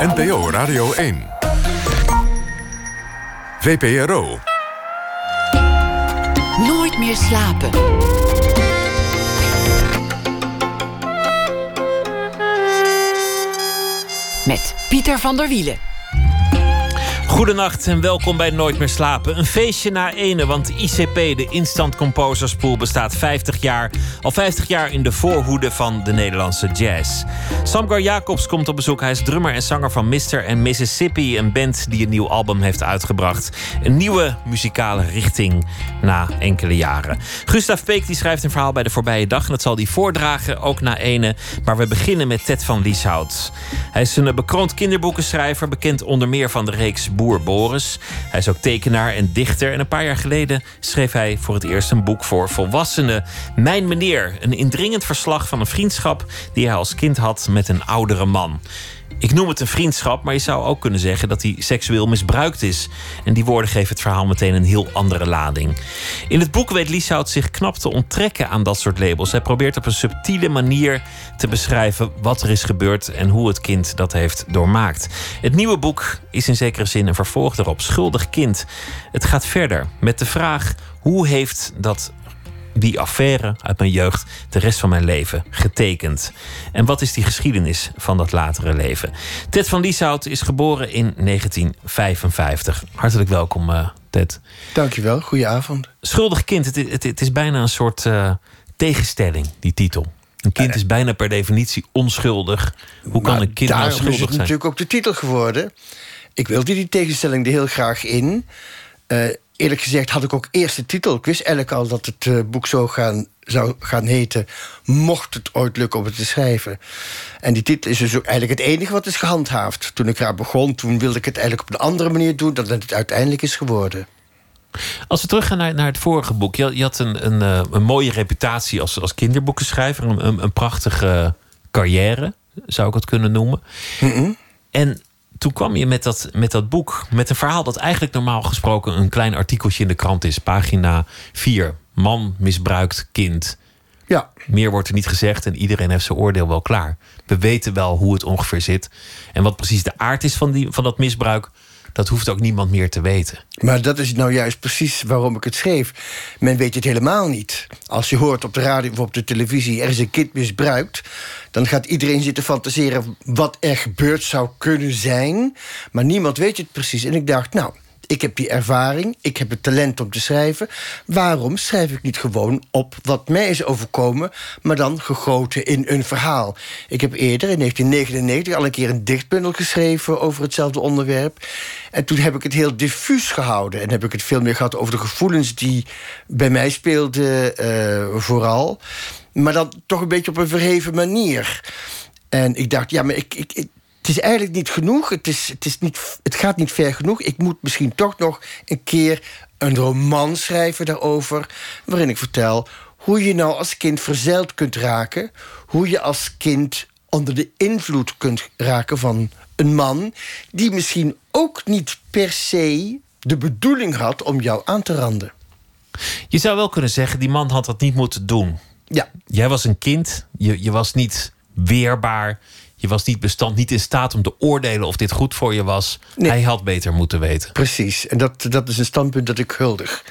NPO Radio 1. VPRO. Nooit meer slapen. Met Pieter van der Wielen. Goedenacht en welkom bij Nooit meer slapen. Een feestje na ene, want ICP, de Instant Composers Pool, bestaat 50 jaar. Al 50 jaar in de voorhoede van de Nederlandse jazz. Samgar Jacobs komt op bezoek. Hij is drummer en zanger van Mr. & Mississippi, een band die een nieuw album heeft uitgebracht. Een nieuwe muzikale richting na enkele jaren. Gustav Peek die schrijft een verhaal bij De Voorbije Dag en dat zal hij voordragen, ook na ene. Maar we beginnen met Ted van Lieshout. Hij is een bekroond kinderboekenschrijver, bekend onder meer van de reeks Boer Boris. Hij is ook tekenaar en dichter. En een paar jaar geleden schreef hij voor het eerst een boek voor volwassenen. Mijn meneer, een indringend verslag van een vriendschap die hij als kind had met een oudere man. Ik noem het een vriendschap, maar je zou ook kunnen zeggen dat hij seksueel misbruikt is. En die woorden geven het verhaal meteen een heel andere lading. In het boek weet Lieshout zich knap te onttrekken aan dat soort labels. Hij probeert op een subtiele manier te beschrijven wat er is gebeurd en hoe het kind dat heeft doormaakt. Het nieuwe boek is in zekere zin een vervolg daarop. Schuldig kind. Het gaat verder met de vraag: hoe heeft die affaire uit mijn jeugd de rest van mijn leven getekend? En wat is die geschiedenis van dat latere leven? Ted van Lieshout is geboren in 1955. Hartelijk welkom, Ted. Dankjewel, goedenavond. Schuldig kind, het is bijna een soort tegenstelling, die titel. Een kind is bijna per definitie onschuldig. Hoe kan een kind nou schuldig zijn? Daarom is het natuurlijk ook de titel geworden. Ik wilde die tegenstelling er heel graag in. Eerlijk gezegd had ik ook eerst de titel. Ik wist eigenlijk al dat het boek zou gaan heten, mocht het ooit lukken om het te schrijven. En die titel is dus ook eigenlijk het enige wat is gehandhaafd. Toen ik eraan begon, toen wilde ik het eigenlijk op een andere manier doen dan het uiteindelijk is geworden. Als we teruggaan naar het vorige boek. Je had een mooie reputatie als kinderboekenschrijver. Een prachtige carrière, zou ik het kunnen noemen. Mm-hmm. En toen kwam je met dat boek, met een verhaal dat eigenlijk normaal gesproken een klein artikeltje in de krant is. Pagina 4. Man misbruikt kind. Ja. Meer wordt er niet gezegd en iedereen heeft zijn oordeel wel klaar. We weten wel hoe het ongeveer zit. En wat precies de aard is van dat misbruik, dat hoeft ook niemand meer te weten. Maar dat is nou juist precies waarom ik het schreef. Men weet het helemaal niet. Als je hoort op de radio of op de televisie, er is een kind misbruikt, dan gaat iedereen zitten fantaseren wat er gebeurd zou kunnen zijn. Maar niemand weet het precies. En ik dacht, nou, ik heb die ervaring, ik heb het talent om te schrijven. Waarom schrijf ik niet gewoon op wat mij is overkomen, maar dan gegoten in een verhaal? Ik heb eerder, in 1999, al een keer een dichtbundel geschreven over hetzelfde onderwerp. En toen heb ik het heel diffuus gehouden. En heb ik het veel meer gehad over de gevoelens die bij mij speelden, vooral. Maar dan toch een beetje op een verheven manier. En ik dacht, ja, maar het is eigenlijk niet genoeg. Het gaat niet ver genoeg. Ik moet misschien toch nog een keer een roman schrijven daarover, waarin ik vertel hoe je nou als kind verzeild kunt raken, hoe je als kind onder de invloed kunt raken van een man die misschien ook niet per se de bedoeling had om jou aan te randen. Je zou wel kunnen zeggen, die man had dat niet moeten doen. Ja. Jij was een kind, je was niet weerbaar, je was niet in staat om te oordelen of dit goed voor je was. Nee. Hij had beter moeten weten. Precies, en dat is een standpunt dat ik huldig.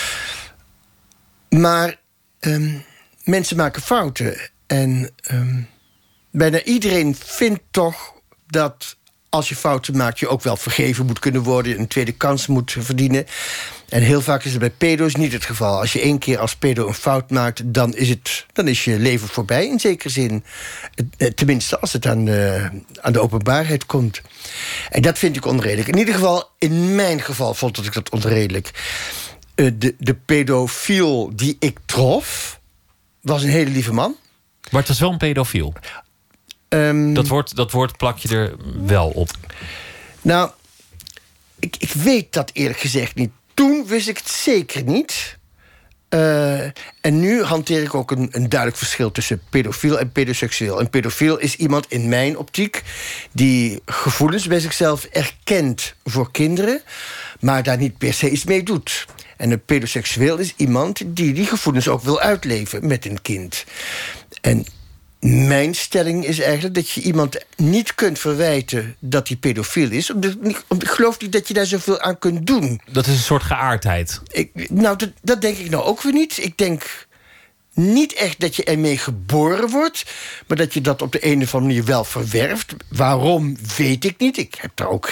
Maar mensen maken fouten. En bijna iedereen vindt toch dat als je fouten maakt, je ook wel vergeven moet kunnen worden, een tweede kans moet verdienen. En heel vaak is het bij pedo's niet het geval. Als je 1 keer als pedo een fout maakt, dan is je leven voorbij in zekere zin. Tenminste, als het aan de openbaarheid komt. En dat vind ik onredelijk. In ieder geval, in mijn geval vond ik dat onredelijk. De pedofiel die ik trof was een hele lieve man. Maar het was wel een pedofiel. Dat woord plak je er wel op. Nou, ik weet dat eerlijk gezegd niet. Toen wist ik het zeker niet. En nu hanteer ik ook een duidelijk verschil tussen pedofiel en pedoseksueel. Een pedofiel is iemand in mijn optiek die gevoelens bij zichzelf erkent voor kinderen, maar daar niet per se iets mee doet. En een pedoseksueel is iemand die gevoelens ook wil uitleven met een kind. En Mijn stelling is eigenlijk dat je iemand niet kunt verwijten dat hij pedofiel is. Ik geloof niet dat je daar zoveel aan kunt doen. Dat is een soort geaardheid. Dat denk ik nou ook weer niet. Ik denk niet echt dat je ermee geboren wordt, maar dat je dat op de een of andere manier wel verwerft. Waarom, weet ik niet. Ik heb daar ook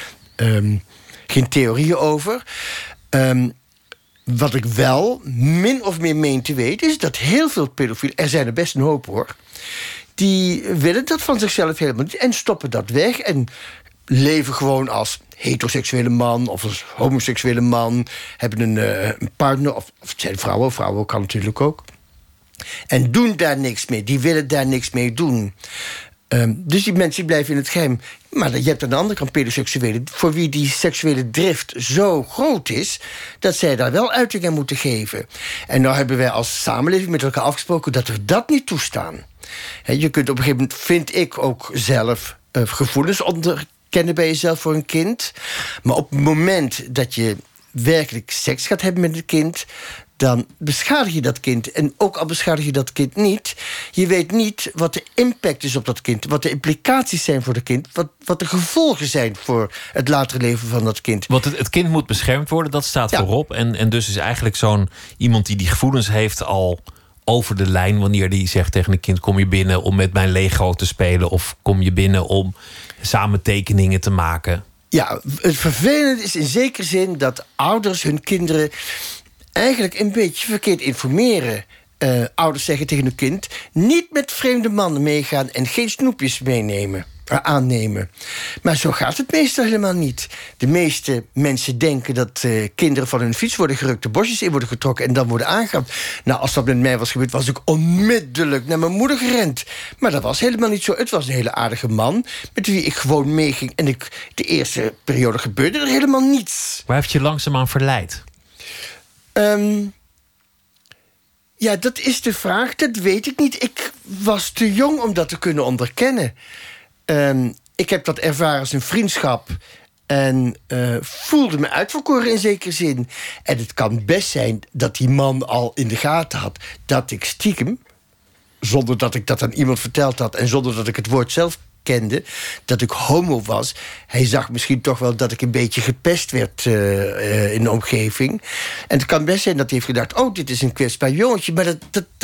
geen theorieën over. Wat ik wel min of meer meen te weten is dat heel veel pedofielen, er zijn er best een hoop hoor, die willen dat van zichzelf helemaal niet en stoppen dat weg en leven gewoon als heteroseksuele man of als homoseksuele man, hebben een partner, of het zijn vrouwen kan natuurlijk ook, en doen daar niks mee. Die willen daar niks mee doen. Dus die mensen blijven in het geheim. Maar je hebt aan de andere kant pedoseksuelen voor wie die seksuele drift zo groot is dat zij daar wel uiting aan moeten geven. En nou hebben wij als samenleving met elkaar afgesproken dat we dat niet toestaan. Je kunt op een gegeven moment, vind ik ook zelf, gevoelens onderkennen bij jezelf voor een kind. Maar op het moment dat je werkelijk seks gaat hebben met een kind, dan beschadig je dat kind. En ook al beschadig je dat kind niet, je weet niet wat de impact is op dat kind, wat de implicaties zijn voor het kind, wat de gevolgen zijn voor het latere leven van dat kind. Want het kind moet beschermd worden, dat staat voorop. En dus is eigenlijk zo'n iemand die gevoelens heeft al over de lijn wanneer die zegt tegen een kind: kom je binnen om met mijn Lego te spelen, of kom je binnen om samen tekeningen te maken. Ja, het vervelende is in zekere zin dat ouders hun kinderen eigenlijk een beetje verkeerd informeren. Ouders zeggen tegen hun kind: niet met vreemde mannen meegaan en geen snoepjes aannemen. Maar zo gaat het meestal helemaal niet. De meeste mensen denken dat kinderen van hun fiets worden gerukt, de bosjes in worden getrokken en dan worden aangehaald. Nou, als dat met mij was gebeurd, was ik onmiddellijk naar mijn moeder gerend. Maar dat was helemaal niet zo. Het was een hele aardige man met wie ik gewoon meeging. En de eerste periode gebeurde er helemaal niets. Waar heeft je langzaamaan verleid? Ja, dat is de vraag. Dat weet ik niet. Ik was te jong om dat te kunnen onderkennen. Ik heb dat ervaren als een vriendschap en voelde me uitverkoren in zekere zin. En het kan best zijn dat die man al in de gaten had dat ik stiekem, zonder dat ik dat aan iemand verteld had en zonder dat ik het woord zelf kende, dat ik homo was. Hij zag misschien toch wel dat ik een beetje gepest werd in de omgeving. En het kan best zijn dat hij heeft gedacht: oh, dit is een kwetsbaar jongetje. Maar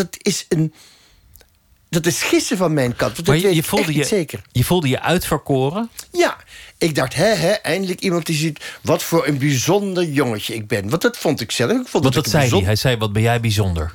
dat is gissen van mijn kant. Want Maar dat weet ik echt niet zeker. Je voelde je uitverkoren? Ja, ik dacht, eindelijk iemand die ziet wat voor een bijzonder jongetje ik ben. Want dat vond ik zelf. Want dat zei hij. Hij zei: wat ben jij bijzonder?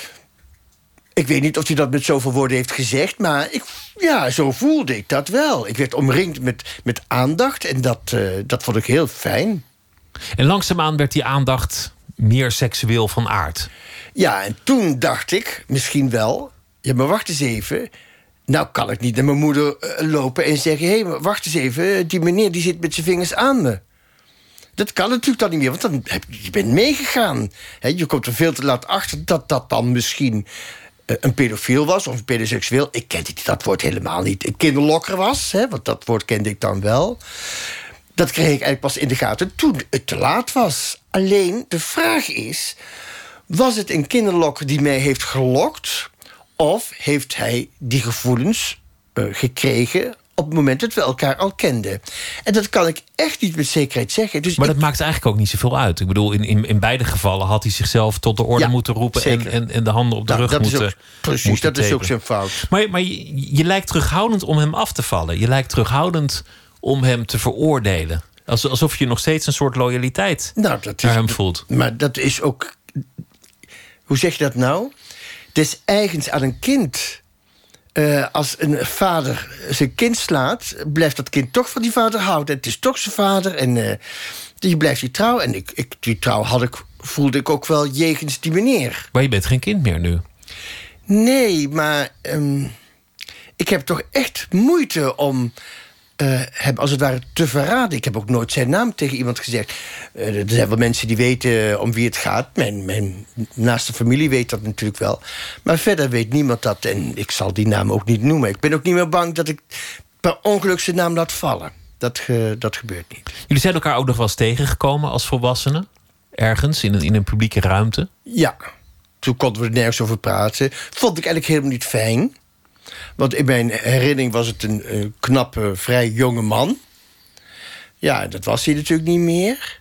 Ik weet niet of hij dat met zoveel woorden heeft gezegd, maar zo voelde ik dat wel. Ik werd omringd met aandacht en dat vond ik heel fijn. En langzaamaan werd die aandacht meer seksueel van aard. Ja, en toen dacht ik misschien wel: ja, maar wacht eens even. Nou kan ik niet naar mijn moeder lopen en zeggen: hé, maar wacht eens even, die meneer die zit met zijn vingers aan me. Dat kan natuurlijk dan niet meer, want je bent meegegaan. Je komt er veel te laat achter dat dan misschien een pedofiel was of een pedoseksueel. Ik kende dat woord helemaal niet. Een kinderlokker was, want dat woord kende ik dan wel. Dat kreeg ik eigenlijk pas in de gaten toen het te laat was. Alleen, de vraag is: was het een kinderlokker die mij heeft gelokt, of heeft hij die gevoelens gekregen op het moment dat we elkaar al kenden? En dat kan ik echt niet met zekerheid zeggen. Dus maar dat maakt eigenlijk ook niet zoveel uit. Ik bedoel, in beide gevallen had hij zichzelf tot de orde moeten roepen en de handen op de rug moeten. Precies, dat is ook zijn fout. Maar je lijkt terughoudend om hem af te vallen. Je lijkt terughoudend om hem te veroordelen. Alsof je nog steeds een soort loyaliteit naar hem voelt. Maar dat is ook, hoe zeg je dat nou? Het is eigens aan een kind. Als een vader zijn kind slaat, blijft dat kind toch van die vader houden. Het is toch zijn vader en je blijft die trouw. En die trouw voelde ik ook wel jegens die meneer. Maar je bent geen kind meer nu. Nee, maar ik heb toch echt moeite om hem als het ware te verraden. Ik heb ook nooit zijn naam tegen iemand gezegd. Er zijn wel mensen die weten om wie het gaat. Mijn naaste familie weet dat natuurlijk wel. Maar verder weet niemand dat. En ik zal die naam ook niet noemen. Ik ben ook niet meer bang dat ik per ongeluk zijn naam laat vallen. Dat gebeurt niet. Jullie zijn elkaar ook nog wel eens tegengekomen als volwassenen? Ergens, in een publieke ruimte? Ja. Toen konden we er nergens over praten. Vond ik eigenlijk helemaal niet fijn. Want in mijn herinnering was het een knappe, vrij jonge man. Ja, dat was hij natuurlijk niet meer.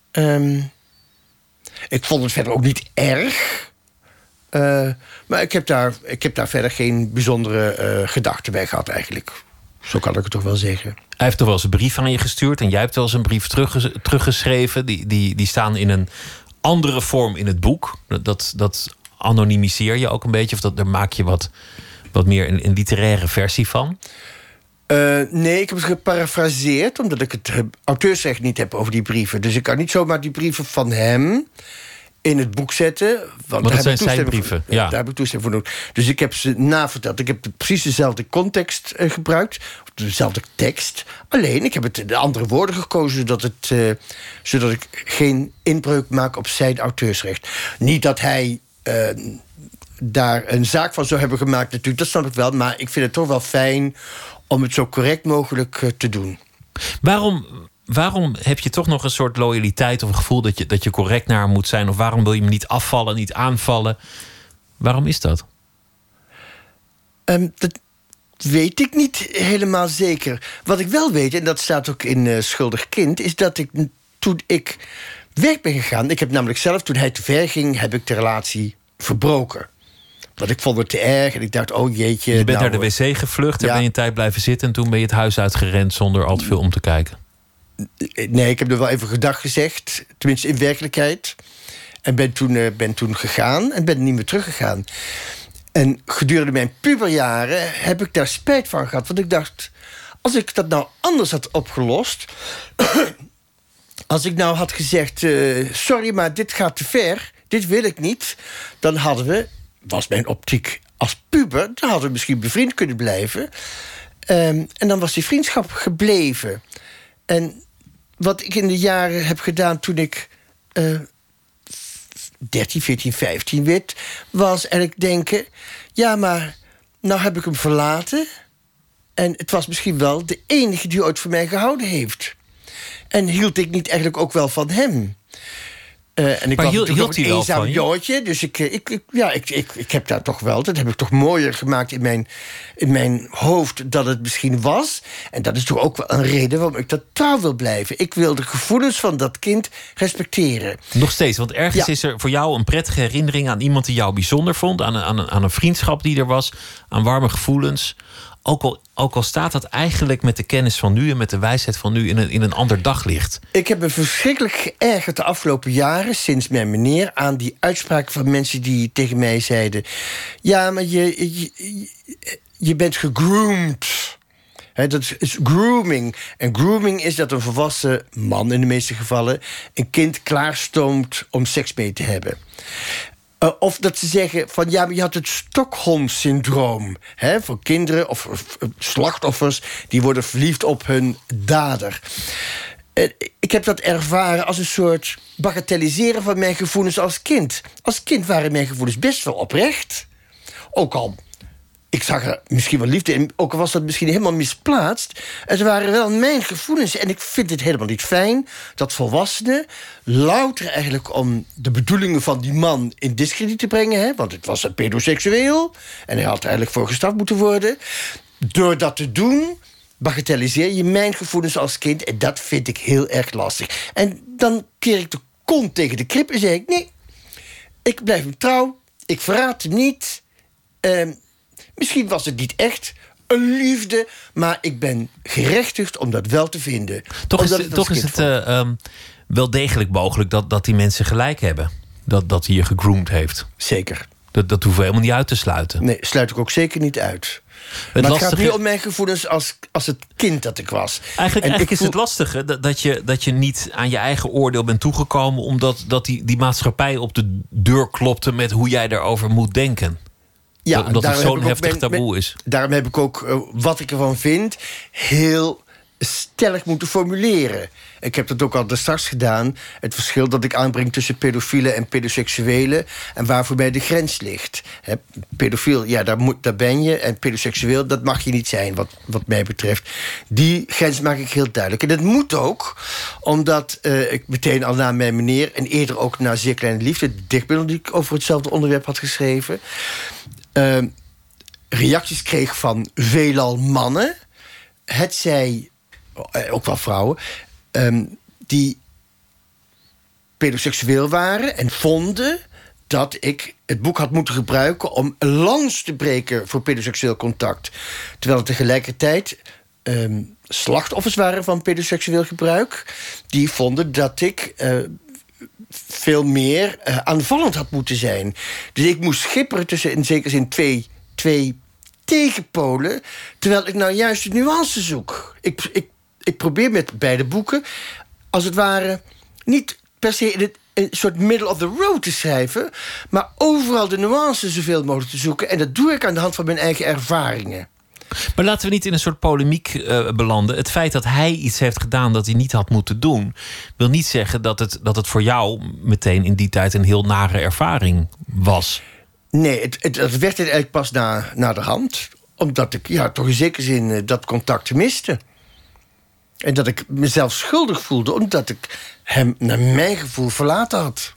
Ik vond het verder ook niet erg. Maar ik heb daar verder geen bijzondere gedachten bij gehad eigenlijk. Zo kan ik het toch wel zeggen. Hij heeft toch wel eens een brief aan je gestuurd... en jij hebt wel eens een brief teruggeschreven. Die staan in een andere vorm in het boek. Dat anonimiseer je ook een beetje... of daar maak je wat meer een literaire versie van? Nee, ik heb het geparafraseerd... omdat ik het auteursrecht niet heb over die brieven. Dus ik kan niet zomaar die brieven van hem in het boek zetten. Want dat zijn zijn brieven. Ja. Daar heb ik toestemming voor nodig. Dus ik heb ze naverteld. Ik heb precies dezelfde context gebruikt. Dezelfde tekst. Alleen, ik heb de andere woorden gekozen... zodat ik geen inbreuk maak op zijn auteursrecht. Niet dat hij daar een zaak van zou hebben gemaakt natuurlijk. Dat snap ik wel. Maar ik vind het toch wel fijn om het zo correct mogelijk te doen. Waarom heb je toch nog een soort loyaliteit of een gevoel dat je correct naar hem moet zijn? Of waarom wil je hem niet afvallen, niet aanvallen? Waarom is dat? Dat weet ik niet helemaal zeker. Wat ik wel weet, en dat staat ook in Schuldig Kind... is dat toen ik weg ben gegaan... ik heb namelijk zelf, toen hij te ver ging... heb ik de relatie verbroken. Want ik vond het te erg en ik dacht, oh jeetje... Je bent naar de wc gevlucht en ben je een tijd blijven zitten... en toen ben je het huis uitgerend zonder al te veel om te kijken. Nee, ik heb er wel even gedag gezegd. Tenminste, in werkelijkheid. En ben toen gegaan en ben niet meer teruggegaan. En gedurende mijn puberjaren heb ik daar spijt van gehad. Want ik dacht, als ik dat nou anders had opgelost... als ik nou had gezegd... sorry, maar dit gaat te ver, dit wil ik niet... dan was mijn optiek als puber... dan hadden we misschien bevriend kunnen blijven. En dan was die vriendschap gebleven. En wat ik in de jaren heb gedaan toen ik 13, 14, 15 werd... was eigenlijk denken... ja, maar nou heb ik hem verlaten... en het was misschien wel de enige die ooit voor mij gehouden heeft. En hield ik niet eigenlijk ook wel van hem... en ik maar was hield ook hij een wel eenzaam van je? jongetje. Dus ik heb daar toch wel... dat heb ik toch mooier gemaakt in mijn hoofd... dat het misschien was. En dat is toch ook wel een reden waarom ik dat trouw wil blijven. Ik wil de gevoelens van dat kind respecteren. Nog steeds, want ergens is er voor jou een prettige herinnering... aan iemand die jou bijzonder vond. Aan een vriendschap die er was. Aan warme gevoelens. Ook al staat dat eigenlijk met de kennis van nu... en met de wijsheid van nu in een ander daglicht. Ik heb me verschrikkelijk geërgerd de afgelopen jaren... sinds mijn meneer aan die uitspraken van mensen die tegen mij zeiden... ja, maar je bent gegroomd. Dat is grooming. En grooming is dat een volwassen man in de meeste gevallen... een kind klaarstoomt om seks mee te hebben. Of dat ze zeggen van ja, maar je had het Stockholm-syndroom. Voor kinderen of slachtoffers die worden verliefd op hun dader. Ik heb dat ervaren als een soort bagatelliseren van mijn gevoelens als kind. Als kind waren mijn gevoelens best wel oprecht. Ook al, ik zag er misschien wel liefde in, ook al was dat misschien helemaal misplaatst. Het waren wel mijn gevoelens. En ik vind het helemaal niet fijn dat volwassenen... louter eigenlijk om de bedoelingen van die man in diskrediet te brengen... want het was een pedoseksueel en hij had er eigenlijk voor gestraft moeten worden. Door dat te doen, bagatelliseer je mijn gevoelens als kind... en dat vind ik heel erg lastig. En dan keer ik de kont tegen de krip en zeg ik... nee, ik blijf hem trouw, ik verraad hem niet... Misschien was het niet echt een liefde... maar ik ben gerechtigd om dat wel te vinden. Toch is het wel degelijk mogelijk dat die mensen gelijk hebben. Dat hij je gegroomd heeft. Zeker. Dat hoeven we helemaal niet uit te sluiten. Nee, sluit ik ook zeker niet uit. Maar het gaat nu om mijn gevoelens als het kind dat ik was. Eigenlijk is het lastige dat je niet aan je eigen oordeel bent toegekomen... omdat die maatschappij op de deur klopte met hoe jij daarover moet denken. Ja, omdat het zo'n heftig taboe is. Daarom heb ik ook wat ik ervan vind... heel stellig moeten formuleren. Ik heb dat ook al straks gedaan. Het verschil dat ik aanbreng tussen pedofielen en pedoseksuelen... en waar voor mij de grens ligt. Pedofiel, ja, daar ben je. En pedoseksueel, dat mag je niet zijn, wat mij betreft. Die grens maak ik heel duidelijk. En dat moet ook, omdat ik meteen al na mijn meneer... en eerder ook na Zeer Kleine Liefde... de dichtbundel die ik over hetzelfde onderwerp had geschreven... reacties kreeg van veelal mannen, hetzij ook wel vrouwen, die pedoseksueel waren en vonden dat ik het boek had moeten gebruiken om een lans te breken voor pedoseksueel contact. Terwijl het tegelijkertijd slachtoffers waren van pedoseksueel gebruik, die vonden dat ik veel meer aanvallend had moeten zijn. Dus ik moest schipperen tussen in zekere zin twee tegenpolen, terwijl ik nou juist de nuance zoek. Ik probeer met beide boeken, als het ware, niet per se in een soort middle of the road te schrijven, maar overal de nuances zoveel mogelijk te zoeken. En dat doe ik aan de hand van mijn eigen ervaringen. Maar laten we niet in een soort polemiek belanden. Het feit dat hij iets heeft gedaan dat hij niet had moeten doen, wil niet zeggen dat het voor jou meteen in die tijd een heel nare ervaring was. Nee, het werd eigenlijk pas na de hand. Omdat ik toch in zekere zin dat contact miste. En dat ik mezelf schuldig voelde, omdat ik hem naar mijn gevoel verlaten had.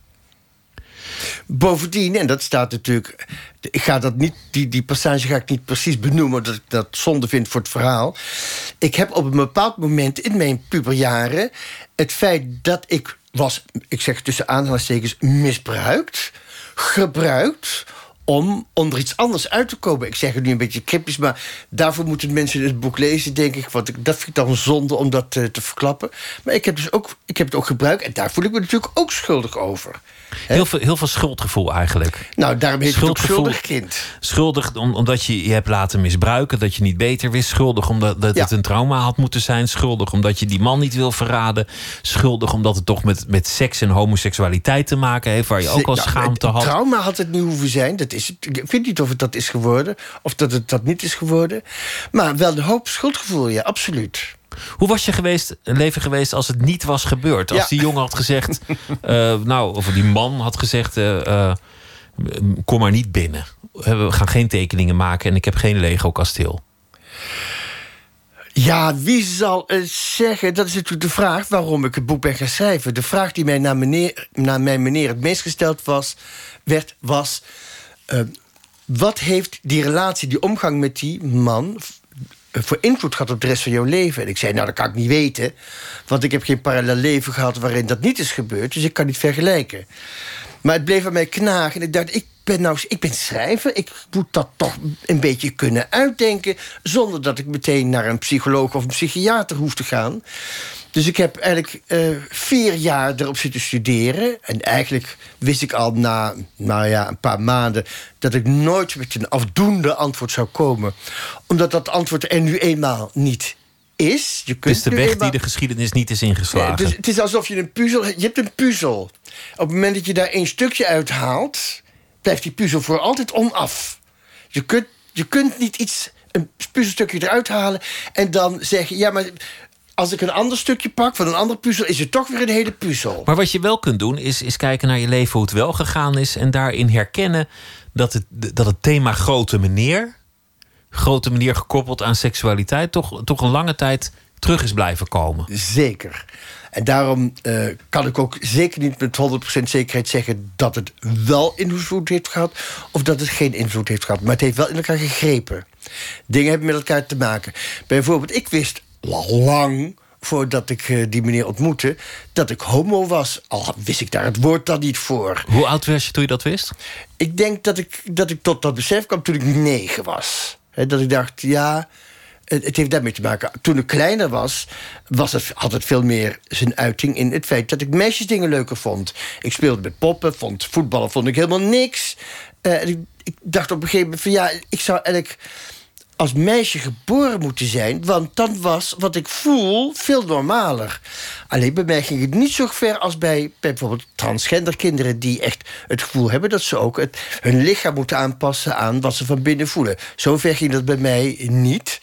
Bovendien, en dat staat natuurlijk, ik ga dat niet, die passage ga ik niet precies benoemen, omdat ik dat zonde vind voor het verhaal. Ik heb op een bepaald moment in mijn puberjaren het feit dat ik zeg tussen aanhalingstekens, misbruikt, gebruikt om onder iets anders uit te komen. Ik zeg het nu een beetje cryptisch, maar daarvoor moeten mensen het boek lezen, denk ik. Want dat vind ik dan een zonde om dat te verklappen. Maar ik heb het ook gebruikt en daar voel ik me natuurlijk ook schuldig over. Heel veel schuldgevoel eigenlijk. Nou, daarom heet het ook schuldig kind. Schuldig omdat je hebt laten misbruiken, dat je niet beter wist. Schuldig omdat het een trauma had moeten zijn. Schuldig omdat je die man niet wil verraden. Schuldig omdat het toch met seks en homoseksualiteit te maken heeft, waar je ook al schaamte had. Trauma had het niet hoeven zijn. Ik weet niet of het dat is geworden, of dat het dat niet is geworden. Maar wel een hoop schuldgevoel, ja, absoluut. Hoe was je leven geweest als het niet was gebeurd? Als die jongen had gezegd, of die man had gezegd, kom maar niet binnen. We gaan geen tekeningen maken en ik heb geen Lego-kasteel. Ja, wie zal het zeggen? Dat is natuurlijk de vraag waarom ik het boek ben gaan schrijven. De vraag die mij naar mijn meneer het meest gesteld was, wat heeft die relatie, die omgang met die man voor invloed gehad op de rest van jouw leven? En ik zei, nou, dat kan ik niet weten, want ik heb geen parallel leven gehad waarin dat niet is gebeurd, dus ik kan niet vergelijken. Maar het bleef aan mij knagen en ik dacht, ik ben schrijver, ik moet dat toch een beetje kunnen uitdenken, zonder dat ik meteen naar een psycholoog of een psychiater hoef te gaan. Dus ik heb eigenlijk 4 jaar erop zitten studeren. En eigenlijk wist ik al na een paar maanden dat ik nooit met een afdoende antwoord zou komen. Omdat dat antwoord er nu eenmaal niet is. Het is de weg die de geschiedenis niet is ingeslagen. Dus het is alsof je je hebt een puzzel. Op het moment dat je daar 1 stukje uithaalt, blijft die puzzel voor altijd onaf. Je kunt niet een puzzelstukje eruit halen en dan zeggen, ja, maar als ik een ander stukje pak van een andere puzzel, is het toch weer een hele puzzel. Maar wat je wel kunt doen, is kijken naar je leven, hoe het wel gegaan is, en daarin herkennen dat het thema grote meneer gekoppeld aan seksualiteit, toch een lange tijd terug is blijven komen. Zeker. En daarom kan ik ook zeker niet met 100% zekerheid zeggen dat het wel invloed heeft gehad of dat het geen invloed heeft gehad. Maar het heeft wel in elkaar gegrepen. Dingen hebben met elkaar te maken. Bijvoorbeeld, ik wist lang voordat ik die meneer ontmoette dat ik homo was. Al wist ik daar het woord dan niet voor. Hoe oud was je toen je dat wist? Ik denk dat ik tot dat besef kwam toen ik 9 was. Dat ik dacht, ja, het heeft daarmee te maken. Toen ik kleiner had het veel meer zijn uiting in het feit dat ik meisjesdingen leuker vond. Ik speelde met poppen, voetballen vond ik helemaal niks. Ik dacht op een gegeven moment van, ja, ik zou eigenlijk als meisje geboren moeten zijn, want dan was wat ik voel veel normaler. Alleen bij mij ging het niet zo ver als bij bijvoorbeeld transgender kinderen die echt het gevoel hebben dat ze ook hun lichaam moeten aanpassen aan wat ze van binnen voelen. Zover ging dat bij mij niet.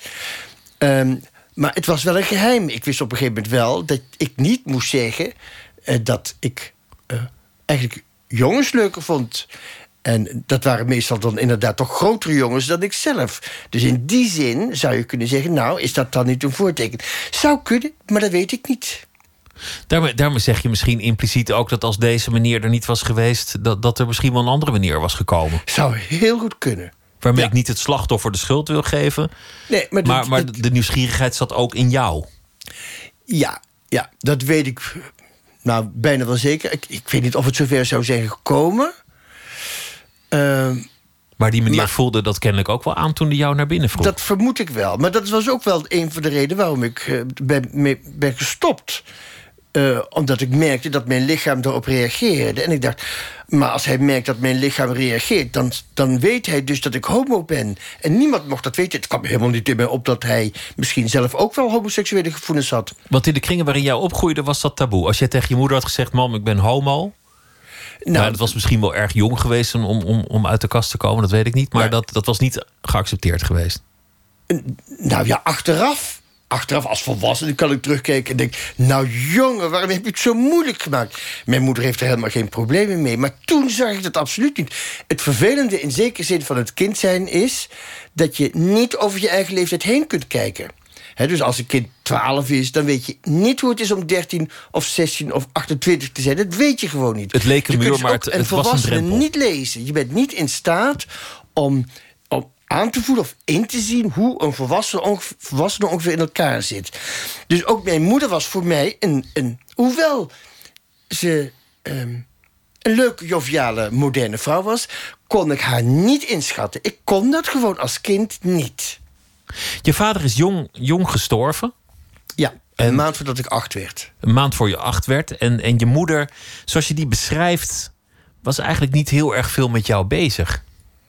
Maar het was wel een geheim. Ik wist op een gegeven moment wel dat ik niet moest zeggen dat ik eigenlijk jongens leuker vond. En dat waren meestal dan inderdaad toch grotere jongens dan ik zelf. Dus in die zin zou je kunnen zeggen, nou, is dat dan niet een voorteken? Zou kunnen, maar dat weet ik niet. Daarmee zeg je misschien impliciet ook dat als deze meneer er niet was geweest, dat er misschien wel een andere meneer was gekomen. Zou heel goed kunnen. Waarmee ik niet het slachtoffer de schuld wil geven. Nee, maar de nieuwsgierigheid zat ook in jou. Ja, dat weet ik bijna wel zeker. Ik weet niet of het zover zou zijn gekomen. Maar die meneer voelde dat kennelijk ook wel aan toen hij jou naar binnen vroeg. Dat vermoed ik wel. Maar dat was ook wel een van de redenen waarom ik ben gestopt. Omdat ik merkte dat mijn lichaam daarop reageerde. En ik dacht, maar als hij merkt dat mijn lichaam reageert... dan weet hij dus dat ik homo ben. En niemand mocht dat weten. Het kwam helemaal niet in mij op dat hij misschien zelf ook wel homoseksuele gevoelens had. Want in de kringen waarin jij opgroeide was dat taboe. Als jij tegen je moeder had gezegd, mam, ik ben homo... Nou, dat was misschien wel erg jong geweest om uit de kast te komen, dat weet ik niet. Maar dat was niet geaccepteerd geweest. Nou ja, achteraf als volwassene kan ik terugkijken en denk... nou jongen, waarom heb je het zo moeilijk gemaakt? Mijn moeder heeft er helemaal geen problemen mee. Maar toen zag ik dat absoluut niet. Het vervelende in zekere zin van het kind zijn is... dat je niet over je eigen leeftijd heen kunt kijken. Dus als een kind 12 is, dan weet je niet hoe het is om 13 of 16 of 28 te zijn. Dat weet je gewoon niet. Het leek een muur, maar het was een volwassene drempel. Niet lezen. Je bent niet in staat om aan te voelen of in te zien hoe een volwassene ongeveer in elkaar zit. Dus ook mijn moeder was voor mij hoewel ze een leuke, joviale, moderne vrouw was, kon ik haar niet inschatten. Ik kon dat gewoon als kind niet. Je vader is jong gestorven. Ja, een maand voordat ik 8 werd. Een maand voor je 8 werd. En je moeder, zoals je die beschrijft, was eigenlijk niet heel erg veel met jou bezig.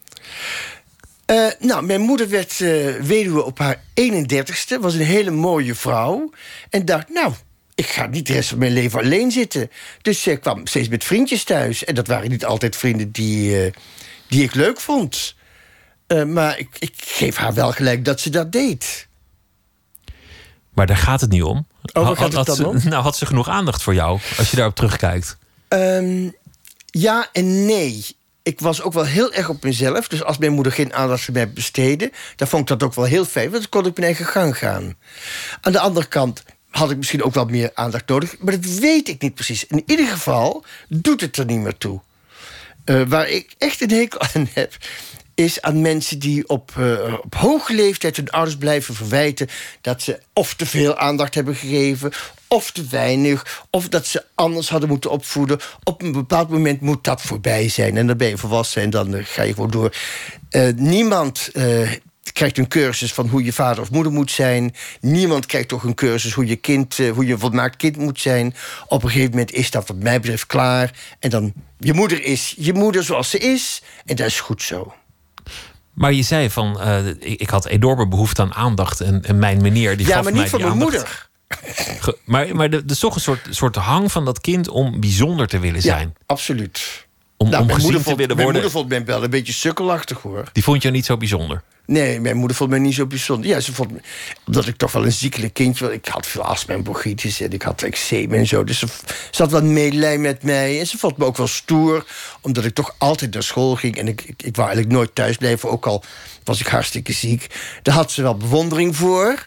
Mijn moeder werd weduwe op haar 31ste. Was een hele mooie vrouw. En dacht, ik ga niet de rest van mijn leven alleen zitten. Dus zij kwam steeds met vriendjes thuis. En dat waren niet altijd vrienden die ik leuk vond. Maar ik geef haar wel gelijk dat ze dat deed. Maar daar gaat het niet om. Waar gaat het dan om? Had ze genoeg aandacht voor jou, als je daarop terugkijkt? Ja en nee. Ik was ook wel heel erg op mezelf. Dus als mijn moeder geen aandacht voor mij besteedde... dan vond ik dat ook wel heel fijn, want dan kon ik mijn eigen gang gaan. Aan de andere kant had ik misschien ook wel meer aandacht nodig... maar dat weet ik niet precies. In ieder geval doet het er niet meer toe. Waar ik echt een hekel aan heb... is aan mensen die op hoge leeftijd hun ouders blijven verwijten... dat ze of te veel aandacht hebben gegeven, of te weinig... of dat ze anders hadden moeten opvoeden. Op een bepaald moment moet dat voorbij zijn. En dan ben je volwassen en dan ga je gewoon door. Niemand krijgt een cursus van hoe je vader of moeder moet zijn. Niemand krijgt toch een cursus hoe je een volmaakt kind moet zijn. Op een gegeven moment is dat wat mij betreft klaar. En dan, je moeder is je moeder zoals ze is. En dat is goed zo. Maar je zei van, ik had enorme behoefte aan aandacht. En mijn meneer, die gaf mij die aandacht. Ja, maar niet van mijn moeder. Maar er is toch een soort hang van dat kind om bijzonder te willen zijn. Ja, absoluut. Om gezien te willen worden. Mijn moeder vond mij wel een beetje sukkelachtig, hoor. Die vond je niet zo bijzonder? Nee, mijn moeder vond mij niet zo bijzonder. Ja, ze vond me, omdat ik toch wel een ziekelijk kindje was. Ik had veel astma en bronchitis en ik had eczeem en zo. Dus ze had wat medelijden met mij. En ze vond me ook wel stoer, omdat ik toch altijd naar school ging. En ik wou eigenlijk nooit thuis blijven, ook al was ik hartstikke ziek. Daar had ze wel bewondering voor.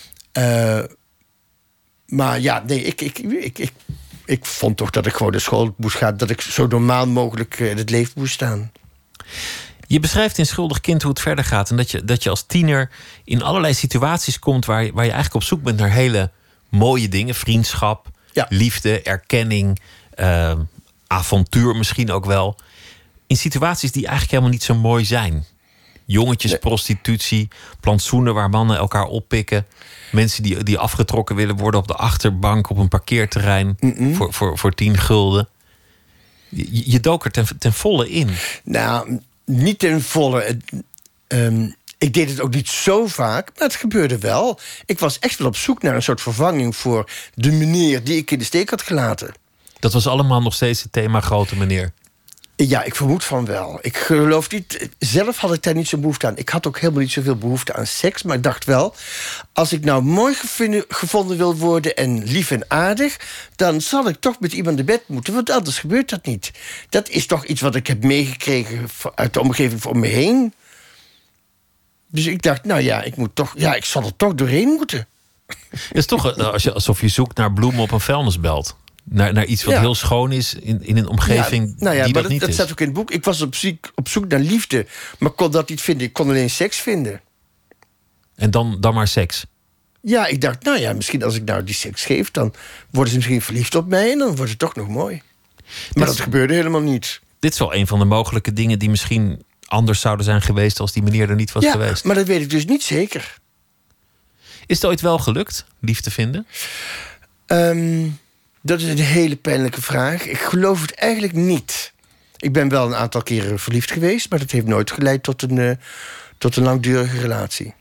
Maar ja, nee, ik vond toch dat ik gewoon naar school moest gaan. Dat ik zo normaal mogelijk in het leven moest staan. Je beschrijft in Schuldig Kind hoe het verder gaat. En dat je als tiener in allerlei situaties komt waar je eigenlijk op zoek bent naar hele mooie dingen. Vriendschap, liefde, erkenning, avontuur misschien ook wel. In situaties die eigenlijk helemaal niet zo mooi zijn. Jongetjes, prostitutie, plantsoenen waar mannen elkaar oppikken. Mensen die afgetrokken willen worden op de achterbank op een parkeerterrein voor 10 gulden. Je dook er ten volle in. Nou, niet ten volle. Ik deed het ook niet zo vaak, maar het gebeurde wel. Ik was echt wel op zoek naar een soort vervanging voor de meneer die ik in de steek had gelaten. Dat was allemaal nog steeds het thema grote meneer. Ja, ik vermoed van wel. Ik geloof niet. Zelf had ik daar niet zo'n behoefte aan. Ik had ook helemaal niet zoveel behoefte aan seks. Maar ik dacht wel, als ik nou mooi gevonden wil worden en lief en aardig, dan zal ik toch met iemand in bed moeten, want anders gebeurt dat niet. Dat is toch iets wat ik heb meegekregen uit de omgeving om me heen. Dus ik dacht, nou ja, ik zal er toch doorheen moeten. Het is toch alsof je zoekt naar bloemen op een vuilnisbelt. Naar iets wat heel schoon is in een omgeving die dat niet is. Dat staat ook in het boek. Ik was op zoek naar liefde, maar kon dat niet vinden. Ik kon alleen seks vinden. En dan maar seks? Ja, ik dacht, misschien als ik nou die seks geef, dan worden ze misschien verliefd op mij en dan wordt het toch nog mooi. Maar dat gebeurde helemaal niet. Dit is wel een van de mogelijke dingen die misschien anders zouden zijn geweest als die meneer er niet was geweest. Ja, maar dat weet ik dus niet zeker. Is het ooit wel gelukt, liefde vinden? Dat is een hele pijnlijke vraag. Ik geloof het eigenlijk niet. Ik ben wel een aantal keren verliefd geweest, maar dat heeft nooit geleid tot een langdurige relatie.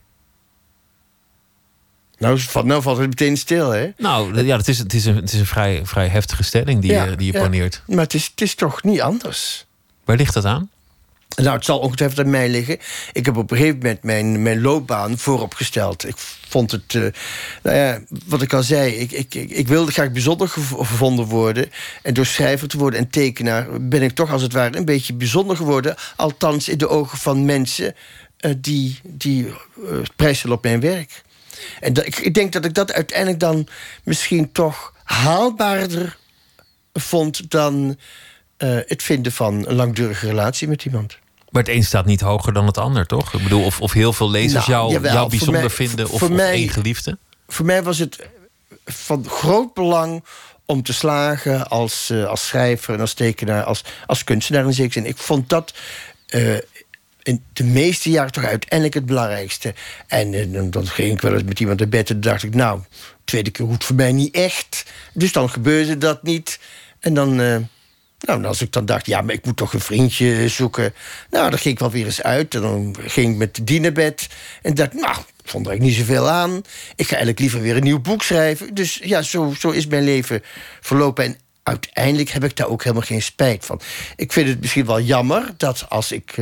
Nou valt het meteen stil, hè? Nou, ja, het is een vrij heftige stelling die je poneert. Maar het is toch niet anders? Waar ligt dat aan? Nou, het zal ongetwijfeld aan mij liggen. Ik heb op een gegeven moment mijn loopbaan voorop gesteld. Ik vond het, wat ik al zei, ik wilde graag bijzonder gevonden worden. En door schrijver te worden en tekenaar ben ik toch als het ware een beetje bijzonder geworden. Althans in de ogen van mensen die prijs stellen op mijn werk. En ik denk dat ik dat uiteindelijk dan misschien toch haalbaarder vond dan het vinden van een langdurige relatie met iemand. Maar het een staat niet hoger dan het ander, toch? Ik bedoel, of heel veel lezers jou bijzonder vinden of één geliefde? Voor mij was het van groot belang om te slagen als schrijver en als tekenaar, als kunstenaar in zekere zin. Ik vond dat in de meeste jaren toch uiteindelijk het belangrijkste. En dan ging ik wel eens met iemand naar bed en dacht ik, nou, tweede keer hoeft voor mij niet echt. Dus dan gebeurde dat niet. En dan als ik dan dacht, ja, maar ik moet toch een vriendje zoeken. Nou, dan ging ik wel weer eens uit. En dan ging ik met die naar bed. En dacht, nou, vond er niet zoveel aan. Ik ga eigenlijk liever weer een nieuw boek schrijven. Dus ja, zo is mijn leven verlopen. En uiteindelijk heb ik daar ook helemaal geen spijt van. Ik vind het misschien wel jammer dat als ik,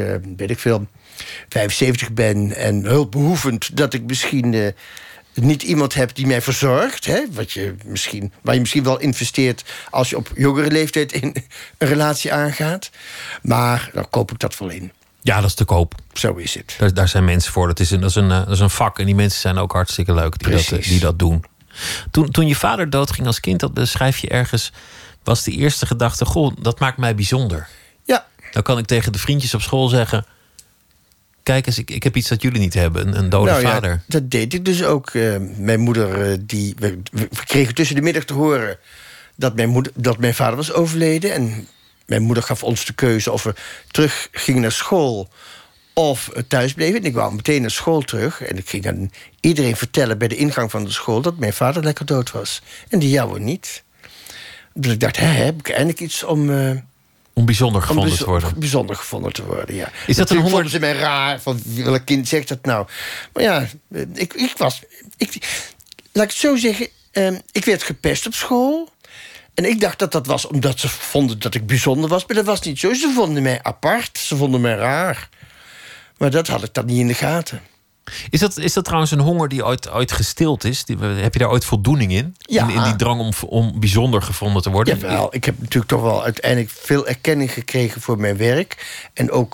75 ben en hulpbehoevend, dat ik misschien niet iemand heb die mij verzorgt. Hè, waar je misschien wel investeert als je op jongere leeftijd in een relatie aangaat. Maar dan koop ik dat wel in. Ja, dat is te koop. Zo is het. Daar zijn mensen voor. Dat is een vak. En die mensen zijn ook hartstikke leuk die dat doen. Toen je vader doodging als kind, dat beschrijf je ergens, was de eerste gedachte, goh, dat maakt mij bijzonder. Ja. Dan kan ik tegen de vriendjes op school zeggen, kijk eens, ik heb iets dat jullie niet hebben, een dode vader. Ja, dat deed ik dus ook. Mijn moeder, we kregen tussen de middag te horen dat mijn vader was overleden. En mijn moeder gaf ons de keuze of we terug gingen naar school of thuis bleven. En ik wou meteen naar school terug. En ik ging aan iedereen vertellen bij de ingang van de school dat mijn vader lekker dood was. En die jouwe niet. Dus ik dacht, heb ik eindelijk iets om bijzonder gevonden te worden. Bijzonder gevonden te worden, ja. Is dat een vonden ze mij raar, van welk kind zegt dat nou? Maar ja, laat ik het zo zeggen, ik werd gepest op school. En ik dacht dat was omdat ze vonden dat ik bijzonder was. Maar dat was niet zo. Ze vonden mij apart, ze vonden mij raar. Maar dat had ik dan niet in de gaten. Is dat trouwens een honger die ooit gestild is? Heb je daar ooit voldoening in? Ja. In die drang om bijzonder gevonden te worden? Jawel, ik heb natuurlijk toch wel uiteindelijk veel erkenning gekregen voor mijn werk. En ook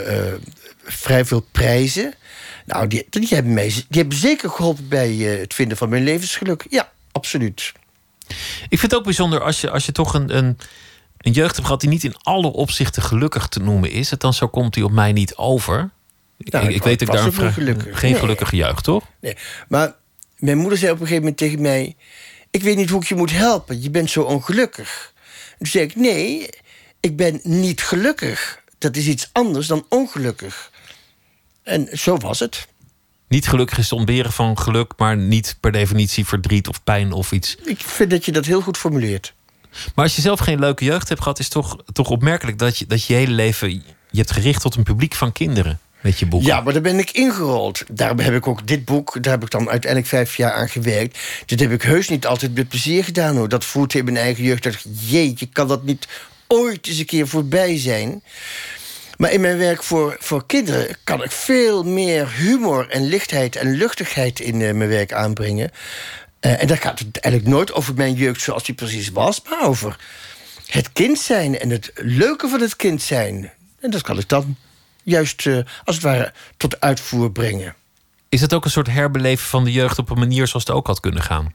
vrij veel prijzen. Nou, die hebben zeker geholpen bij het vinden van mijn levensgeluk. Ja, absoluut. Ik vind het ook bijzonder als je toch een jeugd hebt gehad die niet in alle opzichten gelukkig te noemen is. Het dan zo komt hij op mij niet over. Nou, ik weet dat ik daar geen gelukkige jeugd, toch? Nee, maar mijn moeder zei op een gegeven moment tegen mij, ik weet niet hoe ik je moet helpen, je bent zo ongelukkig. En toen zei ik, nee, ik ben niet gelukkig. Dat is iets anders dan ongelukkig. En zo was het. Niet gelukkig is het ontberen van geluk, maar niet per definitie verdriet of pijn of iets. Ik vind dat je dat heel goed formuleert. Maar als je zelf geen leuke jeugd hebt gehad, is toch opmerkelijk dat je hele leven je hebt gericht tot een publiek van kinderen met je boeken. Ja, maar daar ben ik ingerold. Daarom heb ik ook dit boek, daar heb ik dan uiteindelijk 5 jaar aan gewerkt. Dit heb ik heus niet altijd met plezier gedaan, hoor. Dat voelt in mijn eigen jeugd. Dat jeetje, kan dat niet ooit eens een keer voorbij zijn? Maar in mijn werk voor kinderen kan ik veel meer humor en lichtheid en luchtigheid in mijn werk aanbrengen. En dat gaat het eigenlijk nooit over mijn jeugd zoals die precies was, maar over het kind zijn en het leuke van het kind zijn. En dat kan ik dan juist als het ware tot uitvoer brengen. Is het ook een soort herbeleven van de jeugd op een manier zoals het ook had kunnen gaan?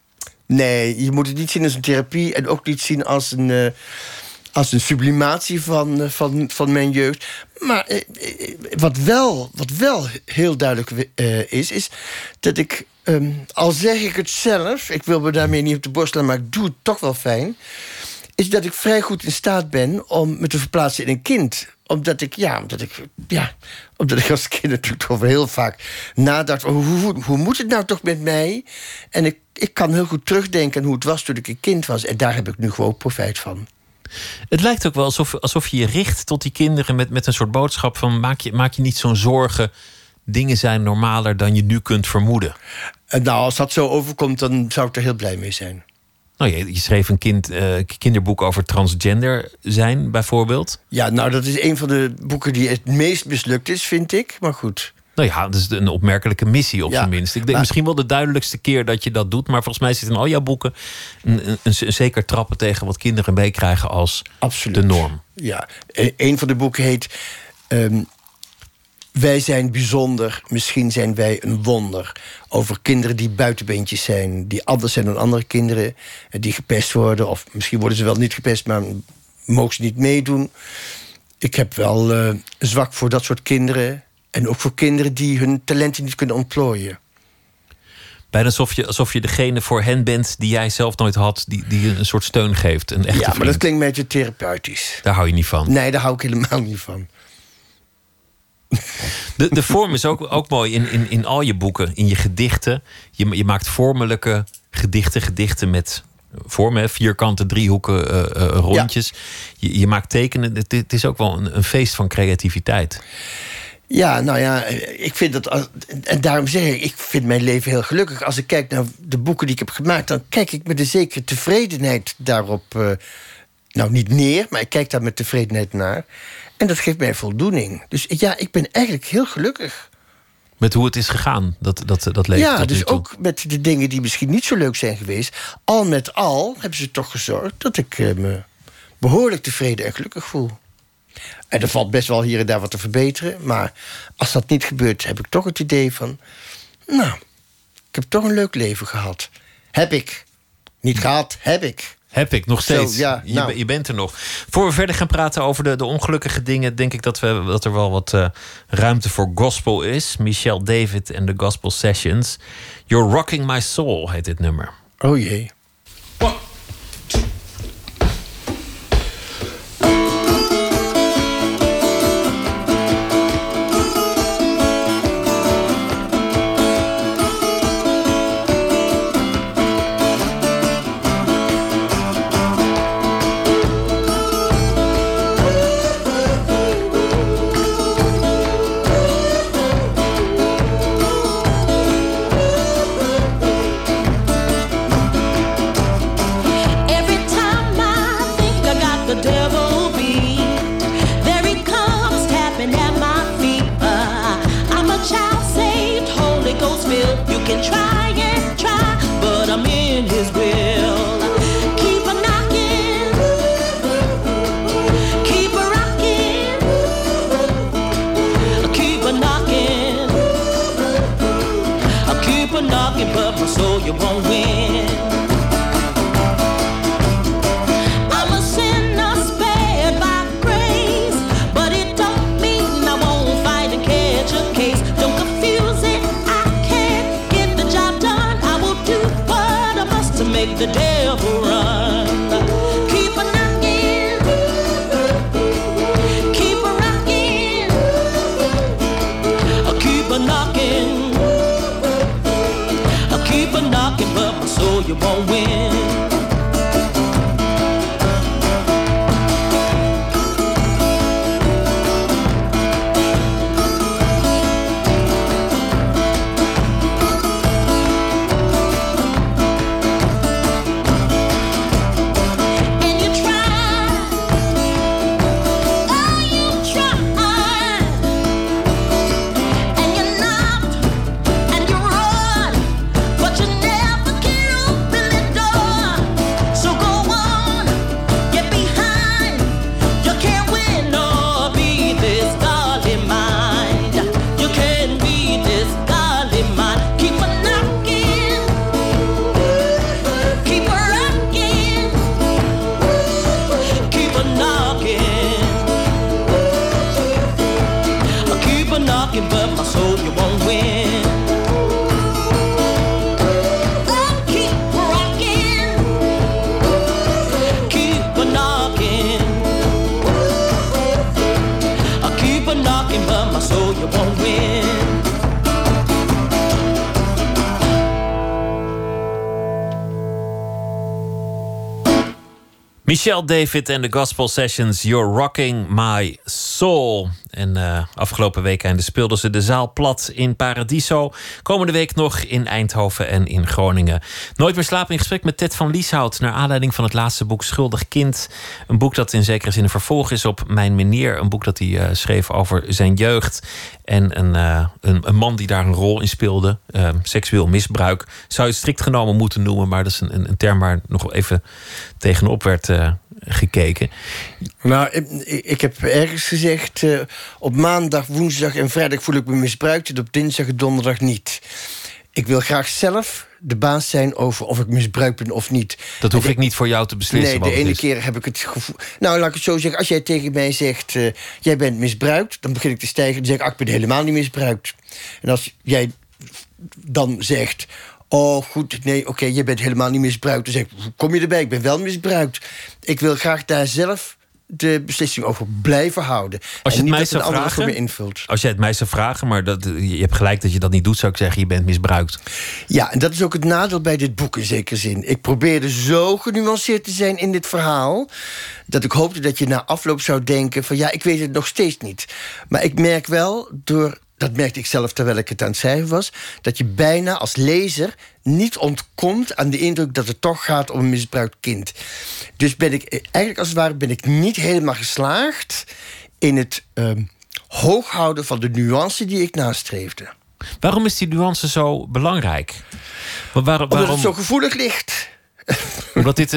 Nee, je moet het niet zien als een therapie en ook niet zien als een sublimatie van mijn jeugd. Maar wat wel heel duidelijk is dat ik, al zeg ik het zelf, ik wil me daarmee niet op de borst slaan, maar ik doe het toch wel fijn, is dat ik vrij goed in staat ben om me te verplaatsen in een kind. Omdat ik als kind natuurlijk toch wel heel vaak nadacht, hoe moet het nou toch met mij? En ik kan heel goed terugdenken aan hoe het was toen ik een kind was. En daar heb ik nu gewoon profijt van. Het lijkt ook wel alsof je je richt tot die kinderen met een soort boodschap van maak je niet zo'n zorgen. Dingen zijn normaler dan je nu kunt vermoeden. Nou, als dat zo overkomt, dan zou ik er heel blij mee zijn. Nou, je schreef een kinderboek over transgender zijn, bijvoorbeeld. Ja, nou, dat is een van de boeken die het meest mislukt is, vind ik. Maar goed. Nou ja, dat is een opmerkelijke missie op zijn minst. Ik denk misschien wel de duidelijkste keer dat je dat doet. Maar volgens mij zit in al jouw boeken een zeker trappen tegen wat kinderen meekrijgen als de norm. Ja, een van de boeken heet Wij zijn bijzonder, misschien zijn wij een wonder. Over kinderen die buitenbeentjes zijn, die anders zijn dan andere kinderen, die gepest worden. Of misschien worden ze wel niet gepest, maar mogen ze niet meedoen. Ik heb wel een zwak voor dat soort kinderen. En ook voor kinderen die hun talenten niet kunnen ontplooien. Bijna alsof je degene voor hen bent die jij zelf nooit had, die een soort steun geeft. Een echte vriend. Maar dat klinkt mij te therapeutisch. Daar hou je niet van? Nee, daar hou ik helemaal niet van. De vorm is ook mooi in al je boeken, in je gedichten. Je maakt vormelijke gedichten met vormen, vierkanten, driehoeken, rondjes. Ja. Je maakt tekenen. Het is ook wel een feest van creativiteit. Ja, nou ja, ik vind dat. En daarom zeg ik vind mijn leven heel gelukkig. Als ik kijk naar de boeken die ik heb gemaakt, dan kijk ik met een zekere tevredenheid daarop. Nou, niet neer, maar ik kijk daar met tevredenheid naar. En dat geeft mij voldoening. Dus ja, ik ben eigenlijk heel gelukkig. Met hoe het is gegaan, dat leven. Ja, dus ook met de dingen die misschien niet zo leuk zijn geweest. Al met al hebben ze toch gezorgd dat ik me behoorlijk tevreden en gelukkig voel. En er valt best wel hier en daar wat te verbeteren. Maar als dat niet gebeurt, heb ik toch het idee van, nou, ik heb toch een leuk leven gehad. Heb ik. Niet gehad, heb ik. Heb ik, nog steeds. Zo, ja, nou. Je bent er nog. Voor we verder gaan praten over de ongelukkige dingen, denk ik dat er wel wat ruimte voor gospel is. Michelle David en de Gospel Sessions. You're Rocking My Soul heet dit nummer. Oh jee. Door Michelle David en de Gospel Sessions, You're Rocking My Soul. En afgelopen weekend speelden ze de zaal plat in Paradiso. Komende week nog in Eindhoven en in Groningen. Nooit meer slapen in gesprek met Ted van Lieshout, naar aanleiding van het laatste boek Schuldig Kind. Een boek dat in zekere zin een vervolg is op Mijn Meneer. Een boek dat hij schreef over zijn jeugd. En een man die daar een rol in speelde. Seksueel misbruik. Zou je het strikt genomen moeten noemen, maar dat is een term waar nog even tegenop werd gekeken. Nou, ik heb ergens gezegd, op maandag, woensdag en vrijdag voel ik me misbruikt, en op dinsdag en donderdag niet. Ik wil graag zelf de baas zijn over of ik misbruikt ben of niet. Dat hoef ik niet voor jou te beslissen. Nee, de ene keer heb ik het gevoel. Nou, laat ik het zo zeggen. Als jij tegen mij zegt, jij bent misbruikt, dan begin ik te stijgen. Dan zeg ik, ik ben helemaal niet misbruikt. En als jij dan zegt, oh, goed, nee, oké, je bent helemaal niet misbruikt. Dan zeg ik, hoe kom je erbij? Ik ben wel misbruikt. Ik wil graag daar zelf de beslissing over blijven houden. Als je en het niet mij dat zou een ander voor me vragen, invult. als je het mij zou vragen, maar je hebt gelijk dat je dat niet doet, zou ik zeggen, je bent misbruikt. Ja, en dat is ook het nadeel bij dit boek in zekere zin. Ik probeerde zo genuanceerd te zijn in dit verhaal, dat ik hoopte dat je na afloop zou denken van ja, ik weet het nog steeds niet. Maar ik merk wel, dat merkte ik zelf terwijl ik het aan het schrijven was, dat je bijna als lezer niet ontkomt aan de indruk dat het toch gaat om een misbruikt kind. Dus ben ik eigenlijk als het ware niet helemaal geslaagd in het hooghouden van de nuance die ik nastreefde. Waarom is die nuance zo belangrijk? Omdat het zo gevoelig ligt. Omdat dit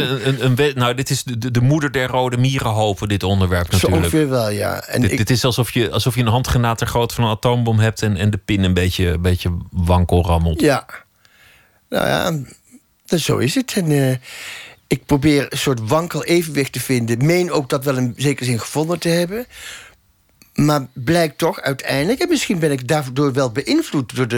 dit is de moeder der rode mierenhopen, dit onderwerp natuurlijk. Zo ongeveer wel, ja. En dit is alsof je een handgranaat ter grootte van een atoombom hebt en de pin een beetje wankel rammelt. Ja. Nou ja, zo is het. En ik probeer een soort wankel evenwicht te vinden. Meen ook dat wel in zekere zin gevonden te hebben. Maar blijkt toch uiteindelijk, en misschien ben ik daardoor wel beïnvloed door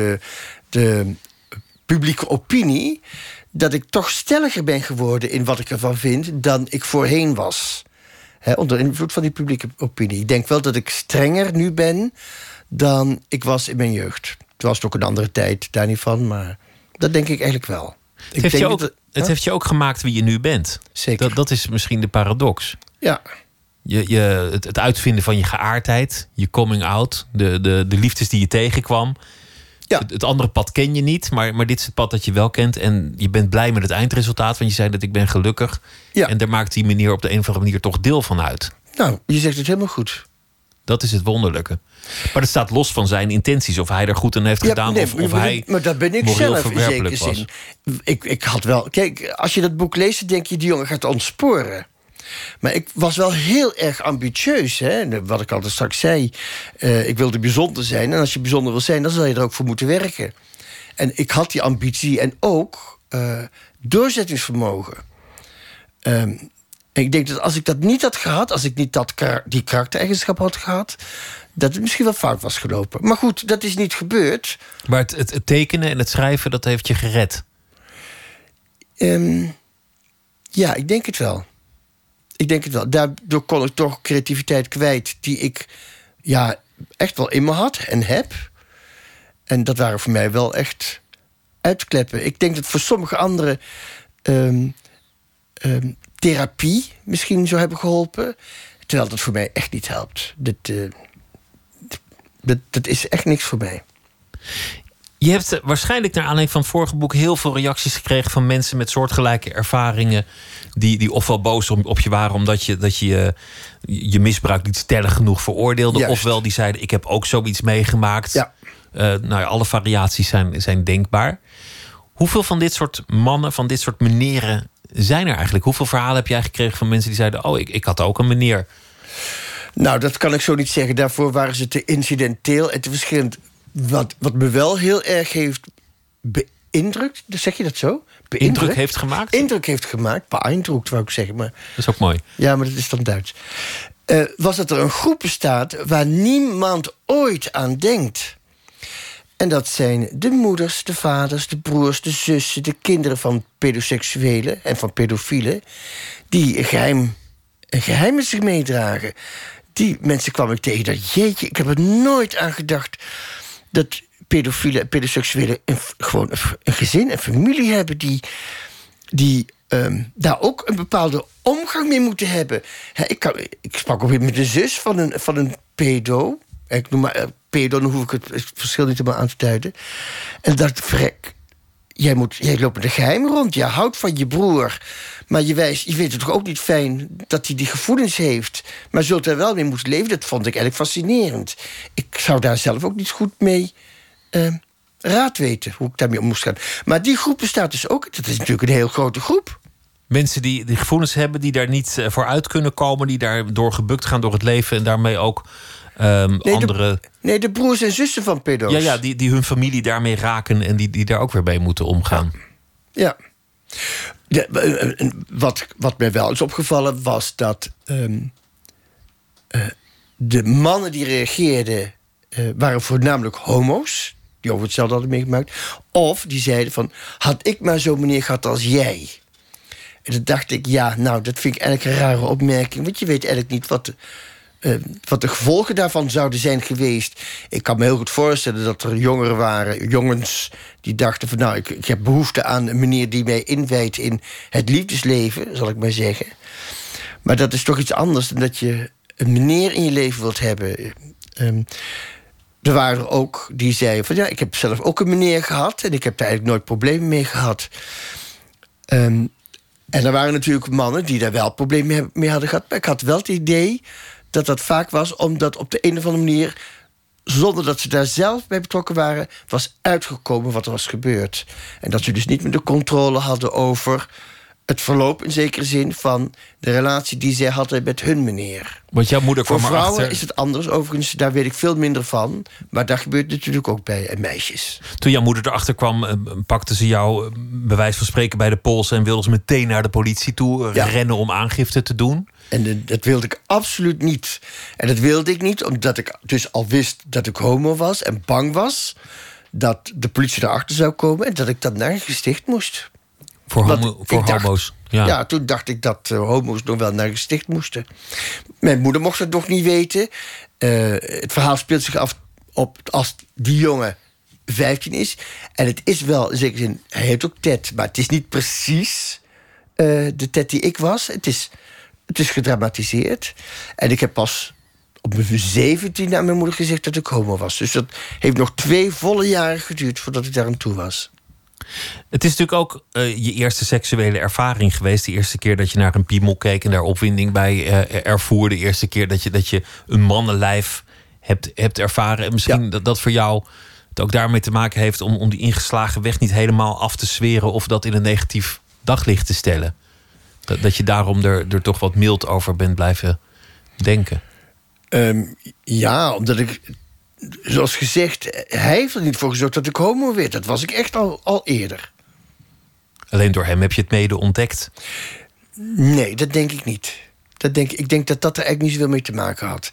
de publieke opinie, dat ik toch stelliger ben geworden in wat ik ervan vind dan ik voorheen was. Onder invloed van die publieke opinie. Ik denk wel dat ik strenger nu ben dan ik was in mijn jeugd. Het was ook een andere tijd, daar niet van, maar dat denk ik eigenlijk wel. Het heeft je ook gemaakt wie je nu bent. Zeker. Dat is misschien de paradox. Ja. Het uitvinden van je geaardheid, je coming out, de liefdes die je tegenkwam. Ja. Het andere pad ken je niet, maar dit is het pad dat je wel kent. En je bent blij met het eindresultaat, want je zei dat ik ben gelukkig. Ja. En daar maakt die meneer op de een of andere manier toch deel van uit. Nou, je zegt het helemaal goed. Dat is het wonderlijke. Maar dat staat los van zijn intenties. Of hij er goed aan heeft gedaan. Nee, of hij maar dat ben ik zelf in zekere zin. Ik had wel. Kijk, als je dat boek leest, dan denk je, die jongen gaat ontsporen. Maar ik was wel heel erg ambitieus. Hè? Wat ik altijd straks zei. Ik wilde bijzonder zijn. En als je bijzonder wil zijn, dan zal je er ook voor moeten werken. En ik had die ambitie en ook doorzettingsvermogen. En ik denk dat als ik dat niet had gehad, als ik niet die karaktereigenschap had gehad, dat het misschien wel fout was gelopen. Maar goed, dat is niet gebeurd. Maar het tekenen en het schrijven, dat heeft je gered? Ja, ik denk het wel. Daardoor kon ik toch creativiteit kwijt die ik echt wel in me had en heb. En dat waren voor mij wel echt uitkleppen. Ik denk dat voor sommige anderen therapie misschien zou hebben geholpen, terwijl dat voor mij echt niet helpt. Dat is echt niks voor mij. Je hebt waarschijnlijk naar aanleiding van het vorige boek heel veel reacties gekregen van mensen met soortgelijke ervaringen, die ofwel boos op je waren omdat je misbruik niet stellig genoeg veroordeelde, juist, ofwel die zeiden ik heb ook zoiets meegemaakt. Ja. Alle variaties zijn denkbaar. Hoeveel van dit soort mannen, van dit soort meneren zijn er eigenlijk? Hoeveel verhalen heb jij gekregen van mensen die zeiden, ik had ook een meneer? Nou, dat kan ik zo niet zeggen. Daarvoor waren ze te incidenteel en te verschillend. Wat me wel heel erg heeft beïndrukt, zeg je dat zo? Indruk heeft gemaakt? Indruk heeft gemaakt, beïndrukt wou ik zeggen. Maar, dat is ook mooi. Ja, maar dat is dan Duits. Was dat er een groep bestaat waar niemand ooit aan denkt. En dat zijn de moeders, de vaders, de broers, de zussen, de kinderen van pedoseksuelen en van pedofielen, die een geheim met zich meedragen. Die mensen kwam ik tegen, dat jeetje, ik heb er nooit aan gedacht dat pedofielen en pedoseksuelen gewoon een gezin en familie hebben die daar ook een bepaalde omgang mee moeten hebben. Ik sprak ook weer met de zus van een pedo. Ik noem maar pedo, dan hoef ik het verschil niet helemaal aan te duiden. En dacht, vrek, jij loopt met een geheim rond. Je houdt van je broer. Maar je weet het toch ook niet fijn dat hij die gevoelens heeft. Maar zult er wel mee moeten leven. Dat vond ik eigenlijk fascinerend. Ik zou daar zelf ook niet goed mee raad weten. Hoe ik daarmee om moest gaan. Maar die groep bestaat dus ook. Dat is natuurlijk een heel grote groep. Mensen die gevoelens hebben, die daar niet voor uit kunnen komen, die daardoor gebukt gaan door het leven en daarmee ook andere... de broers en zussen van pedo's. Ja, die hun familie daarmee raken en die daar ook weer mee moeten omgaan. Ja. Wat mij wel is opgevallen was dat de mannen die reageerden waren voornamelijk homo's, die over hetzelfde hadden meegemaakt, of die zeiden van, had ik maar zo'n meneer gehad als jij. En dan dacht ik, dat vind ik eigenlijk een rare opmerking, want je weet eigenlijk niet wat de gevolgen daarvan zouden zijn geweest. Ik kan me heel goed voorstellen dat er jongeren waren, jongens, die dachten van, ik heb behoefte aan een meneer die mij inwijdt in het liefdesleven, zal ik maar zeggen. Maar dat is toch iets anders dan dat je een meneer in je leven wilt hebben. Er waren er ook die zeiden van, ik heb zelf ook een meneer gehad en ik heb daar eigenlijk nooit problemen mee gehad. En er waren natuurlijk mannen die daar wel problemen mee hadden gehad. Maar ik had wel het idee dat vaak was omdat op de een of andere manier, zonder dat ze daar zelf bij betrokken waren, was uitgekomen wat er was gebeurd. En dat ze dus niet meer de controle hadden over het verloop in zekere zin van de relatie die zij hadden met hun meneer. Want jouw moeder kwam Voor vrouwen erachter... is het anders, overigens, daar weet ik veel minder van. Maar dat gebeurt natuurlijk ook bij meisjes. Toen jouw moeder erachter kwam, pakte ze jou bij wijze van spreken bij de pols en wilde ze meteen naar de politie toe rennen om aangifte te doen. En dat wilde ik absoluut niet. En dat wilde ik niet omdat ik dus al wist dat ik homo was en bang was dat de politie erachter zou komen en dat ik dan naar een gesticht moest. Voor homo's. Ja, toen dacht ik dat homo's nog wel naar een gesticht moesten. Mijn moeder mocht dat nog niet weten. Het verhaal speelt zich af op als die jongen 15 is. En het is wel, in zekere zin, hij heet ook Ted, maar het is niet precies de Ted die ik was. Het is gedramatiseerd. En ik heb pas op mijn 17 aan mijn moeder gezegd dat ik homo was. Dus dat heeft nog 2 volle jaren geduurd voordat ik daar aan toe was. Het is natuurlijk ook je eerste seksuele ervaring geweest. De eerste keer dat je naar een piemel keek en daar opwinding bij ervoer. De eerste keer dat je een mannenlijf hebt ervaren. En misschien dat voor jou het ook daarmee te maken heeft om die ingeslagen weg niet helemaal af te zweren of dat in een negatief daglicht te stellen. Dat je daarom er toch wat mild over bent blijven denken. Omdat ik, zoals gezegd, hij heeft er niet voor gezorgd dat ik homo werd. Dat was ik echt al eerder. Alleen door hem heb je het mede ontdekt? Nee, dat denk ik niet. Ik denk dat er eigenlijk niet zoveel mee te maken had.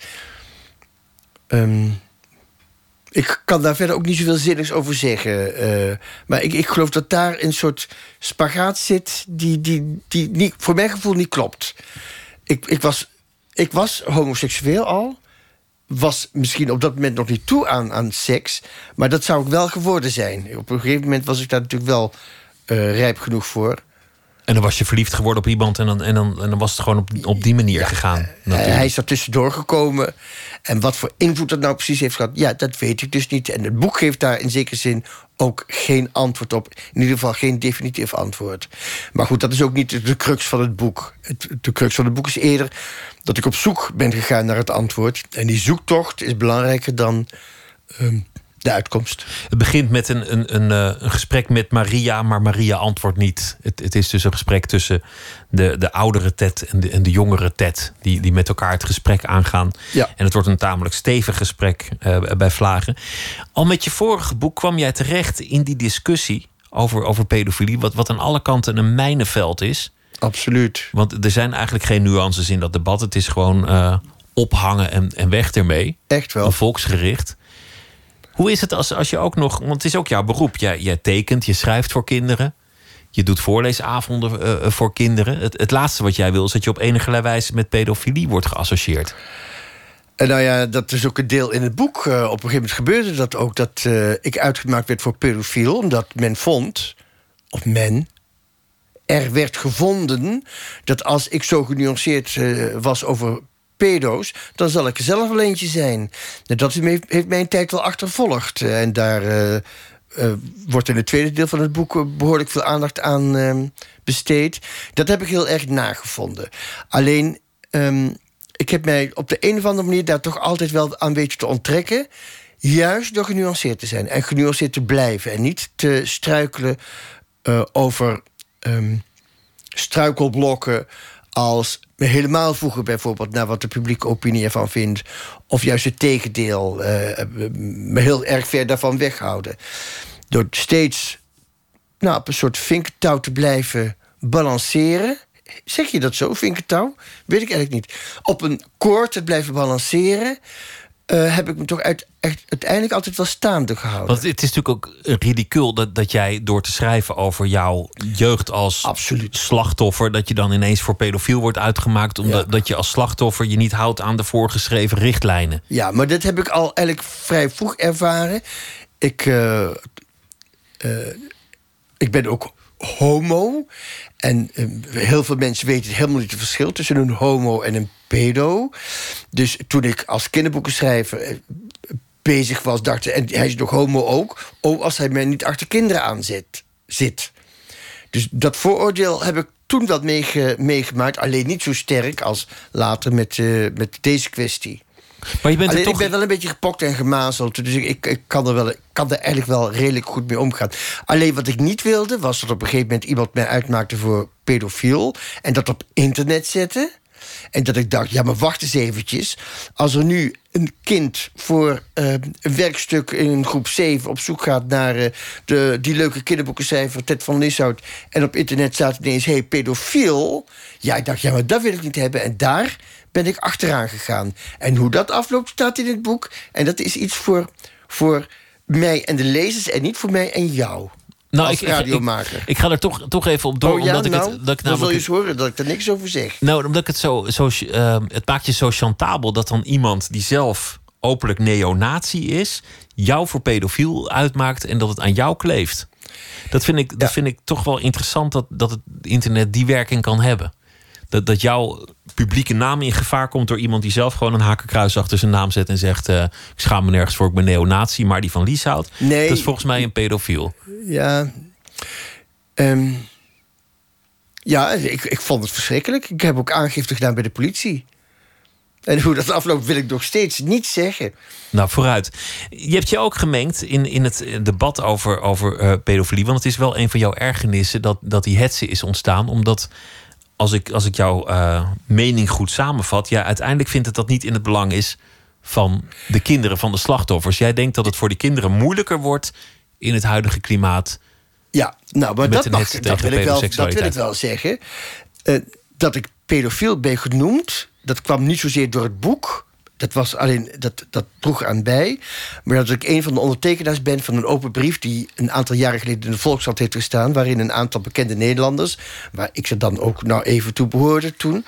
Ik kan daar verder ook niet zoveel zinnigs over zeggen. Maar ik geloof dat daar een soort spagaat zit die niet, voor mijn gevoel niet klopt. Ik was homoseksueel al. Was misschien op dat moment nog niet toe aan seks. Maar dat zou ik wel geworden zijn. Op een gegeven moment was ik daar natuurlijk wel rijp genoeg voor. En dan was je verliefd geworden op iemand en dan was het gewoon op die manier gegaan. Hij is er tussendoor gekomen. En wat voor invloed dat nou precies heeft gehad, dat weet ik dus niet. En het boek geeft daar in zekere zin ook geen antwoord op. In ieder geval geen definitief antwoord. Maar goed, dat is ook niet de crux van het boek. De crux van het boek is eerder dat ik op zoek ben gegaan naar het antwoord. En die zoektocht is belangrijker dan de uitkomst. Het begint met een gesprek met Maria, maar Maria antwoordt niet. Het is dus een gesprek tussen de oudere Ted en de jongere Ted, die met elkaar het gesprek aangaan. Ja. En het wordt een tamelijk stevig gesprek bij vlagen. Al met je vorige boek kwam jij terecht in die discussie over pedofilie, wat aan alle kanten een mijnenveld is. Absoluut. Want er zijn eigenlijk geen nuances in dat debat. Het is gewoon ophangen en weg ermee. Echt wel. Een volksgericht. Hoe is het als je ook nog... Want het is ook jouw beroep. Jij tekent, je schrijft voor kinderen. Je doet voorleesavonden voor kinderen. Het laatste wat jij wil is dat je op enige wijze met pedofilie wordt geassocieerd. Nou ja, dat is ook een deel in het boek. Op een gegeven moment gebeurde dat ook. Dat ik uitgemaakt werd voor pedofiel. Omdat men vond... Of men... er werd gevonden dat als ik zo genuanceerd was over pedo's, dan zal ik er zelf wel eentje zijn. Dat heeft mij een tijd wel achtervolgd. En daar wordt in het tweede deel van het boek behoorlijk veel aandacht aan besteed. Dat heb ik heel erg nagevonden. Alleen, ik heb mij op de een of andere manier daar toch altijd wel aan weten te onttrekken, juist door genuanceerd te zijn en genuanceerd te blijven en niet te struikelen over struikelblokken als me helemaal voegen bijvoorbeeld naar wat de publieke opinie ervan vindt, of juist het tegendeel, me heel erg ver daarvan weghouden. Door steeds op een soort vinkertouw te blijven balanceren. Zeg je dat zo, vinkertouw? Weet ik eigenlijk niet. Op een koord te blijven balanceren, heb ik me toch uiteindelijk altijd wel staande gehouden. Want het is natuurlijk ook ridicuul dat jij door te schrijven over jouw jeugd als slachtoffer, dat je dan ineens voor pedofiel wordt uitgemaakt, omdat dat je als slachtoffer je niet houdt aan de voorgeschreven richtlijnen. Ja, maar dat heb ik al eigenlijk vrij vroeg ervaren. Ik ben ook homo. En heel veel mensen weten helemaal niet het verschil tussen een homo en een pedo. Dus toen ik als kinderboekenschrijver bezig was, dacht ik, en hij is nog homo ook, als hij mij niet achter kinderen aan zit. Dus dat vooroordeel heb ik toen wel meegemaakt, alleen niet zo sterk als later met deze kwestie. Maar je bent alleen, ik ben wel een beetje gepokt en gemazeld, dus ik kan er eigenlijk wel redelijk goed mee omgaan. Alleen wat ik niet wilde, was dat op een gegeven moment iemand mij uitmaakte voor pedofiel en dat op internet zette. En dat ik dacht, ja, maar wacht eens eventjes. Als er nu een kind voor een werkstuk in groep 7 op zoek gaat naar die leuke kinderboekenschrijver Ted van Lieshout, en op internet staat ineens, hey, pedofiel. Ja, ik dacht, ja, maar dat wil ik niet hebben. En daar ben ik achteraan gegaan. En hoe dat afloopt staat in het boek. En dat is iets voor mij en de lezers en niet voor mij en jou. Nou, als radiomaker. Ik ga er toch even op door. Omdat ik dan zul je eens horen dat ik er niks over zeg. Nou, omdat ik het het maakt je zo chantabel dat dan iemand die zelf openlijk neonazi is, jou voor pedofiel uitmaakt en dat het aan jou kleeft. Dat vind ik toch wel interessant dat het internet die werking kan hebben. Dat jouw publieke naam in gevaar komt door iemand die zelf gewoon een hakenkruis achter zijn naam zet en zegt, ik schaam me nergens voor, ik ben neonazi, maar die van Lieshout, nee, dat is volgens mij een pedofiel. Ja, ik vond het verschrikkelijk. Ik heb ook aangifte gedaan bij de politie. En hoe dat afloopt wil ik nog steeds niet zeggen. Nou, vooruit. Je hebt je ook gemengd in het debat over pedofilie, want het is wel een van jouw ergernissen dat die hetze is ontstaan, omdat als ik jouw mening goed samenvat, ja, uiteindelijk vindt het dat niet in het belang is van de kinderen, van de slachtoffers. Jij denkt dat het voor die kinderen moeilijker wordt in het huidige klimaat. Ja, nou, maar dat wil ik wel zeggen. Dat ik pedofiel ben genoemd, dat kwam niet zozeer door het boek. Dat was alleen, dat droeg aan bij. Maar dat ik een van de ondertekenaars ben van een open brief die een aantal jaren geleden in de Volkskrant heeft gestaan, waarin een aantal bekende Nederlanders, waar ik ze dan ook nou even toe behoorde toen,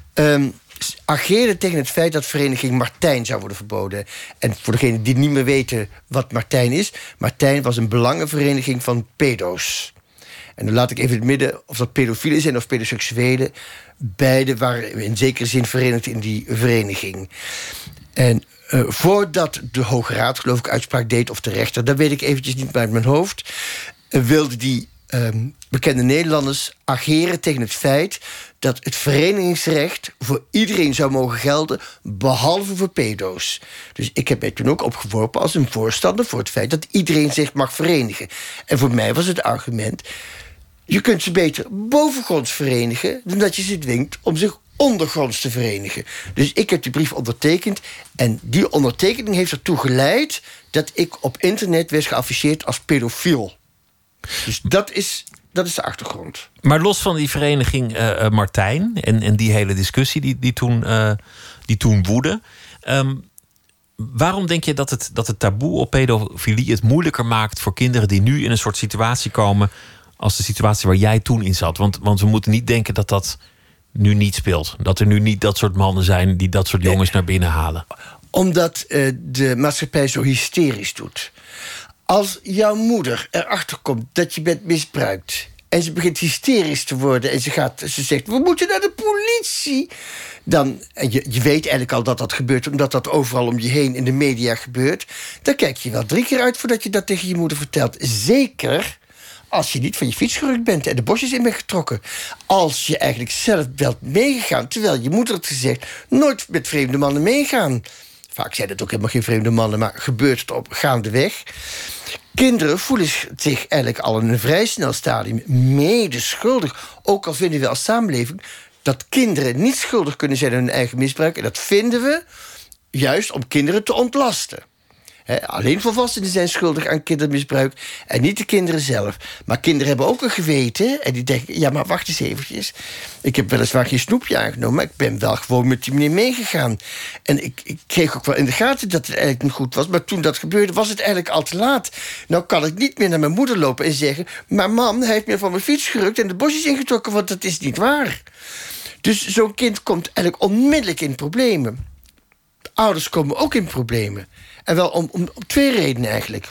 ageerden tegen het feit dat vereniging Martijn zou worden verboden. En voor degenen die niet meer weten wat Martijn is, Martijn was een belangenvereniging van pedo's. En dan laat ik even in het midden of dat pedofielen zijn of pedoseksuelen. Beide waren in zekere zin verenigd in die vereniging. En voordat de Hoge Raad, geloof ik, uitspraak deed, of de rechter, dat weet ik eventjes niet uit mijn hoofd, wilden die bekende Nederlanders ageren tegen het feit dat het verenigingsrecht voor iedereen zou mogen gelden, behalve voor pedo's. Dus ik heb mij toen ook opgeworpen als een voorstander voor het feit dat iedereen zich mag verenigen. En voor mij was het argument, je kunt ze beter bovengronds verenigen dan dat je ze dwingt om zich ondergronds te verenigen. Dus ik heb die brief ondertekend en die ondertekening heeft ertoe geleid dat ik op internet werd geafficheerd als pedofiel. Dus dat is de achtergrond. Maar los van die vereniging Martijn en die hele discussie die toen woedde, waarom denk je dat het taboe op pedofilie het moeilijker maakt voor kinderen die nu in een soort situatie komen als de situatie waar jij toen in zat? Want we moeten niet denken dat dat nu niet speelt. Dat er nu niet dat soort mannen zijn die dat soort jongens naar binnen halen. Omdat de maatschappij zo hysterisch doet. Als jouw moeder erachter komt dat je bent misbruikt En ze begint hysterisch te worden. En ze zegt, we moeten naar de politie. En je weet eigenlijk al dat dat gebeurt, omdat dat overal om je heen in de media gebeurt. Dan kijk je wel 3 keer uit voordat je dat tegen je moeder vertelt. Zeker als je niet van je fiets gerukt bent en de bosjes in bent getrokken. Als je eigenlijk zelf bent meegegaan, terwijl je moeder had gezegd, nooit met vreemde mannen meegaan. Vaak zijn het ook helemaal geen vreemde mannen, maar gebeurt het op gaandeweg. Kinderen voelen zich eigenlijk al in een vrij snel stadium medeschuldig. Ook al vinden we als samenleving dat kinderen niet schuldig kunnen zijn aan hun eigen misbruik. En dat vinden we juist om kinderen te ontlasten. Alleen volwassenen zijn schuldig aan kindermisbruik en niet de kinderen zelf. Maar kinderen hebben ook een geweten en die denken, ja, maar wacht eens eventjes. Ik heb weliswaar geen snoepje aangenomen, maar ik ben wel gewoon met die meneer meegegaan. En ik kreeg ook wel in de gaten dat het eigenlijk niet goed was, maar toen dat gebeurde was het eigenlijk al te laat. Nou kan ik niet meer naar mijn moeder lopen en zeggen, maar mam, hij heeft me van mijn fiets gerukt en de bosjes ingetrokken, want dat is niet waar. Dus zo'n kind komt eigenlijk onmiddellijk in problemen. Ouders komen ook in problemen. En wel om 2 redenen eigenlijk.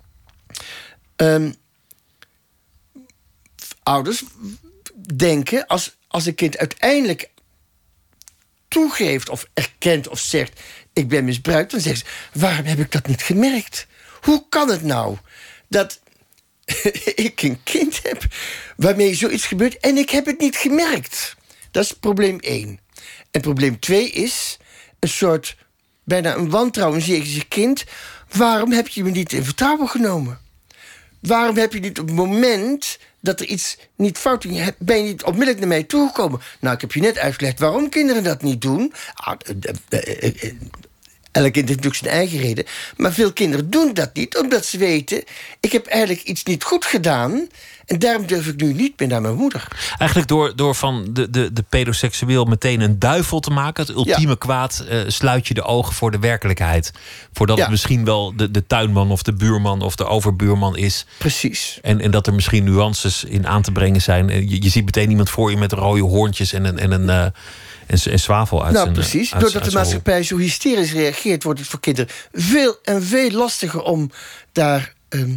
Ouders denken, als een kind uiteindelijk toegeeft of erkent of zegt, ik ben misbruikt, dan zeggen ze, waarom heb ik dat niet gemerkt? Hoe kan het nou dat ik een kind heb waarmee zoiets gebeurt en ik heb het niet gemerkt? Dat is probleem 1. En probleem 2 is een soort, bijna een wantrouwen jegens je kind. Waarom heb je me niet in vertrouwen genomen? Waarom heb je niet op het moment dat er iets niet fout is, ben je niet onmiddellijk naar mij toegekomen? Nou, ik heb je net uitgelegd waarom kinderen dat niet doen. Elk kind heeft natuurlijk zijn eigen reden. Maar veel kinderen doen dat niet, omdat ze weten, ik heb eigenlijk iets niet goed gedaan en daarom durf ik nu niet meer naar mijn moeder. Eigenlijk door van de pedoseksueel meteen een duivel te maken, het ultieme kwaad, sluit je de ogen voor de werkelijkheid. Voordat het misschien wel de tuinman of de buurman of de overbuurman is. Precies. En dat er misschien nuances in aan te brengen zijn. Je ziet meteen iemand voor je met rode hoorntjes en zwavel uit zijn. Nou, precies. Doordat de maatschappij zo hysterisch reageert, wordt het voor kinderen veel en veel lastiger om daar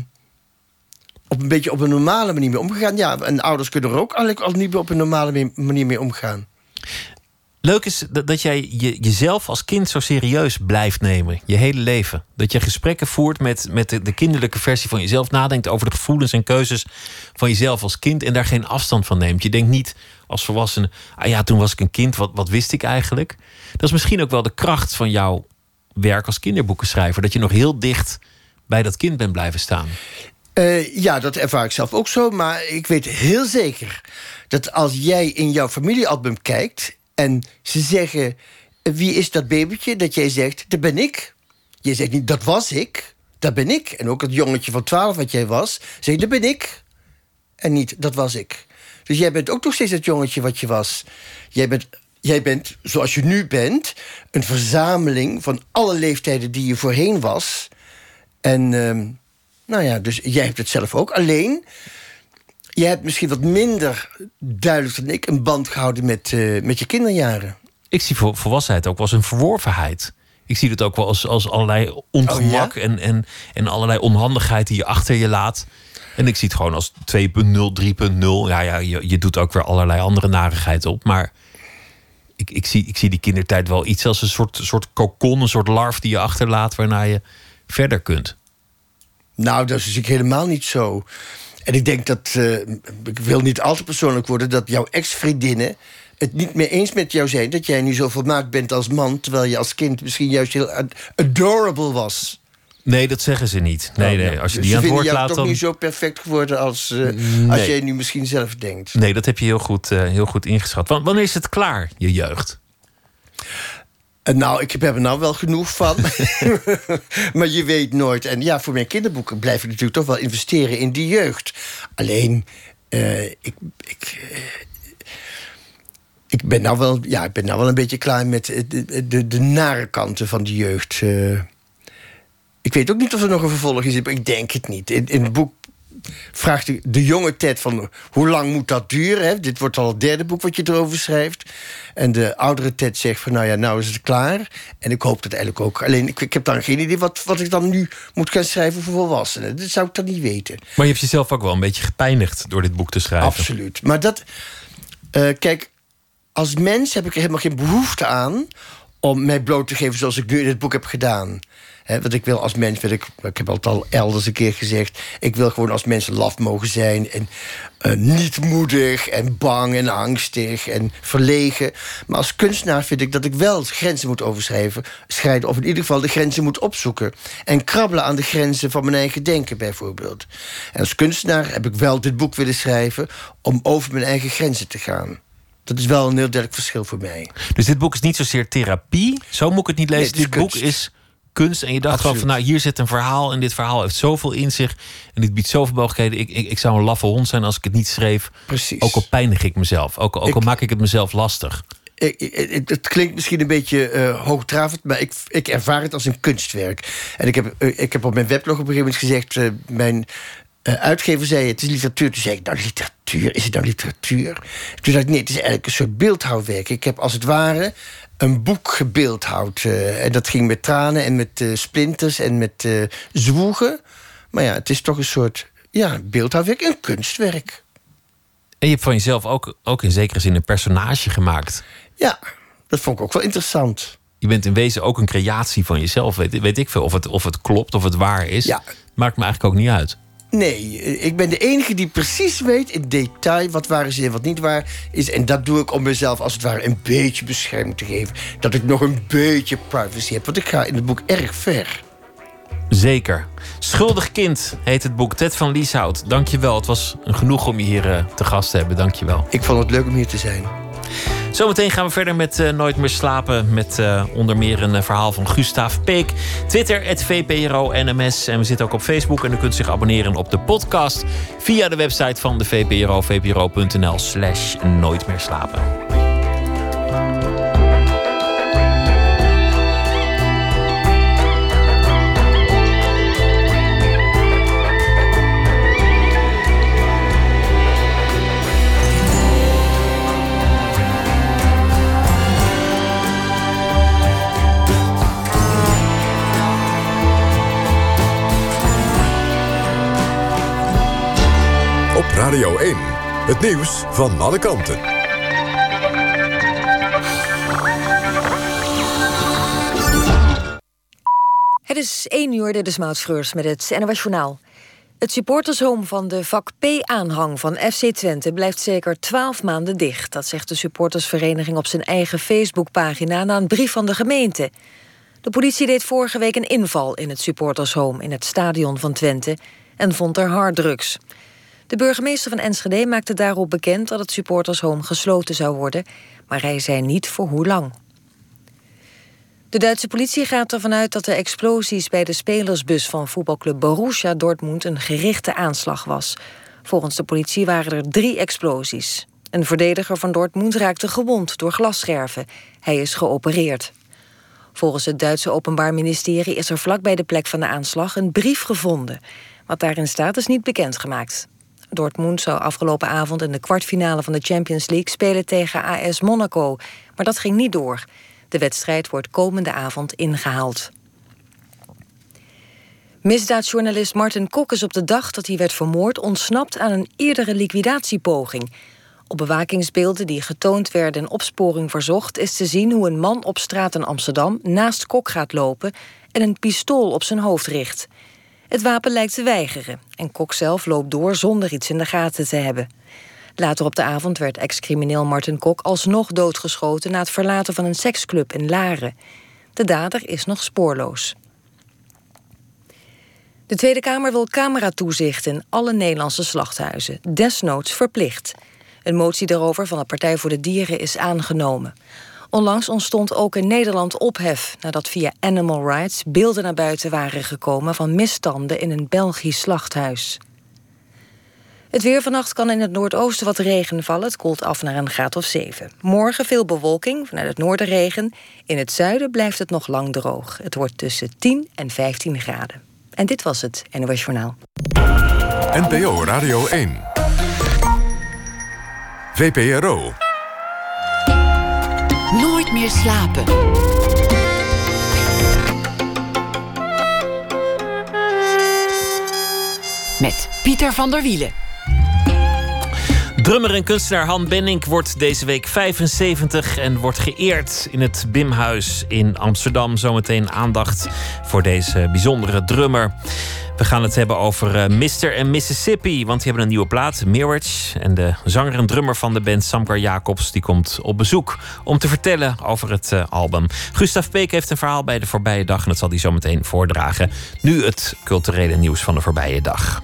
op een normale manier mee omgegaan. Ja, en ouders kunnen er ook eigenlijk al niet meer op een normale manier mee omgaan. Leuk is dat jij jezelf als kind zo serieus blijft nemen. Je hele leven. Dat je gesprekken voert met de kinderlijke versie van jezelf. Nadenkt over de gevoelens en keuzes van jezelf als kind. En daar geen afstand van neemt. Je denkt niet als volwassene, toen was ik een kind. Wat wist ik eigenlijk? Dat is misschien ook wel de kracht van jouw werk als kinderboekenschrijver. Dat je nog heel dicht bij dat kind bent blijven staan. Ja, dat ervaar ik zelf ook zo. Maar ik weet heel zeker dat als jij in jouw familiealbum kijkt en ze zeggen, wie is dat babytje? Dat jij zegt, dat ben ik. Je zegt niet, dat was ik. Dat ben ik. En ook het jongetje van 12 wat jij was, zeg je, dat ben ik. En niet, dat was ik. Dus jij bent ook nog steeds het jongetje wat je was. Jij bent, zoals je nu bent, een verzameling van alle leeftijden die je voorheen was. En dus jij hebt het zelf ook. Alleen, jij hebt misschien wat minder duidelijk dan ik een band gehouden met je kinderjaren. Ik zie volwassenheid ook wel als een verworvenheid. Ik zie het ook wel als allerlei ongemak en allerlei onhandigheid die je achter je laat. En ik zie het gewoon als 2.0, 3.0. Je doet ook weer allerlei andere narigheid op. Maar ik zie die kindertijd wel iets als een soort kokon, een soort larf die je achterlaat waarna je verder kunt. Nou, dat is dus helemaal niet zo. En ik denk dat, ik wil niet al te persoonlijk worden, dat jouw ex-vriendinnen het niet meer eens met jou zijn dat jij nu zo volmaakt bent als man, terwijl je als kind misschien juist heel adorable was. Nee, dat zeggen ze niet. Nee. Als je die aan het woord laat, dan... Ze vinden jou toch niet zo perfect geworden als jij nu misschien zelf denkt. Nee, dat heb je heel goed ingeschat. Wanneer is het klaar, je jeugd? Nou, ik heb er nou wel genoeg van. Maar je weet nooit. En ja, voor mijn kinderboeken blijf ik natuurlijk toch wel investeren in die jeugd. Alleen, ik ben nou wel een beetje klaar met de nare kanten van de jeugd. Ik weet ook niet of er nog een vervolg is. Ik denk het niet. In het boek vraagt de jonge Ted van hoe lang moet dat duren? Hè? Dit wordt al het derde boek wat je erover schrijft. En de oudere Ted zegt van nou is het klaar. En ik hoop dat eigenlijk ook. Alleen ik heb dan geen idee wat ik dan nu moet gaan schrijven voor volwassenen. Dat zou ik dan niet weten. Maar je hebt jezelf ook wel een beetje gepijnigd door dit boek te schrijven. Absoluut. Maar dat... kijk, als mens heb ik er helemaal geen behoefte aan om mij bloot te geven zoals ik nu in het boek heb gedaan. Want ik wil als mens, ik heb het al elders een keer gezegd, ik wil gewoon als mensen laf mogen zijn en niet moedig en bang en angstig en verlegen. Maar als kunstenaar vind ik dat ik wel grenzen moet overschrijden, of in ieder geval de grenzen moet opzoeken en krabbelen aan de grenzen van mijn eigen denken bijvoorbeeld. En als kunstenaar heb ik wel dit boek willen schrijven om over mijn eigen grenzen te gaan. Dat is wel een heel duidelijk verschil voor mij. Dus dit boek is niet zozeer therapie, zo moet ik het niet lezen. Nee, dit boek is kunst en je dacht gewoon van hier zit een verhaal en dit verhaal heeft zoveel in zich en dit biedt zoveel mogelijkheden. Ik zou een laffe hond zijn als ik het niet schreef. Precies. Ook al pijnig ik mezelf, ook al maak ik het mezelf lastig. Het klinkt misschien een beetje hoogdravend, maar ik ervaar het als een kunstwerk. En ik heb op mijn weblog op een gegeven moment gezegd, mijn uitgever zei het is literatuur. Toen zei ik, nou literatuur, is het nou literatuur? Toen zei ik, nee, het is eigenlijk een soort beeldhouwwerk. Ik heb als het ware een boek gebeeldhouwd. En dat ging met tranen en met splinters en met zwoegen. Maar ja, het is toch een soort beeldhouwwerk, een kunstwerk. En je hebt van jezelf ook in zekere zin een personage gemaakt. Ja, dat vond ik ook wel interessant. Je bent in wezen ook een creatie van jezelf. Weet ik veel of het klopt, of het waar is. Ja. Maakt me eigenlijk ook niet uit. Nee, ik ben de enige die precies weet in detail wat waar is en wat niet waar is. En dat doe ik om mezelf als het ware een beetje bescherming te geven. Dat ik nog een beetje privacy heb. Want ik ga in het boek erg ver. Zeker. Schuldig kind heet het boek. Ted van Lieshout, dank je wel. Het was een genoeg om je hier te gast te hebben. Dank je wel. Ik vond het leuk om hier te zijn. Zometeen gaan we verder met Nooit meer slapen. Met onder meer een verhaal van Gustav Peek. Twitter, @VPRO-NMS. En we zitten ook op Facebook. En u kunt zich abonneren op de podcast via de website van de VPRO. vpro.nl/Nooit meer slapen. Op Radio 1, het nieuws van alle kanten. Het is 1 uur, dit is Maud Schreurs met het NOS Journaal. Het supportershome van de vak P-aanhang van FC Twente blijft zeker 12 maanden dicht. Dat zegt de supportersvereniging op zijn eigen Facebookpagina na een brief van de gemeente. De politie deed vorige week een inval in het supportershome in het stadion van Twente en vond er harddrugs. De burgemeester van Enschede maakte daarop bekend dat het supportershome gesloten zou worden, maar hij zei niet voor hoe lang. De Duitse politie gaat ervan uit dat de explosies bij de spelersbus van voetbalclub Borussia Dortmund een gerichte aanslag was. Volgens de politie waren er 3 explosies. Een verdediger van Dortmund raakte gewond door glasscherven. Hij is geopereerd. Volgens het Duitse Openbaar Ministerie is er vlak bij de plek van de aanslag een brief gevonden. Wat daarin staat is niet bekendgemaakt. Dortmund zou afgelopen avond in de kwartfinale van de Champions League spelen tegen AS Monaco. Maar dat ging niet door. De wedstrijd wordt komende avond ingehaald. Misdaadjournalist Martin Kok is op de dag dat hij werd vermoord ontsnapt aan een eerdere liquidatiepoging. Op bewakingsbeelden die getoond werden en opsporing verzocht is te zien hoe een man op straat in Amsterdam naast Kok gaat lopen en een pistool op zijn hoofd richt. Het wapen lijkt te weigeren en Kok zelf loopt door zonder iets in de gaten te hebben. Later op de avond werd ex-crimineel Martin Kok alsnog doodgeschoten na het verlaten van een seksclub in Laren. De dader is nog spoorloos. De Tweede Kamer wil cameratoezicht in alle Nederlandse slachthuizen, desnoods verplicht. Een motie daarover van de Partij voor de Dieren is aangenomen. Onlangs ontstond ook in Nederland ophef nadat via Animal Rights beelden naar buiten waren gekomen van misstanden in een Belgisch slachthuis. Het weer vannacht kan in het noordoosten wat regen vallen. Het koelt af naar een graad of 7. Morgen veel bewolking, vanuit het noorden regen. In het zuiden blijft het nog lang droog. Het wordt tussen 10 en 15 graden. En dit was het NOS Journaal. NPO Radio 1. VPRO. Nooit meer slapen. Met Pieter van der Wielen. Drummer en kunstenaar Han Benink wordt deze week 75 en wordt geëerd in het Bimhuis in Amsterdam. Zometeen aandacht voor deze bijzondere drummer. We gaan het hebben over Mr. en Mississippi, want die hebben een nieuwe plaat, Mirage. En de zanger en drummer van de band, Samgar Jacobs, die komt op bezoek om te vertellen over het album. Gustav Peek heeft een verhaal bij de voorbije dag en dat zal hij zo meteen voordragen. Nu het culturele nieuws van de voorbije dag.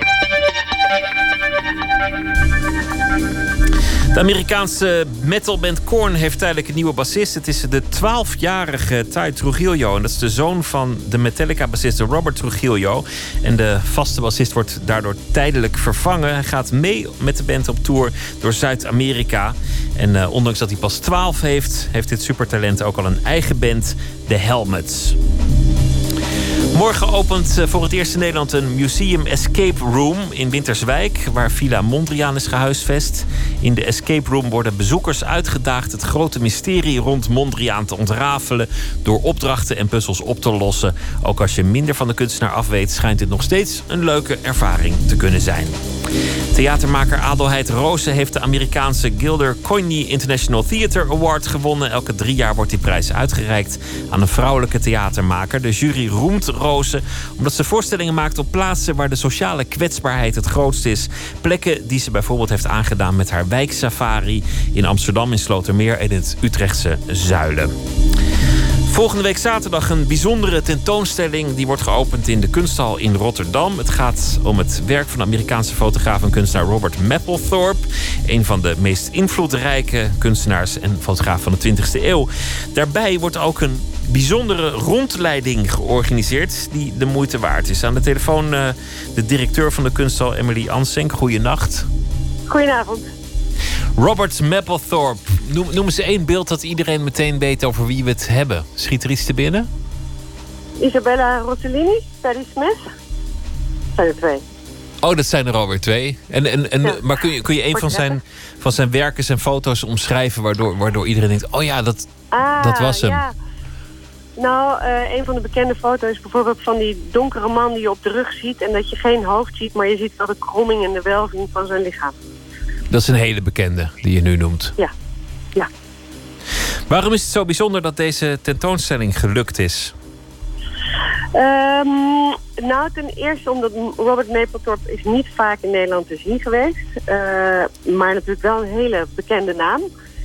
De Amerikaanse metalband Korn heeft tijdelijk een nieuwe bassist. Het is de 12-jarige Ty Trujillo. En dat is de zoon van de Metallica-bassist Robert Trujillo. En de vaste bassist wordt daardoor tijdelijk vervangen. Hij gaat mee met de band op tour door Zuid-Amerika. En ondanks dat hij pas 12 heeft dit supertalent ook al een eigen band, The Helmets. Morgen opent voor het eerst in Nederland een Museum Escape Room in Winterswijk, waar Villa Mondriaan is gehuisvest. In de Escape Room worden bezoekers uitgedaagd het grote mysterie rond Mondriaan te ontrafelen door opdrachten en puzzels op te lossen. Ook als je minder van de kunstenaar af weet, schijnt dit nog steeds een leuke ervaring te kunnen zijn. Theatermaker Adelheid Rozen heeft de Amerikaanse Gilder Coyne International Theater Award gewonnen. Elke 3 jaar wordt die prijs uitgereikt aan een vrouwelijke theatermaker. De jury roemt Rozen omdat ze voorstellingen maakt op plaatsen waar de sociale kwetsbaarheid het grootst is. Plekken die ze bijvoorbeeld heeft aangedaan met haar wijksafari in Amsterdam, in Slotermeer en in het Utrechtse Zuilen. Volgende week zaterdag een bijzondere tentoonstelling. Die wordt geopend in de Kunsthal in Rotterdam. Het gaat om het werk van de Amerikaanse fotograaf en kunstenaar Robert Mapplethorpe. Een van de meest invloedrijke kunstenaars en fotograaf van de 20e eeuw. Daarbij wordt ook een bijzondere rondleiding georganiseerd die de moeite waard is. Aan de telefoon de directeur van de Kunsthal, Emily Ansenk. Goeienacht. Goedenavond. Robert Mapplethorpe. Noem eens 1 beeld dat iedereen meteen weet over wie we het hebben. Schiet er iets te binnen? Isabella Rossellini, Patti Smith. Dat zijn er 2. Oh, dat zijn er alweer 2. Ja. Maar kun je een van zijn werken en foto's omschrijven waardoor iedereen denkt, oh ja, dat was hem. Ja. Nou, een van de bekende foto's is bijvoorbeeld van die donkere man die je op de rug ziet en dat je geen hoofd ziet, maar je ziet wel de kromming en de welving van zijn lichaam. Dat is een hele bekende die je nu noemt. Ja. Waarom is het zo bijzonder dat deze tentoonstelling gelukt is? Nou, ten eerste omdat Robert Mapplethorpe is niet vaak in Nederland te zien geweest. Maar natuurlijk wel een hele bekende naam.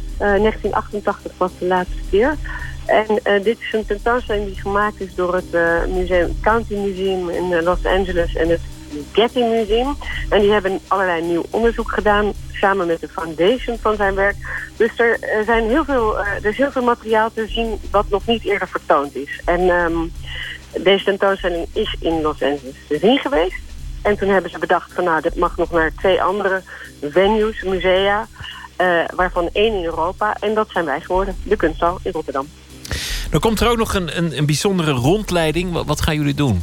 1988 was de laatste keer. En dit is een tentoonstelling die gemaakt is door het County Museum in Los Angeles en het Getty Museum. En die hebben allerlei nieuw onderzoek gedaan samen met de foundation van zijn werk. Dus er is heel veel materiaal te zien wat nog niet eerder vertoond is. En deze tentoonstelling is in Los Angeles te zien geweest. En toen hebben ze bedacht van dit mag nog naar 2 andere venues, musea, waarvan 1 in Europa. En dat zijn wij geworden, de Kunsthal in Rotterdam. Dan komt er ook nog een bijzondere rondleiding. Wat gaan jullie doen?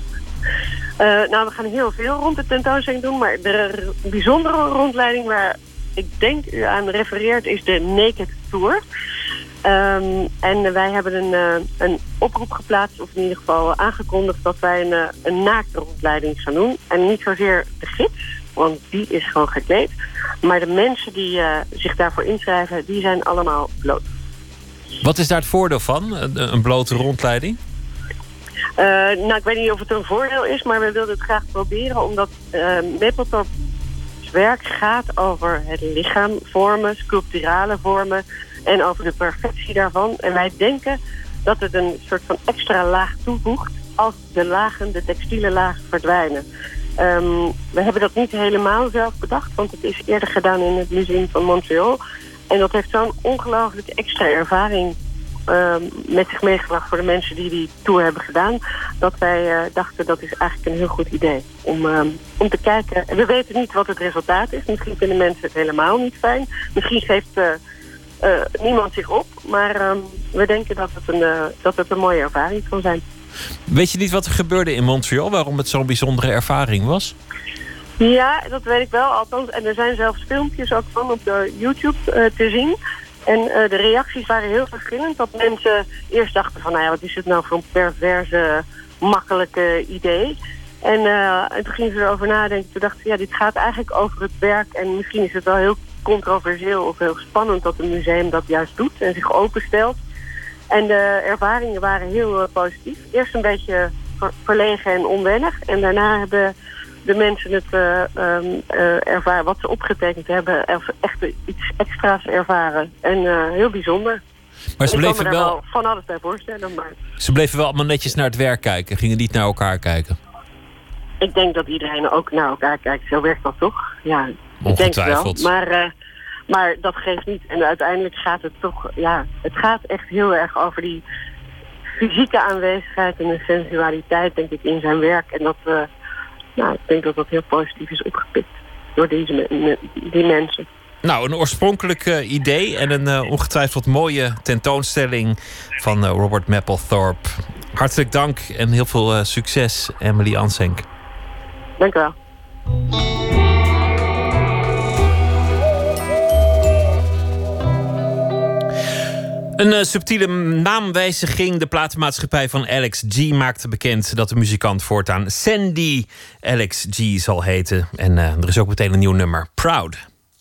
We gaan heel veel rond de tentoonstelling doen. Maar de bijzondere rondleiding waar ik denk u aan refereert is de Naked Tour. En wij hebben een oproep geplaatst, of in ieder geval aangekondigd, dat wij een naakte rondleiding gaan doen. En niet zozeer de gids, want die is gewoon gekleed. Maar de mensen die zich daarvoor inschrijven, die zijn allemaal bloot. Wat is daar het voordeel van, een blote rondleiding? Ik weet niet of het een voordeel is, maar we wilden het graag proberen, omdat Mapplethorpe's werk gaat over het lichaam vormen, sculpturale vormen en over de perfectie daarvan. En wij denken dat het een soort van extra laag toevoegt als de textiele lagen verdwijnen. We hebben dat niet helemaal zelf bedacht, want het is eerder gedaan in het Museum van Montreal. En dat heeft zo'n ongelooflijke extra ervaring met zich meegebracht voor de mensen die tour hebben gedaan, dat wij dachten dat is eigenlijk een heel goed idee om te kijken. En we weten niet wat het resultaat is. Misschien vinden mensen het helemaal niet fijn. Misschien geeft niemand zich op. Maar we denken dat het een mooie ervaring kan zijn. Weet je niet wat er gebeurde in Montreal? Waarom het zo'n bijzondere ervaring was? Ja, dat weet ik wel, althans. En er zijn zelfs filmpjes ook van op de YouTube te zien. En de reacties waren heel verschillend. Dat mensen eerst dachten van, nou ja, wat is het nou voor een perverse, makkelijke idee. En toen gingen ze erover nadenken. Toen dachten ze, ja, dit gaat eigenlijk over het werk. En misschien is het wel heel controversieel of heel spannend dat een museum dat juist doet en zich openstelt. En de ervaringen waren heel positief. Eerst een beetje verlegen en onwennig. En daarna hebben de mensen het ervaren, wat ze opgetekend hebben, echt iets extra's ervaren. En heel bijzonder. Maar ze bleven er wel van alles bij voorstellen. Maar ze bleven wel allemaal netjes naar het werk kijken. Gingen niet naar elkaar kijken. Ik denk dat iedereen ook naar elkaar kijkt. Zo werkt dat toch? Ja, ongetwijfeld. Ik denk wel. Maar dat geeft niet. En uiteindelijk gaat het toch... Ja, het gaat echt heel erg over die fysieke aanwezigheid en de sensualiteit, denk ik, in zijn werk. En dat... ik denk dat dat heel positief is opgepikt door die mensen. Nou, een oorspronkelijk idee en een ongetwijfeld mooie tentoonstelling van Robert Mapplethorpe. Hartelijk dank en heel veel succes, Emily Ansenk. Dank u wel. Een subtiele naamwijziging. De platenmaatschappij van Alex G maakte bekend dat de muzikant voortaan Sandy Alex G zal heten. En er is ook meteen een nieuw nummer, Proud.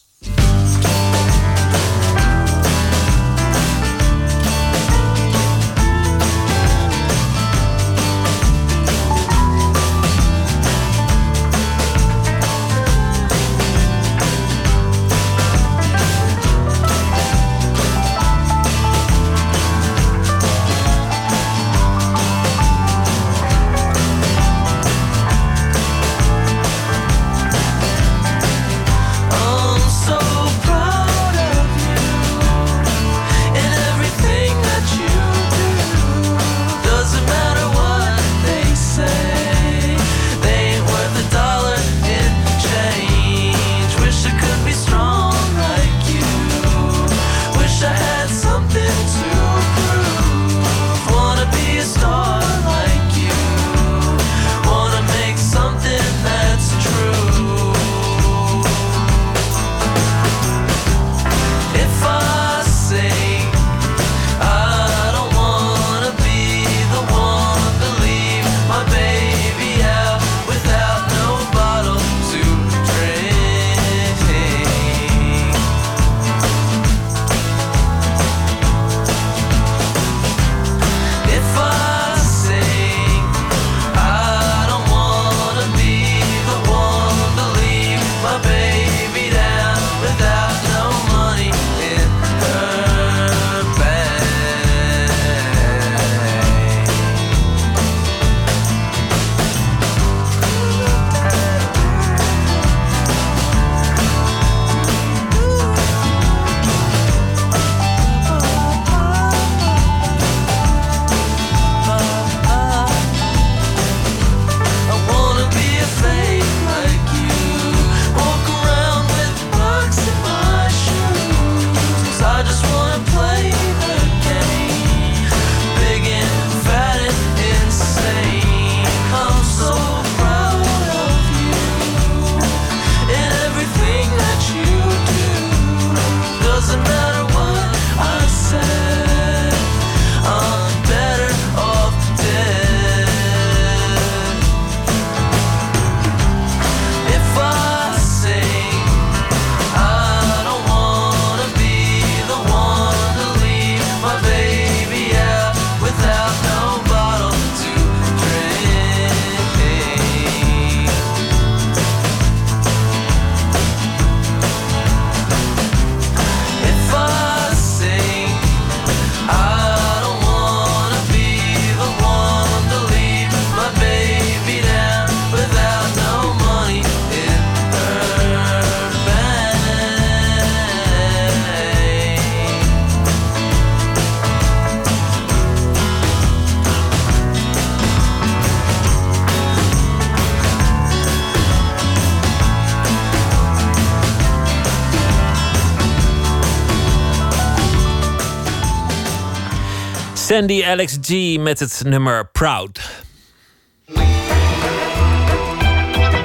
Sandy Alex G met het nummer Proud.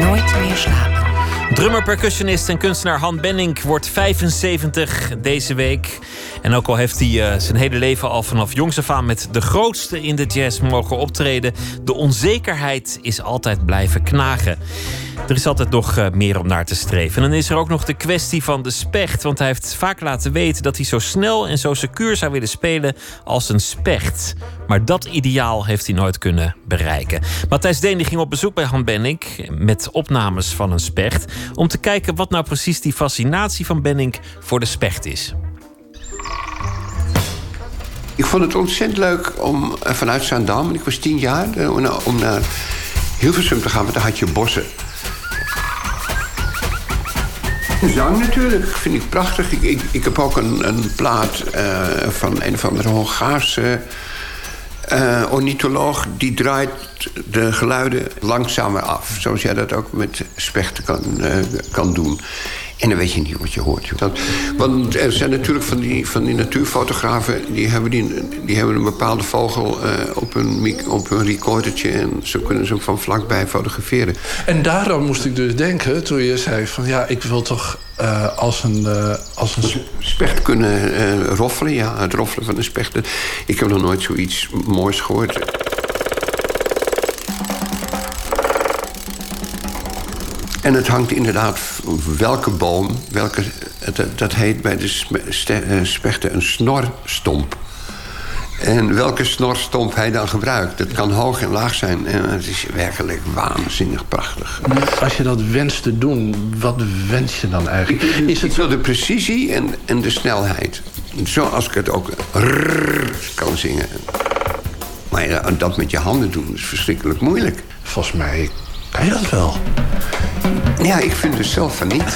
Nooit meer slapen. Drummer, percussionist en kunstenaar Han Benninck wordt 75 deze week. En ook al heeft hij zijn hele leven al vanaf jongs af aan met de grootste in de jazz mogen optreden, de onzekerheid is altijd blijven knagen. Er is altijd nog meer om naar te streven. En dan is er ook nog de kwestie van de specht. Want hij heeft vaak laten weten dat hij zo snel en zo secuur zou willen spelen als een specht. Maar dat ideaal heeft hij nooit kunnen bereiken. Matthijs Deen ging op bezoek bij Han Benninck met opnames van een specht, om te kijken wat nou precies die fascinatie van Benninck voor de specht is. Ik vond het ontzettend leuk om vanuit Zaandam, en ik was 10 jaar, om naar Hilversum te gaan, want daar had je bossen. Zang natuurlijk, vind ik prachtig. Ik heb ook een plaat van een of andere Hongaarse ornitholoog. Die draait de geluiden langzamer af. Zoals jij dat ook met spechten kan doen. En dan weet je niet wat je hoort. Want er zijn natuurlijk van die natuurfotografen, die hebben een bepaalde vogel op een recordertje, en zo kunnen ze hem van vlakbij fotograferen. En daarom moest ik dus denken, toen je zei van ja, ik wil toch als een specht kunnen roffelen. Ja, het roffelen van een specht. Ik heb nog nooit zoiets moois gehoord. En het hangt inderdaad welke boom, dat heet bij de spechten een snorstomp. En welke snorstomp hij dan gebruikt, dat kan hoog en laag zijn. En het is werkelijk waanzinnig prachtig. Als je dat wenst te doen, wat wens je dan eigenlijk? Ik wil de precisie en de snelheid. Zoals ik het ook kan zingen. Maar dat met je handen doen is verschrikkelijk moeilijk. Volgens mij kan je dat wel. Ja, ik vind dus zelf van niet.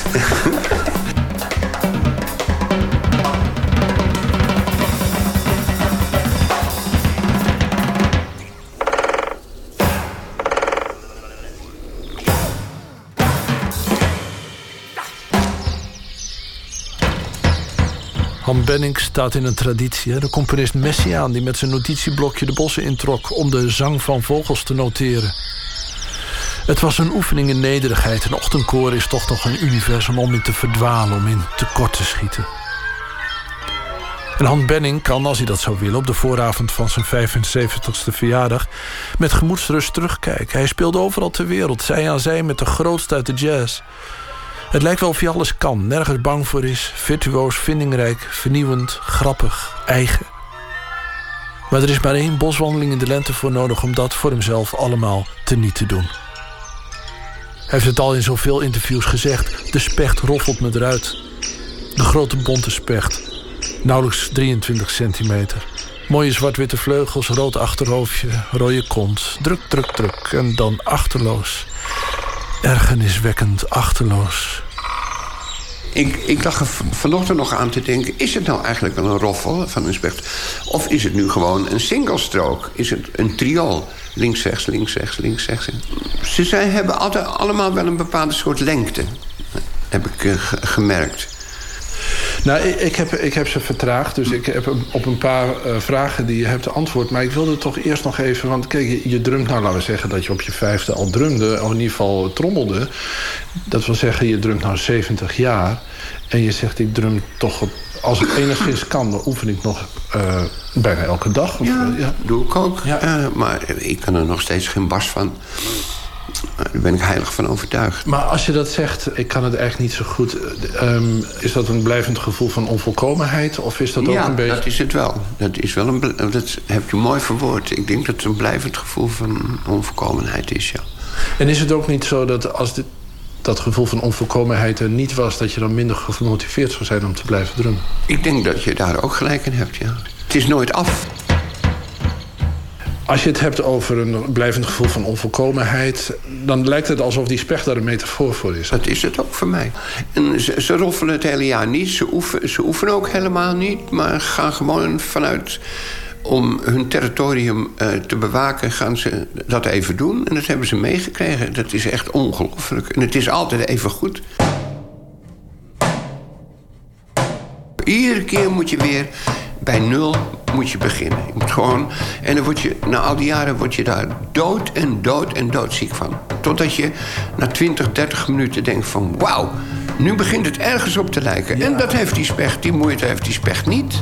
Han Benninck staat in een traditie. De componist Messiaen die met zijn notitieblokje de bossen introk om de zang van vogels te noteren. Het was een oefening in nederigheid. Een ochtendkoor is toch nog een universum om in te verdwalen, om in tekort te schieten. En Han Benninck kan, als hij dat zou willen, op de vooravond van zijn 75ste verjaardag met gemoedsrust terugkijken. Hij speelde overal ter wereld, zij aan zij met de grootste uit de jazz. Het lijkt wel of hij alles kan, nergens bang voor is, virtuoos, vindingrijk, vernieuwend, grappig, eigen. Maar er is maar 1 boswandeling in de lente voor nodig om dat voor hemzelf allemaal teniet te doen. Hij heeft het al in zoveel interviews gezegd. De specht roffelt me eruit. De grote bonte specht. Nauwelijks 23 centimeter. Mooie zwart-witte vleugels, rood achterhoofdje, rode kont. Druk, druk, druk. En dan achterloos. Ergerniswekkend achterloos. Ik lag er vanochtend nog aan te denken, is het nou eigenlijk wel een roffel van een specht? Of is het nu gewoon een singlestrook? Is het een triool? Links, rechts, links, rechts, links, rechts. Ze hebben altijd allemaal wel een bepaalde soort lengte. Heb ik gemerkt. Nou, ik heb ze vertraagd. Dus ik heb op een paar vragen die je hebt antwoord. Maar ik wilde toch eerst nog even... Want kijk, je drumt, nou laten we zeggen dat je op je 5e al drumde. Of in ieder geval trommelde. Dat wil zeggen, je drumt nou 70 jaar. En je zegt, ik drum toch op... Als het enigszins kan, dan oefen ik nog bijna elke dag. Of, ja, doe ik ook. Ja. Maar ik kan er nog steeds geen bas van. Daar ben ik heilig van overtuigd. Maar als je dat zegt, ik kan het eigenlijk niet zo goed... is dat een blijvend gevoel van onvolkomenheid? Of is dat ook een beetje... Ja, dat is het wel. Dat heb je mooi verwoord. Ik denk dat het een blijvend gevoel van onvolkomenheid is, ja. En is het ook niet zo dat als dat gevoel van onvolkomenheid er niet was... dat je dan minder gemotiveerd zou zijn om te blijven drummen? Ik denk dat je daar ook gelijk in hebt, ja. Het is nooit af. Als je het hebt over een blijvend gevoel van onvolkomenheid... dan lijkt het alsof die specht daar een metafoor voor is. Dat is het ook voor mij. En ze roffelen het hele jaar niet. Ze oefenen ook helemaal niet. Maar gaan gewoon vanuit... om hun territorium te bewaken, gaan ze dat even doen. En dat hebben ze meegekregen. Dat is echt ongelooflijk. En het is altijd even goed. Iedere keer moet je weer... bij 0 moet je beginnen. Je moet gewoon... En dan word je, na al die jaren word je daar dood en dood en doodziek van. Totdat je na 20, 30 minuten denkt van... wauw, nu begint het ergens op te lijken. Ja. En dat heeft die specht, die moeite heeft die specht niet.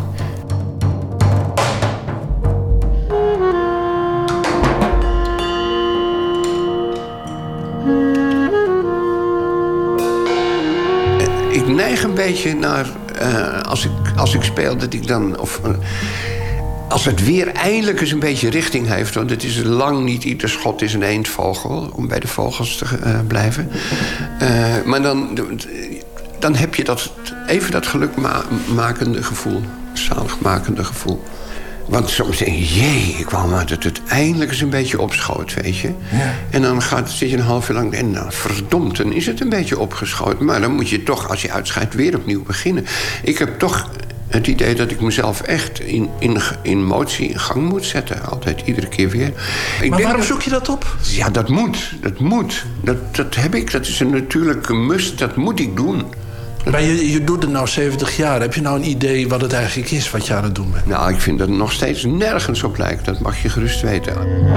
Ik neig een beetje naar... als ik speel, dat ik dan... als het weer eindelijk eens een beetje richting heeft... want het is lang niet ieder schot is een eendvogel... om bij de vogels te blijven. Maar dan heb je even dat gelukmakende gevoel. Zaligmakende gevoel. Want soms denk je, jee, ik wou maar dat het eindelijk eens een beetje opschoot, weet je. Ja. En dan zit je een half uur lang... en dan verdomd, dan is het een beetje opgeschoten. Maar dan moet je toch, als je uitscheidt, weer opnieuw beginnen. Ik heb toch het idee dat ik mezelf echt in motie in gang moet zetten. Altijd, iedere keer weer. Maar waarom zoek je dat op? Ja, dat moet. Dat heb ik, dat is een natuurlijke must, dat moet ik doen. Maar je doet het nou 70 jaar. Heb je nou een idee wat het eigenlijk is wat je aan het doen bent? Nou, ik vind dat het nog steeds nergens op lijkt. Dat mag je gerust weten.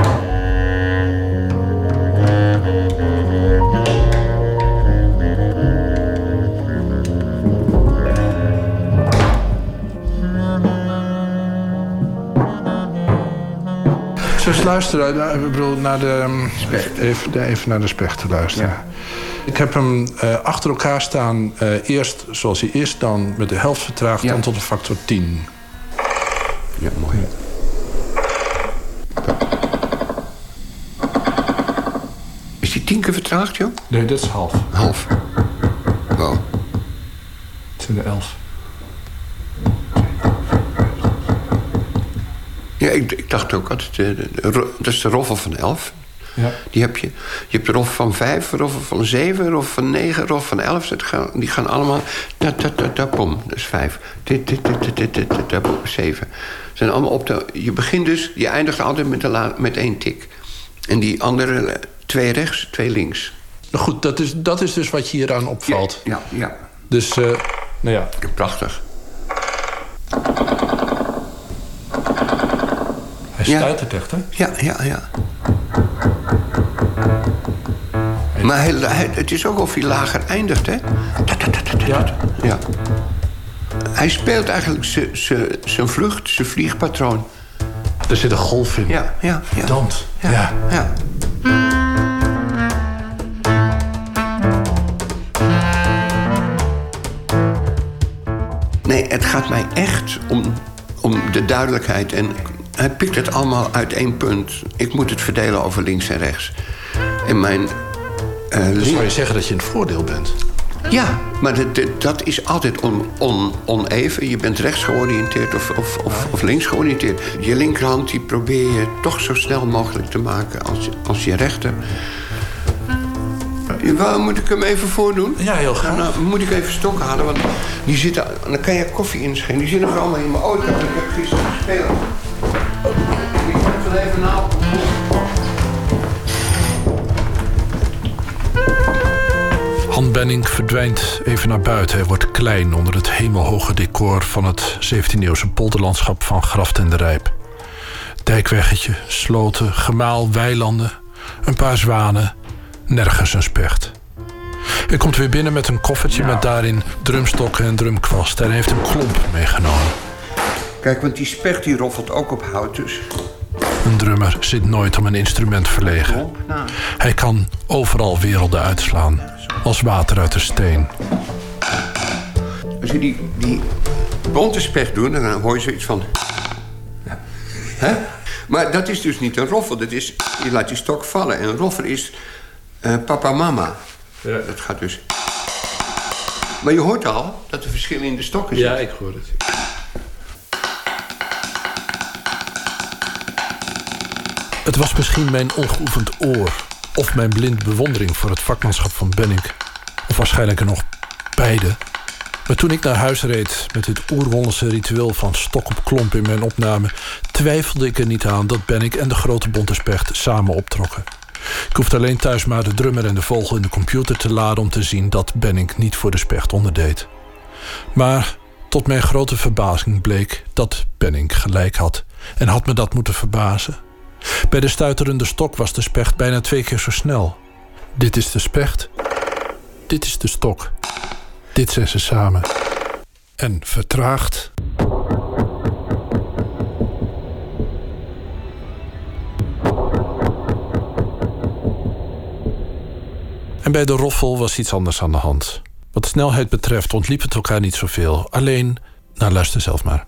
Zullen we luisteren? Ik bedoel, naar de specht. Even naar de specht te luisteren. Ja. Ik heb hem achter elkaar staan. Eerst zoals hij is, dan met de helft vertraagd... dan tot een factor 10. Ja, mooi. Is die 10 keer vertraagd, joh? Nee, dat is half. Half. Wow. Het zijn de 11. Ja, ik dacht ook altijd... dat is de roffel van 11. Ja. Die heb je. Je hebt de roffel van 5, de roffel van 7, de roffel van 9, de roffel van 11. Die gaan allemaal... Pom, dat is 5. 7. Zijn allemaal op de... Je begint dus... Je eindigt altijd met 1 tik. En die andere 2 rechts, 2 links. Nou goed, dat is dus wat je hier aan opvalt. Ja. Dus, nou ja. Prachtig. Hij stuitert echt, hè? Ja. Maar het is ook of hij lager eindigt, hè? Ja. Hij speelt eigenlijk zijn vlucht, zijn vliegpatroon. Er zit een golf in. Ja. Dans. Ja. Nee, het gaat mij echt om de duidelijkheid. En hij pikt het allemaal uit 1 punt. Ik moet het verdelen over links en rechts. En mijn... dus zou je zeggen dat je in het voordeel bent? Ja, maar dat is altijd oneven. Je bent rechts georiënteerd of links georiënteerd. Je linkerhand die probeer je toch zo snel mogelijk te maken als je rechter. Moet ik hem even voordoen? Ja, heel graag. Nou, moet ik even stok halen, want die zitten... Dan kan je koffie inschenken. Die zitten nog allemaal in mijn auto. Ik heb gisteren gespeeld. Ik moet het even na. Han Benink verdwijnt even naar buiten. Hij wordt klein onder het hemelhoge decor van het 17e-eeuwse polderlandschap van Graft en de Rijp. Dijkweggetje, sloten, gemaal, weilanden, een paar zwanen, nergens een specht. Hij komt weer binnen met een koffertje met daarin drumstokken en drumkwast. En hij heeft een klomp meegenomen. Kijk, want die specht die roffelt ook op hout dus. Een drummer zit nooit om een instrument verlegen. Hij kan overal werelden uitslaan. Als water uit de steen. Als je die bonte specht doet, dan hoor je zoiets van... Ja. Hè? Maar dat is dus niet een roffel. Dat is, je laat die stok vallen. En een roffel is papa, mama. Ja. Dat gaat dus... Maar je hoort al dat er verschillen in de stokken zitten. Ja, ik hoor het. Het was misschien mijn ongeoefend oor... of mijn blind bewondering voor het vakmanschap van Benink. Of waarschijnlijk er nog beide. Maar toen ik naar huis reed met dit oer-Hollandse ritueel... van stok op klomp in mijn opname... twijfelde ik er niet aan dat Benink en de grote bonte specht samen optrokken. Ik hoefde alleen thuis maar de drummer en de vogel in de computer te laden... om te zien dat Benink niet voor de specht onderdeed. Maar tot mijn grote verbazing bleek dat Benink gelijk had. En had me dat moeten verbazen. Bij de stuiterende stok was de specht bijna 2 keer zo snel. Dit is de specht. Dit is de stok. Dit zijn ze samen. En vertraagd. En bij de roffel was iets anders aan de hand. Wat snelheid betreft ontliep het elkaar niet zoveel. Alleen, nou luister zelf maar.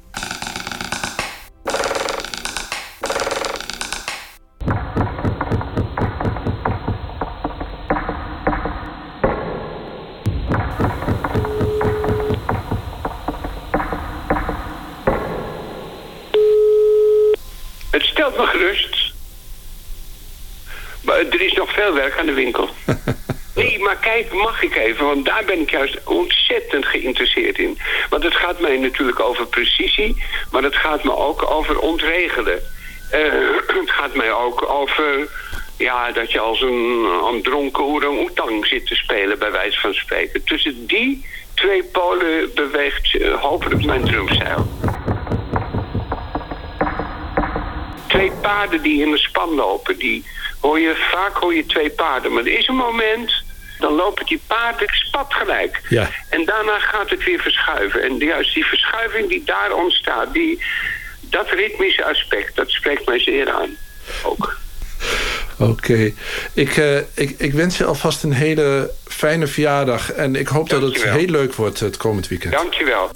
Het stelt me gerust. Maar er is nog veel werk aan de winkel. Nee, maar kijk, mag ik even? Want daar ben ik juist ontzettend geïnteresseerd in. Want het gaat mij natuurlijk over precisie, maar het gaat me ook over ontregelen. Het gaat mij ook over, ja, dat je als een dronken orang-oetang zit te spelen, bij wijze van spreken. Tussen die twee polen beweegt hopelijk mijn drumstijl. Twee paarden die in een span lopen, vaak hoor je twee paarden. Maar er is een moment, dan lopen die paarden spatgelijk. Ja. En daarna gaat het weer verschuiven. En juist die verschuiving die daar ontstaat, dat ritmische aspect, dat spreekt mij zeer aan. Ook. Oké. Ik wens je alvast een hele fijne verjaardag. En ik hoop dat het heel leuk wordt het komend weekend. Dankjewel.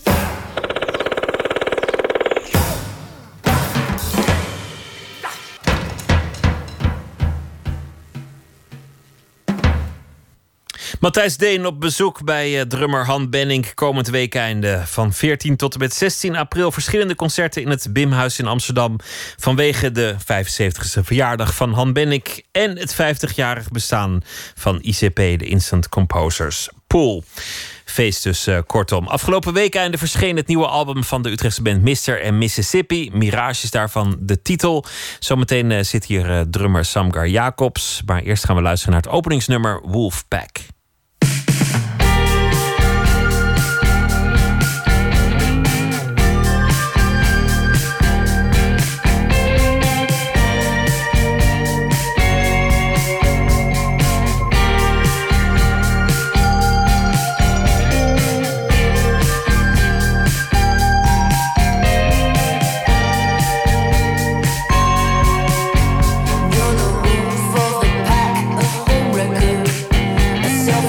Matthijs Deen op bezoek bij drummer Han Benink komend weekeinde. Van 14 tot en met 16 april verschillende concerten in het Bimhuis in Amsterdam. Vanwege de 75e verjaardag van Han Benink en het 50-jarig bestaan van ICP, de Instant Composers Pool. Feest dus kortom. Afgelopen weekeinde verscheen het nieuwe album van de Utrechtse band Mr. en Mississippi. Mirage is daarvan de titel. Zometeen zit hier drummer Samgar Jacobs. Maar eerst gaan we luisteren naar het openingsnummer Wolfpack. You're the wolf of the pack, a home record.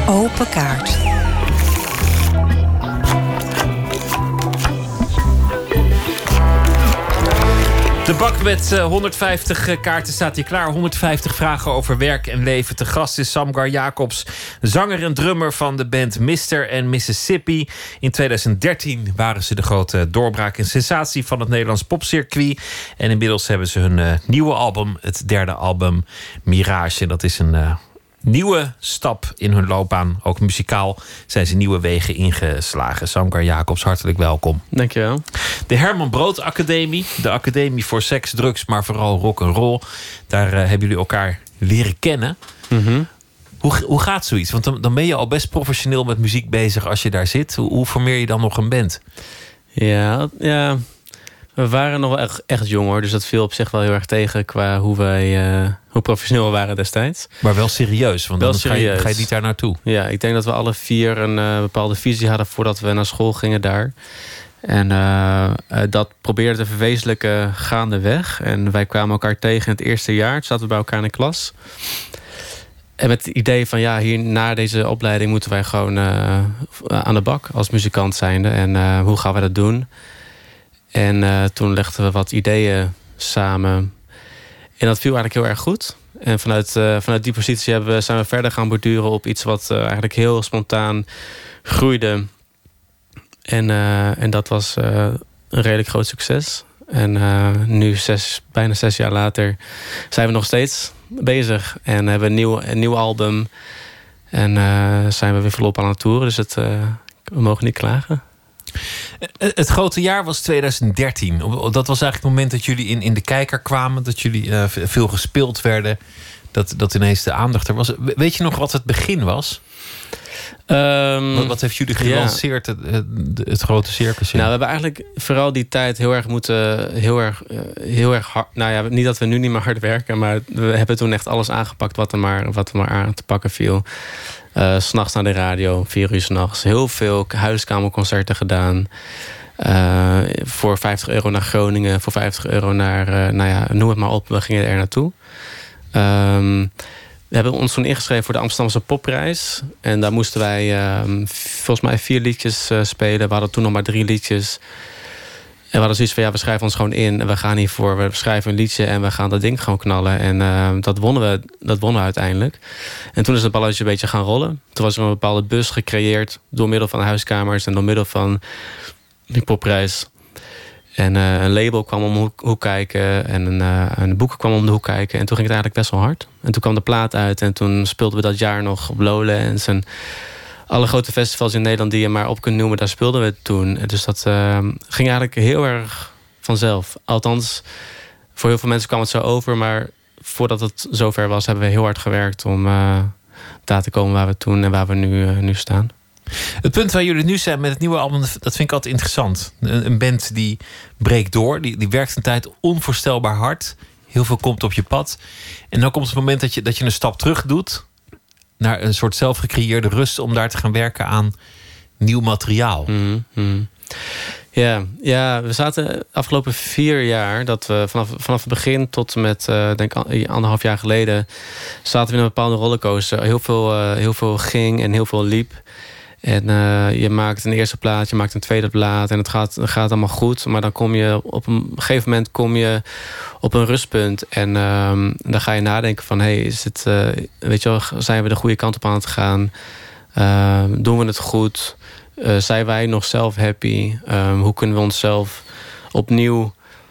Open kaart. De bak met 150 kaarten staat hier klaar. 150 vragen over werk en leven. Te gast is Samgar Jacobs, zanger en drummer van de band Mr. en Mississippi. In 2013 waren ze de grote doorbraak en sensatie van het Nederlands popcircuit. En inmiddels hebben ze hun nieuwe album, het 3e album, Mirage. Dat is een nieuwe stap in hun loopbaan. Ook muzikaal zijn ze nieuwe wegen ingeslagen. Samgar Jacobs, hartelijk welkom. Dankjewel. De Herman Brood Academie. De academie voor seks, drugs, maar vooral rock'n'roll. Daar hebben jullie elkaar leren kennen. Mm-hmm. Hoe gaat zoiets? Want dan ben je al best professioneel met muziek bezig als je daar zit. Hoe formeer je dan nog een band? Ja. We waren nog wel echt jong hoor. Dus dat viel op zich wel heel erg tegen qua hoe professioneel we waren destijds. Maar wel serieus, want wel dan serieus. Ga je niet daar naartoe. Ja, ik denk dat we alle 4 een bepaalde visie hadden voordat we naar school gingen daar. En dat probeerden te verwezenlijken gaandeweg. En wij kwamen elkaar tegen in het eerste jaar. Toen zaten we bij elkaar in de klas. En met het idee van hier na deze opleiding moeten wij gewoon aan de bak als muzikant zijnde. En hoe gaan we dat doen? En toen legden we wat ideeën samen. En dat viel eigenlijk heel erg goed. En vanuit die positie zijn we verder gaan borduren op iets wat eigenlijk heel spontaan groeide. En dat was een redelijk groot succes. En nu bijna 6 jaar later zijn we nog steeds bezig. En hebben een nieuw album. En zijn we weer volop aan het toeren. Dus we mogen niet klagen. Het grote jaar was 2013. Dat was eigenlijk het moment dat jullie in de kijker kwamen. Dat jullie veel gespeeld werden. Dat ineens de aandacht er was. Weet je nog wat het begin was? Wat heeft jullie gelanceerd, het grote circus? Nou, we hebben eigenlijk vooral die tijd heel erg hard. Nou ja, niet dat we nu niet meer hard werken, maar we hebben toen echt alles aangepakt wat er maar aan te pakken viel. 's Nachts naar de radio, 4 uur 's nachts. Heel veel huiskamerconcerten gedaan. Voor €50 naar Groningen, voor €50 naar, noem het maar op, we gingen er naartoe. We hebben ons toen ingeschreven voor de Amsterdamse Popprijs. En daar moesten wij volgens mij 4 liedjes spelen. We hadden toen nog maar 3 liedjes. En we hadden zoiets van, we schrijven ons gewoon in. En we gaan hiervoor, we schrijven een liedje en we gaan dat ding gewoon knallen. En dat wonnen we uiteindelijk. En toen is het balletje een beetje gaan rollen. Toen was er een bepaalde bus gecreëerd door middel van de huiskamers en door middel van die Popprijs. En een label kwam om de hoek kijken. En een boek kwam om de hoek kijken. En toen ging het eigenlijk best wel hard. En toen kwam de plaat uit. En toen speelden we dat jaar nog op Lowlands. En alle grote festivals in Nederland die je maar op kunt noemen, daar speelden we toen. Dus dat ging eigenlijk heel erg vanzelf. Althans, voor heel veel mensen kwam het zo over. Maar voordat het zover was, hebben we heel hard gewerkt om daar te komen waar we toen en waar we nu staan. Het punt waar jullie nu zijn met het nieuwe album, dat vind ik altijd interessant. Een band die breekt door, die werkt een tijd onvoorstelbaar hard. Heel veel komt op je pad. En dan komt het moment dat je een stap terug doet naar een soort zelfgecreëerde rust om daar te gaan werken aan nieuw materiaal. Mm-hmm. Ja, we zaten de afgelopen 4 jaar, dat we vanaf het begin tot en met, denk ik, 1,5 jaar geleden, zaten we in een bepaalde rollercoaster. Heel veel ging en heel veel liep. En je maakt een eerste plaat, je maakt een tweede plaat en het gaat allemaal goed. Maar dan kom je op een gegeven moment op een rustpunt. En dan ga je nadenken van, is het, weet je wel, zijn we de goede kant op aan het gaan? Doen we het goed? Zijn wij nog zelf happy? Hoe kunnen we onszelf opnieuw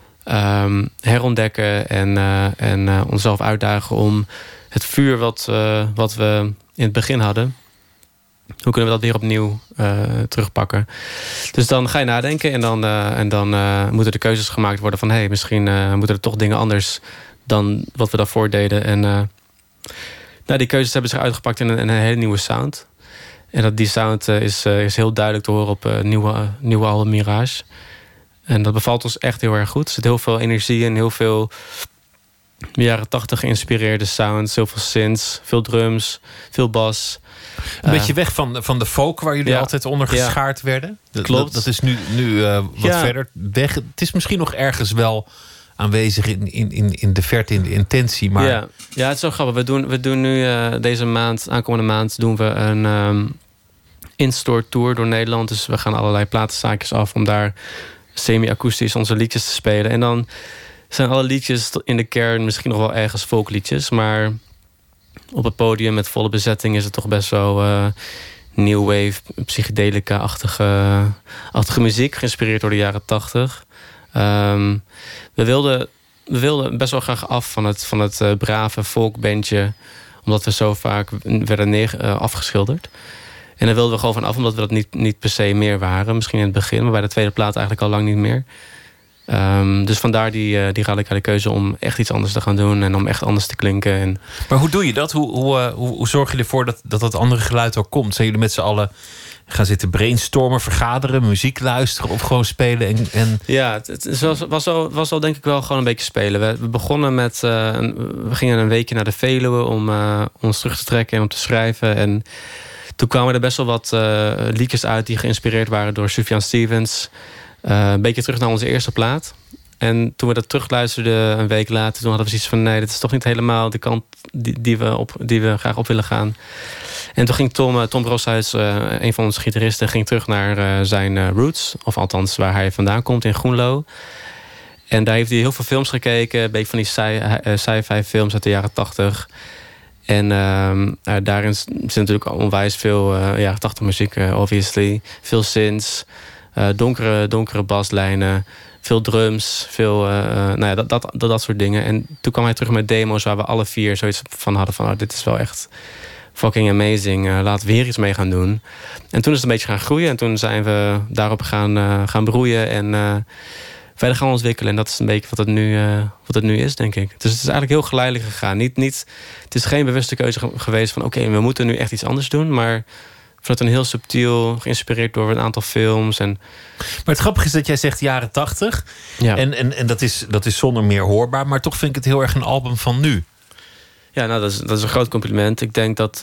herontdekken en onszelf uitdagen om het vuur wat we in het begin hadden, hoe kunnen we dat weer opnieuw terugpakken? Dus dan ga je nadenken en dan moeten de keuzes gemaakt worden van, misschien moeten er toch dingen anders dan wat we daarvoor deden. En die keuzes hebben zich uitgepakt in een hele nieuwe sound. En die sound is heel duidelijk te horen op nieuwe album Mirage. En dat bevalt ons echt heel erg goed. Er zit heel veel energie in, heel veel jaren 80 geïnspireerde sounds, heel veel synths, veel drums, veel bas. Een beetje weg van de folk waar jullie altijd onder geschaard werden. Klopt. Dat is nu wat verder weg. Het is misschien nog ergens wel aanwezig in de verte, in de intentie. Maar... Ja, het is zo grappig. We doen nu deze maand, aankomende maand, doen we een in-store tour door Nederland. Dus we gaan allerlei platenzaakjes af om daar semi-akoestisch onze liedjes te spelen. En dan zijn alle liedjes in de kern misschien nog wel ergens folkliedjes, maar op het podium met volle bezetting is het toch best wel new wave, psychedelica-achtige muziek, geïnspireerd door de jaren 80. We wilden best wel graag af van het brave folkbandje, omdat we zo vaak werden afgeschilderd. En daar wilden we gewoon van af, omdat we dat niet per se meer waren. Misschien in het begin, maar bij de tweede plaat eigenlijk al lang niet meer. Dus vandaar die radicale keuze om echt iets anders te gaan doen en om echt anders te klinken. Maar hoe doe je dat? Hoe zorg je ervoor dat andere geluid ook komt? Zijn jullie met z'n allen gaan zitten brainstormen, vergaderen, muziek luisteren of gewoon spelen? Ja, het was al denk ik wel gewoon een beetje spelen. We begonnen met, we gingen een weekje naar de Veluwe om ons terug te trekken en om te schrijven. En toen kwamen er best wel wat liedjes uit die geïnspireerd waren door Sufjan Stevens. Een beetje terug naar onze eerste plaat. En toen we dat terugluisterden een week later, toen hadden we zoiets van nee, dit is toch niet helemaal de kant die we graag op willen gaan. En toen ging Tom Broshuis, een van onze gitaristen, ging terug naar zijn roots. Of althans waar hij vandaan komt, in Groenlo. En daar heeft hij heel veel films gekeken. Een beetje van die sci-fi films uit de jaren 80. En daarin zit natuurlijk onwijs veel jaren 80 muziek, obviously. Veel synths, donkere baslijnen, veel drums, veel dat soort dingen. En toen kwam hij terug met demo's waar we alle vier zoiets van hadden van dit is wel echt fucking amazing. Laten we hier iets mee gaan doen. En toen is het een beetje gaan groeien. En toen zijn we daarop gaan broeien en verder gaan ontwikkelen. En dat is een beetje wat het nu is, denk ik. Dus het is eigenlijk heel geleidelijk gegaan. Het is geen bewuste keuze geweest van oké, we moeten nu echt iets anders doen. Maar vanuit een heel subtiel, geïnspireerd door een aantal films. Maar het grappige is dat jij zegt jaren 80. Ja. En dat is zonder meer hoorbaar. Maar toch vind ik het heel erg een album van nu. Ja, nou, dat is een groot compliment. Ik denk dat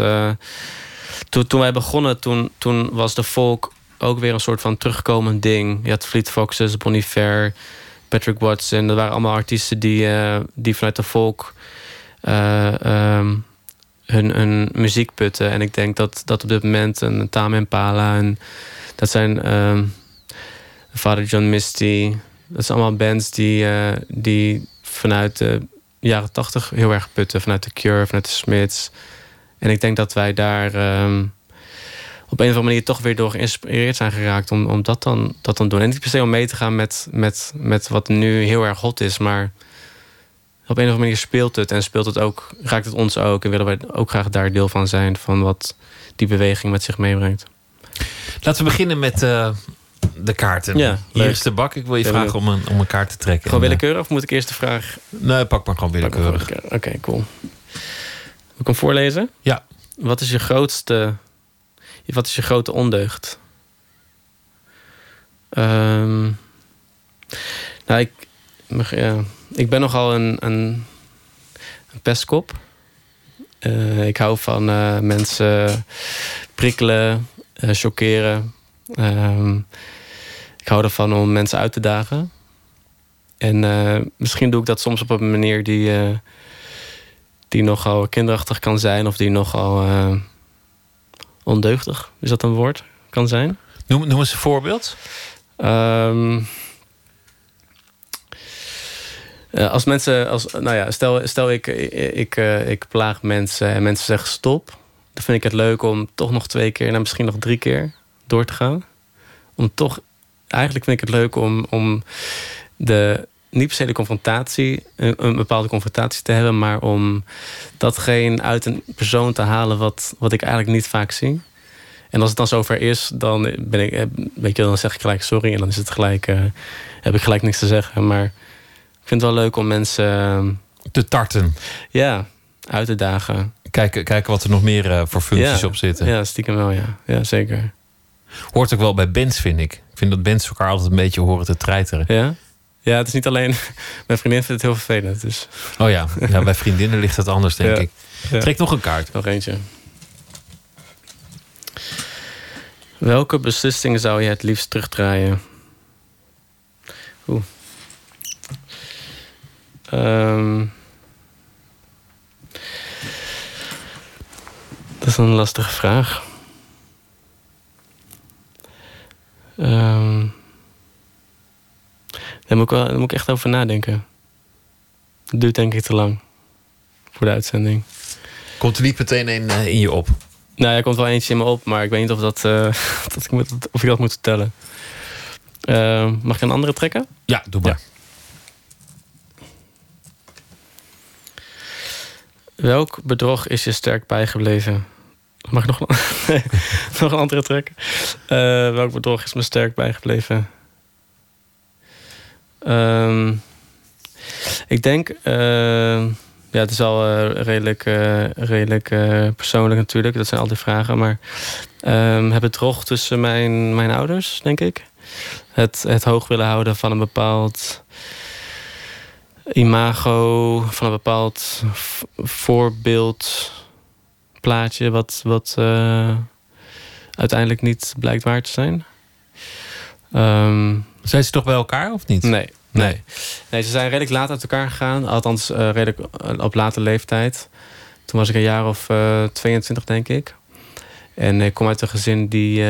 toen wij begonnen, toen was de folk ook weer een soort van terugkomend ding. Je had Fleet Foxes, Bon Iver, Patrick Watson. Dat waren allemaal artiesten die vanuit de folk hun muziek putten. En ik denk dat op dit moment een Tame Impala en dat zijn Father John Misty. Dat zijn allemaal bands die vanuit de jaren 80 heel erg putten. Vanuit de Cure, vanuit de Smiths. En ik denk dat wij daar op een of andere manier toch weer door geïnspireerd zijn geraakt om dat dan doen. En niet per se om mee te gaan met wat nu heel erg hot is, maar op een of andere manier speelt het en raakt het ons ook. En willen wij ook graag daar deel van zijn, van wat die beweging met zich meebrengt. Laten we beginnen met de kaarten. Ja, hier is de bak. Ik wil je vragen om een kaart te trekken. Gewoon willekeurig of moet ik eerst de vraag? Nee, pak maar gewoon willekeurig. Oké, cool. Moet ik hem voorlezen? Ja. Wat is je grote ondeugd? Ik ben nogal een pestkop. Ik hou van mensen prikkelen, chockeren. Ik hou ervan om mensen uit te dagen. En misschien doe ik dat soms op een manier die nogal kinderachtig kan zijn, of die nogal ondeugdig, is dat een woord, kan zijn. Noem eens een voorbeeld. Als mensen, stel ik plaag mensen en mensen zeggen stop, dan vind ik het leuk om toch nog 2 keer, misschien nog 3 keer door te gaan. Eigenlijk vind ik het leuk om niet per se de confrontatie, een bepaalde confrontatie te hebben, maar om datgene uit een persoon te halen wat ik eigenlijk niet vaak zie. En als het dan zover is, dan dan zeg ik gelijk sorry en dan is het gelijk, heb ik gelijk niks te zeggen. Maar ik vind het wel leuk om mensen te tarten. Ja, uit te dagen. Kijken wat er nog meer voor functies op zitten. Ja, stiekem wel, ja. Ja, zeker. Hoort ook wel bij bands, vind ik. Ik vind dat bands elkaar altijd een beetje horen te treiteren. Ja? Ja, het is niet alleen... Mijn vriendin vindt het heel vervelend. Dus. Oh ja, bij vriendinnen ligt het anders, denk ik. Ja. Trek nog een kaart. Nog eentje. Welke beslissing zou je het liefst terugdraaien? Dat is een lastige vraag. Daar moet ik echt over nadenken. Het duurt denk ik te lang voor de uitzending. Komt er niet meteen een in je op? Nou, er komt wel eentje in me op, maar ik weet niet of, of ik dat moet vertellen. Mag ik een andere trekken? Ja, doe maar. Ja. Welk bedrog is je sterk bijgebleven? Mag ik nog, nee, nog een andere trekken? Welk bedrog is me sterk bijgebleven? Ik denk... ja, het is al redelijk persoonlijk natuurlijk. Dat zijn al die vragen. Maar het bedrog tussen mijn ouders, denk ik. Het hoog willen houden van een bepaald imago, van een bepaald voorbeeldplaatje wat uiteindelijk niet blijkt waar te zijn. Zijn ze toch bij elkaar of niet? Nee, ze zijn redelijk laat uit elkaar gegaan. Althans, redelijk op late leeftijd. Toen was ik een jaar of 22, denk ik. En ik kom uit een gezin die...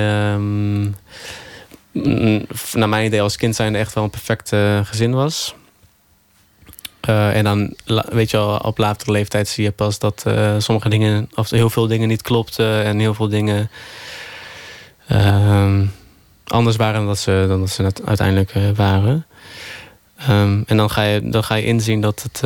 naar mijn idee als kind zijnde echt wel een perfect gezin was. En dan, weet je al, op latere leeftijd zie je pas dat sommige dingen... of heel veel dingen niet klopten. En heel veel dingen... anders waren dan dat ze net uiteindelijk waren. En dan ga je inzien dat het...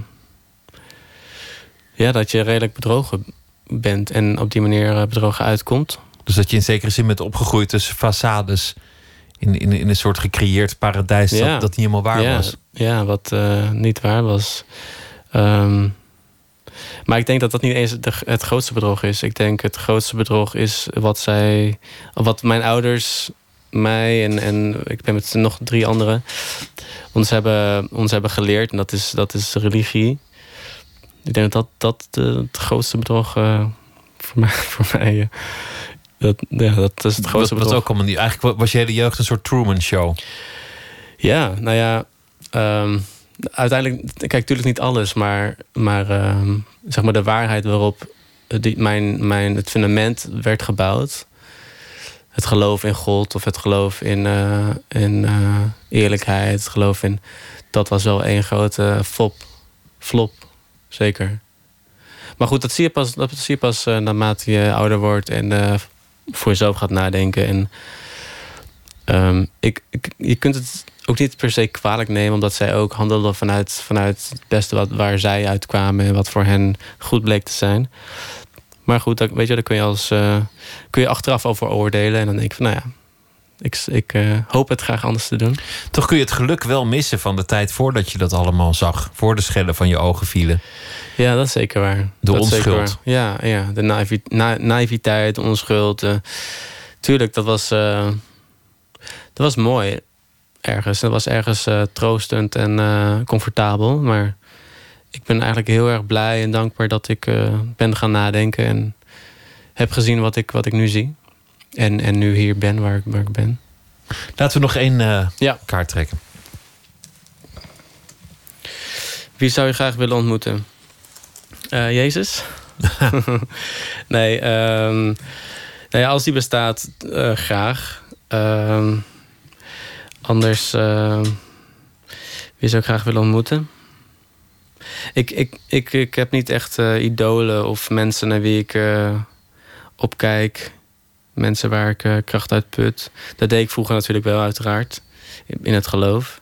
dat je redelijk bedrogen bent. En op die manier bedrogen uitkomt. Dus dat je in zekere zin bent opgegroeid tussen façades... in een soort gecreëerd paradijs dat niet helemaal waar was. Ja, wat niet waar was. Maar ik denk dat dat niet eens het grootste bedrog is. Ik denk het grootste bedrog is wat mijn ouders... mij en ik ben met nog 3 anderen... ons hebben geleerd. En dat is religie. Ik denk dat het grootste bedrog voor mij dat is het grootste bedrog. Dat ook allemaal niet. Eigenlijk was je hele jeugd een soort Truman Show. Ja, nou ja... uiteindelijk, kijk, natuurlijk niet alles... maar zeg maar de waarheid waarop het fundament werd gebouwd... het geloof in God of het geloof in eerlijkheid... het geloof in... dat was wel één grote flop, zeker. Maar goed, dat zie je pas naarmate je ouder wordt... en voor jezelf gaat nadenken. En je kunt het ook niet per se kwalijk nemen... omdat zij ook handelden vanuit het beste waar zij uitkwamen... en wat voor hen goed bleek te zijn. Maar goed, daar kun je achteraf over oordelen. En dan denk ik van, nou ja, ik hoop het graag anders te doen. Toch kun je het geluk wel missen van de tijd voordat je dat allemaal zag. Voor de schellen van je ogen vielen. Ja, dat is zeker waar. De onschuld. Ja, de naïviteit, de onschuld. Tuurlijk, dat was mooi ergens. Dat was ergens troostend en comfortabel. Maar ik ben eigenlijk heel erg blij en dankbaar dat ik ben gaan nadenken... en heb gezien wat ik nu zie. En nu hier ben waar ik ben. Laten we nog 1 kaart trekken. Wie zou je graag willen ontmoeten? Jezus? Nee, als die bestaat, graag. Anders, wie zou ik graag willen ontmoeten? Ik heb niet echt idolen of mensen naar wie ik opkijk. Mensen waar ik kracht uit put. Dat deed ik vroeger natuurlijk wel, uiteraard. In het geloof.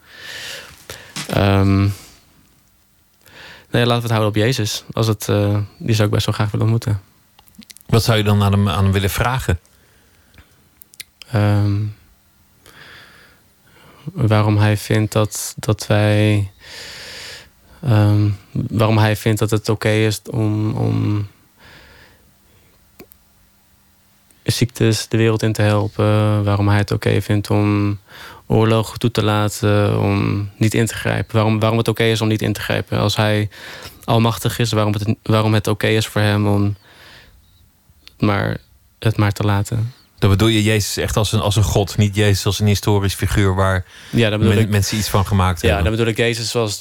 Nee, laten we het houden op Jezus. Die zou ik best wel graag willen ontmoeten. Wat zou je dan aan hem willen vragen? Waarom hij vindt dat wij... waarom hij vindt dat het oké is om ziektes de wereld in te helpen. Waarom hij het oké vindt om oorlogen toe te laten, om niet in te grijpen. Waarom het oké is om niet in te grijpen. Als hij almachtig is, waarom het oké is voor hem om het maar te laten. Dan bedoel je Jezus echt als een god, niet Jezus als een historisch figuur waar mensen iets van gemaakt hebben. Ja, dan bedoel ik Jezus zoals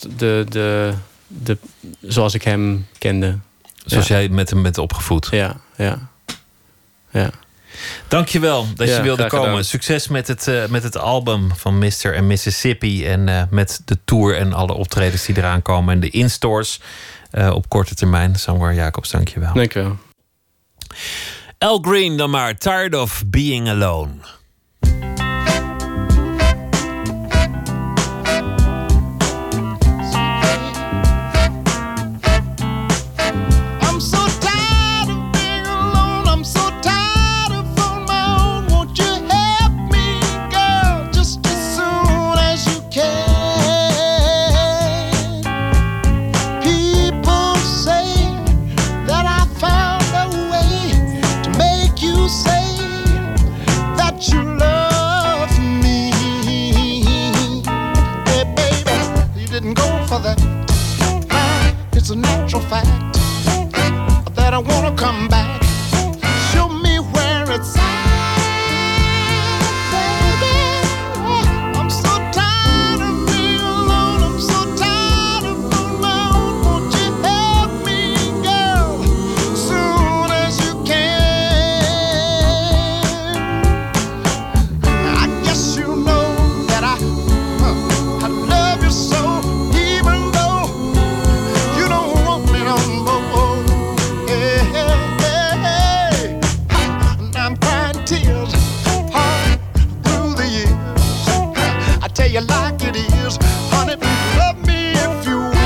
zoals ik hem kende. Zoals jij met hem bent opgevoed. Ja. Dankjewel dat je wilde komen. Gedaan. Succes met het album van Mr. en Mississippi. En met de tour en alle optredens die eraan komen. En de instores op korte termijn. Samgar Jacobs, dankjewel. Dankjewel. Al Green dan maar. Tired of Being Alone. It's a natural fact that I wanna come back. Show me where it's at, baby. I'm so tired of being alone. I'm so tired of being alone. Won't you help me, girl, soon as you can? I guess you know that I love you so. You like it is, honey, love me if you will.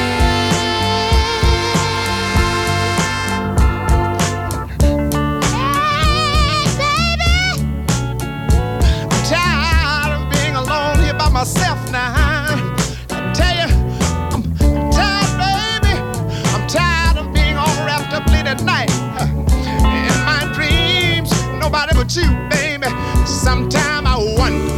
Hey, baby, I'm tired of being alone here by myself now. I tell you, I'm tired, baby. I'm tired of being all wrapped up late at night in my dreams. Nobody but you, baby. Sometime I wonder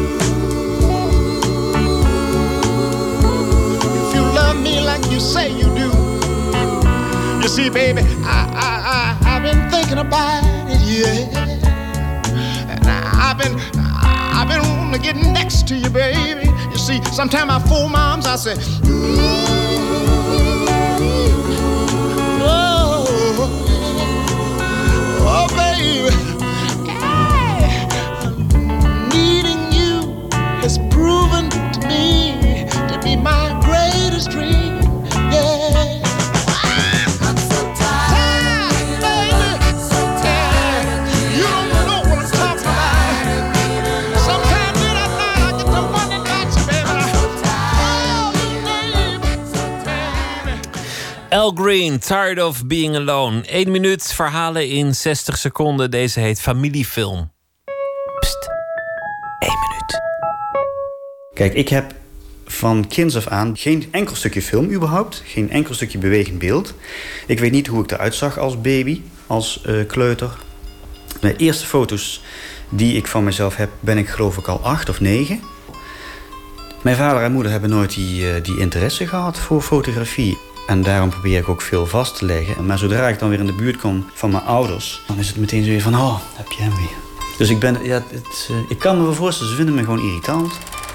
like you say you do. You see, baby, I've been thinking about it, yeah. And I've been wanting to get next to you, baby. You see, sometimes I fool moms, I say, oh, baby, hey, needing you has proven to me to be my greatest dream. Yeah. I'm so tired, baby. So tired. You don't know what I'm talking about. Sometimes in that night I get to wondering about you, baby. I'm so tired. Al Green, Tired of Being Alone. 1 minuut, verhalen in 60 seconden. Deze heet Familiefilm. Pst, 1 minuut. Kijk, ik heb van kinds af aan geen enkel stukje film überhaupt. Geen enkel stukje bewegend beeld. Ik weet niet hoe ik eruit zag als baby, als kleuter. De eerste foto's die ik van mezelf heb, ben ik geloof ik al 8 of 9. Mijn vader en moeder hebben nooit die interesse gehad voor fotografie. En daarom probeer ik ook veel vast te leggen. Maar zodra ik dan weer in de buurt kom van mijn ouders, dan is het meteen zo weer van, oh, heb je hem weer. Dus ik kan me wel voorstellen, ze vinden me gewoon irritant.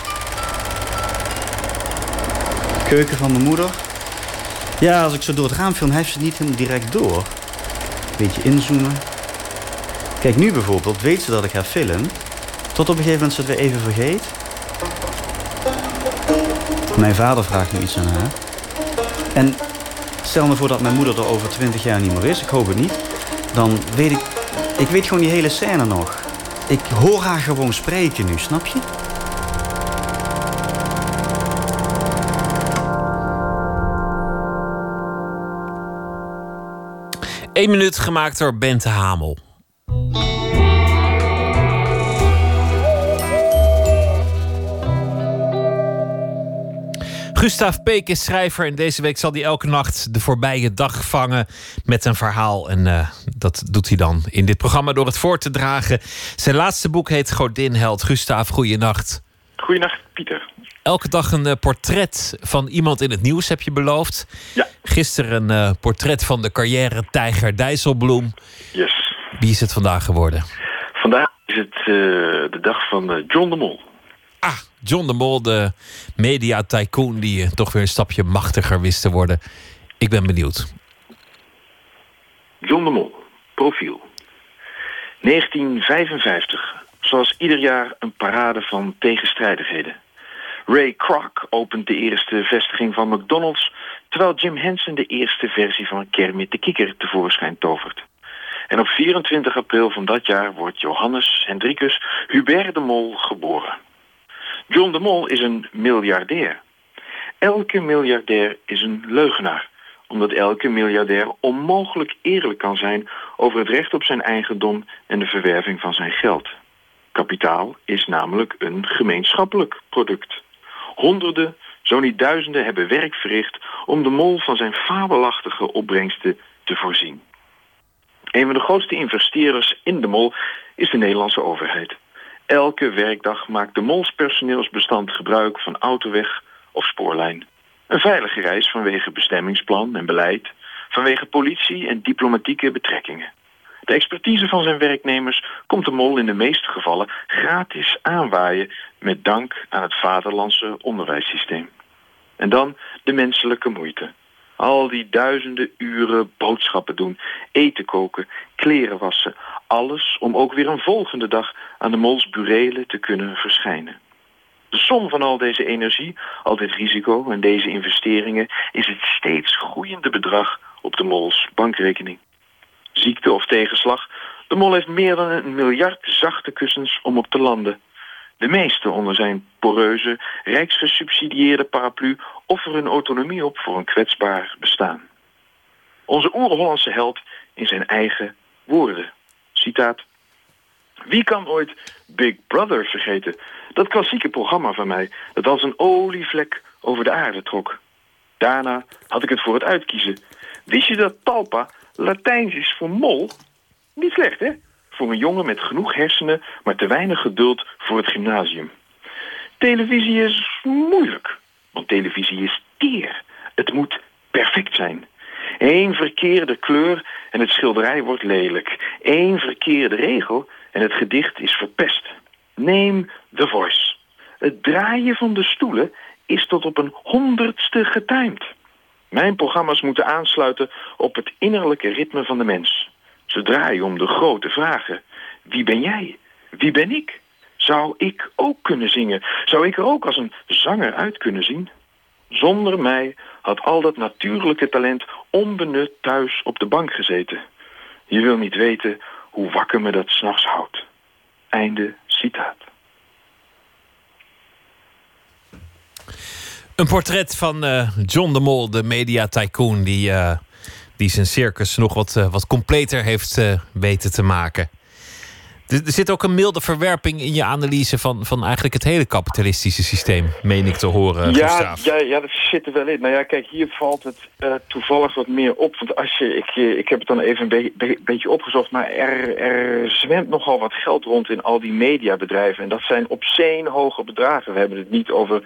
Keuken van mijn moeder. Ja, als ik zo door het raam film, heeft ze het niet helemaal direct door. Een beetje inzoomen. Kijk, nu bijvoorbeeld weet ze dat ik haar film. Tot op een gegeven moment ze het weer even vergeet. Mijn vader vraagt nu iets aan haar. En stel me voor dat mijn moeder er over 20 jaar niet meer is. Ik hoop het niet. Dan weet ik weet gewoon die hele scène nog. Ik hoor haar gewoon spreken nu, snap je? Eén minuut gemaakt door Bente Hamel. Gustav Peek is schrijver en deze week zal hij elke nacht de voorbije dag vangen met een verhaal. En dat doet hij dan in dit programma door het voor te dragen. Zijn laatste boek heet Godinheld. Gustav, goeienacht. Goeienacht, Pieter. Elke dag een portret van iemand in het nieuws heb je beloofd. Ja. Gisteren een portret van de carrière-tijger Dijsselbloem. Yes. Wie is het vandaag geworden? Vandaag is is het de dag van John de Mol. Ah, John de Mol, de media tycoon die toch weer een stapje machtiger wist te worden. Ik ben benieuwd. John de Mol, profiel. 1955, zoals ieder jaar een parade van tegenstrijdigheden. Ray Kroc opent de eerste vestiging van McDonald's, terwijl Jim Henson de eerste versie van Kermit de Kikker tevoorschijn tovert. En op 24 april van dat jaar wordt Johannes Hendrikus Hubert de Mol geboren. John de Mol is een miljardair. Elke miljardair is een leugenaar, omdat elke miljardair onmogelijk eerlijk kan zijn over het recht op zijn eigendom en de verwerving van zijn geld. Kapitaal is namelijk een gemeenschappelijk product. Honderden, zo niet duizenden hebben werk verricht om de Mol van zijn fabelachtige opbrengsten te voorzien. Een van de grootste investeerders in de Mol is de Nederlandse overheid. Elke werkdag maakt de Mols personeelsbestand gebruik van autoweg of spoorlijn. Een veilige reis vanwege bestemmingsplan en beleid, vanwege politie en diplomatieke betrekkingen. De expertise van zijn werknemers komt de Mol in de meeste gevallen gratis aanwaaien met dank aan het vaderlandse onderwijssysteem. En dan de menselijke moeite. Al die duizenden uren boodschappen doen, eten koken, kleren wassen. Alles om ook weer een volgende dag aan de Mols burelen te kunnen verschijnen. De som van al deze energie, al dit risico en deze investeringen is het steeds groeiende bedrag op de Mols bankrekening. Ziekte of tegenslag, de Mol heeft meer dan 1 miljard zachte kussens om op te landen. De meeste onder zijn poreuze, rijksgesubsidieerde paraplu offeren autonomie op voor een kwetsbaar bestaan. Onze oer-Hollandse held in zijn eigen woorden. Citaat. Wie kan ooit Big Brother vergeten? Dat klassieke programma van mij, dat als een olievlek over de aarde trok. Daarna had ik het voor het uitkiezen. Wist je dat talpa Latijns is voor mol? Niet slecht, hè? Voor een jongen met genoeg hersenen, maar te weinig geduld voor het gymnasium. Televisie is moeilijk, want televisie is teer. Het moet perfect zijn. 1 verkeerde kleur en het schilderij wordt lelijk. 1 verkeerde regel en het gedicht is verpest. Neem The Voice. Het draaien van de stoelen is tot op een 100ste getimed. Mijn programma's moeten aansluiten op het innerlijke ritme van de mens. Ze draaien om de grote vragen. Wie ben jij? Wie ben ik? Zou ik ook kunnen zingen? Zou ik er ook als een zanger uit kunnen zien? Zonder mij had al dat natuurlijke talent onbenut thuis op de bank gezeten. Je wil niet weten hoe wakker me dat 's nachts houdt. Einde citaat. Een portret van John de Mol, de media tycoon, die zijn circus nog wat completer heeft weten te maken. Er zit ook een milde verwerping in je analyse van eigenlijk het hele kapitalistische systeem, meen ik te horen. Ja, dat zit er wel in. Nou ja, kijk, hier valt het toevallig wat meer op. Want als ik heb het dan even een beetje opgezocht, maar er zwemt nogal wat geld rond in al die mediabedrijven. En dat zijn obscene hoge bedragen. We hebben het niet over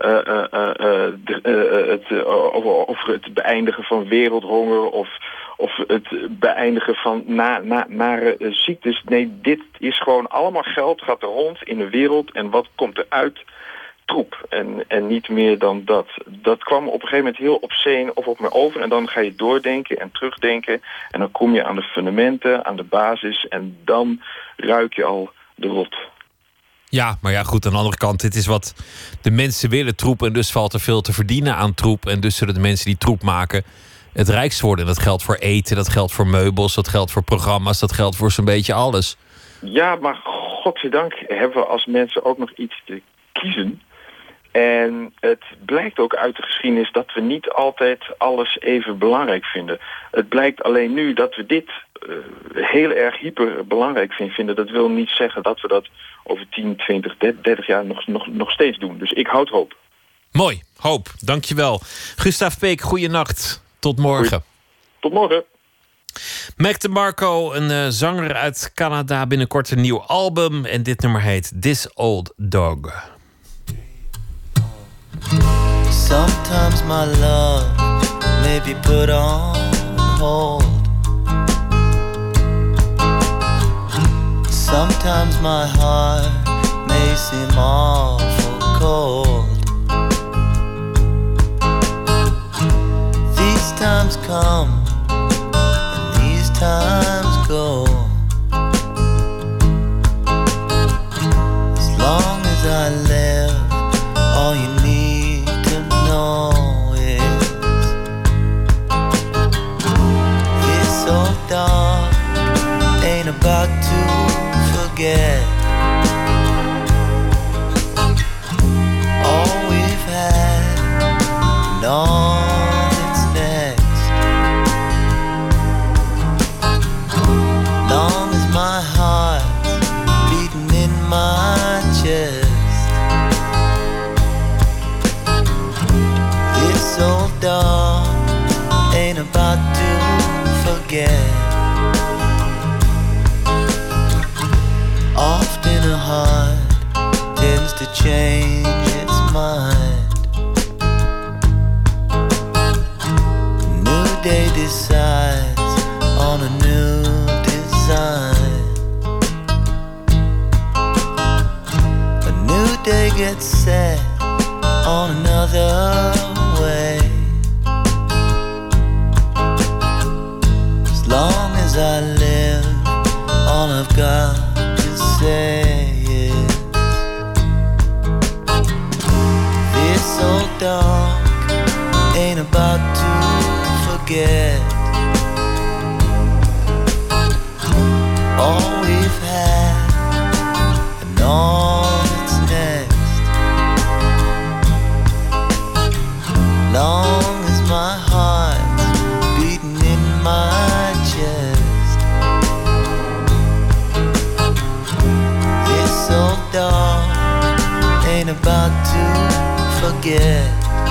het beëindigen van wereldhonger of het beëindigen van nare ziektes. Nee, dit is gewoon allemaal geld, gaat er rond in de wereld. En wat komt er uit? Troep. En niet meer dan dat. Dat kwam op een gegeven moment heel obscene op me over. En dan ga je doordenken en terugdenken. En dan kom je aan de fundamenten, aan de basis. En dan ruik je al de rot. Ja, maar ja, goed, aan de andere kant, dit is wat de mensen willen, troep. En dus valt er veel te verdienen aan troep. En dus zullen de mensen die troep maken het rijkst worden. Dat geldt voor eten, dat geldt voor meubels, dat geldt voor programma's, dat geldt voor zo'n beetje alles. Ja, maar godzijdank hebben we als mensen ook nog iets te kiezen. En het blijkt ook uit de geschiedenis dat we niet altijd alles even belangrijk vinden. Het blijkt alleen nu dat we dit heel erg hyper belangrijk vinden. Dat wil niet zeggen dat we dat over 10, 20, 30 jaar nog steeds doen. Dus ik houd hoop. Mooi, hoop. Dankjewel. Gustav Peek, goeienacht. Tot morgen. Tot morgen. Mac DeMarco, een zanger uit Canada, binnenkort een nieuw album. En dit nummer heet This Old Dog. Sometimes my love may be put on hold. Sometimes my heart may seem awful cold. These times come and these times go. As long as I live, all you need to know is this old dark ain't about to forget all we've had and all that's next. Long as my heart's beating in my chest, this old dog ain't about to forget. Often a heart tends to change its mind. A new day decides on a new design. A new day gets set on another way. As long as I live, all I've got say is this old dog ain't about to forget all we've had and all that's next. Long as my heart's beating in my chest, old dog ain't about to forget.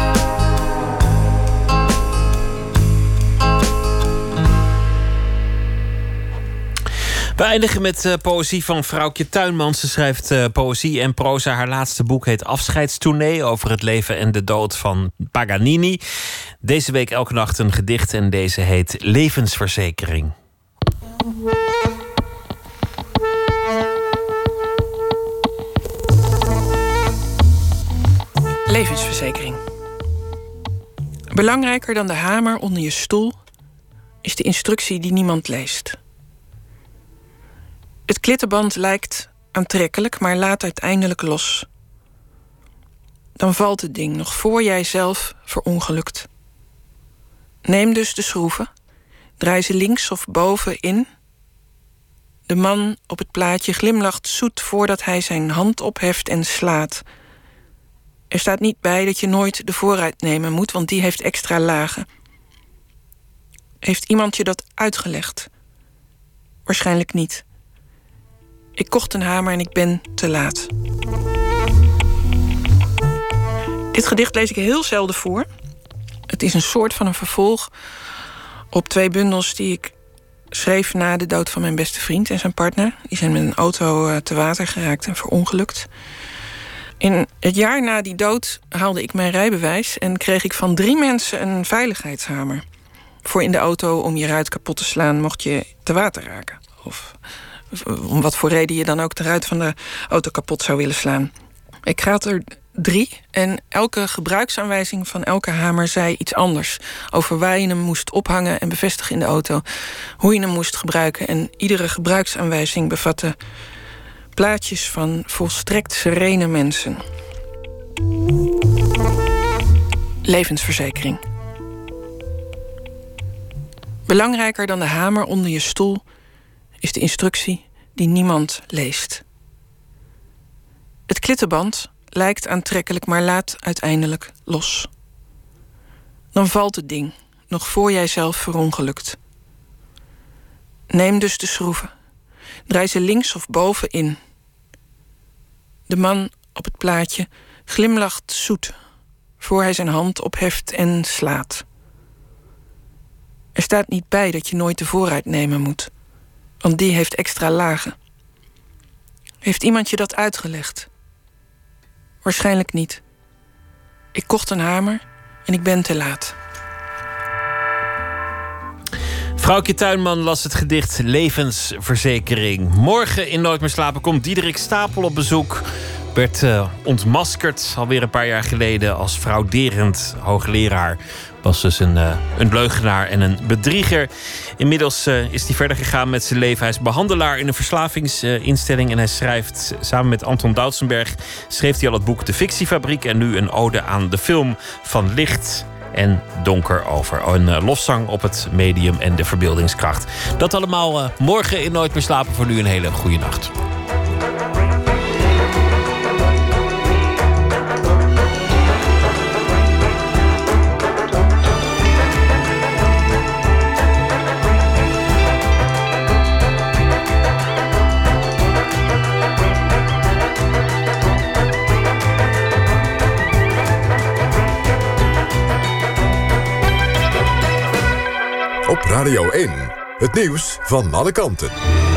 We eindigen met poëzie van Vrouwtje Tuinmans. Ze schrijft poëzie en proza. Haar laatste boek heet Afscheidstournee, over het leven en de dood van Paganini. Deze week elke nacht een gedicht en deze heet Levensverzekering. Levensverzekering. Belangrijker dan de hamer onder je stoel is de instructie die niemand leest. Het klittenband lijkt aantrekkelijk, maar laat uiteindelijk los. Dan valt het ding nog voor jij zelf verongelukt. Neem dus de schroeven, draai ze links of boven in. De man op het plaatje glimlacht zoet voordat hij zijn hand opheft en slaat. Er staat niet bij dat je nooit de vooruit nemen moet, want die heeft extra lagen. Heeft iemand je dat uitgelegd? Waarschijnlijk niet. Ik kocht een hamer en ik ben te laat. Dit gedicht lees ik heel zelden voor. Het is een soort van een vervolg op 2 bundels die ik schreef na de dood van mijn beste vriend en zijn partner. Die zijn met een auto te water geraakt en verongelukt. In het jaar na die dood haalde ik mijn rijbewijs en kreeg ik van 3 mensen een veiligheidshamer. Voor in de auto om je ruit kapot te slaan mocht je te water raken. Of om wat voor reden je dan ook de ruit van de auto kapot zou willen slaan. Ik had er 3 en elke gebruiksaanwijzing van elke hamer zei iets anders. Over waar je hem moest ophangen en bevestigen in de auto. Hoe je hem moest gebruiken. En iedere gebruiksaanwijzing bevatte plaatjes van volstrekt serene mensen. Levensverzekering. Belangrijker dan de hamer onder je stoel is de instructie die niemand leest. Het klittenband lijkt aantrekkelijk, maar laat uiteindelijk los. Dan valt het ding, nog voor jij zelf verongelukt. Neem dus de schroeven. Draai ze links of boven in. De man op het plaatje glimlacht zoet voor hij zijn hand opheft en slaat. Er staat niet bij dat je nooit de vooruit nemen moet, want die heeft extra lagen. Heeft iemand je dat uitgelegd? Waarschijnlijk niet. Ik kocht een hamer en ik ben te laat. Vrouwtje Tuinman las het gedicht Levensverzekering. Morgen in Nooit meer slapen komt Diederik Stapel op bezoek. Werd ontmaskerd alweer een paar jaar geleden als frauderend hoogleraar. Was dus een leugenaar en een bedrieger. Inmiddels is hij verder gegaan met zijn leven. Hij is behandelaar in een verslavingsinstelling. En hij schrijft samen met Anton Doutsenberg... schreef hij al het boek De Fictiefabriek... en nu een ode aan de film Van Licht en Donker over. Een lofzang op het medium en de verbeeldingskracht. Dat allemaal morgen in Nooit meer slapen. Voor nu een hele goede nacht. Op Radio 1, het nieuws van alle kanten.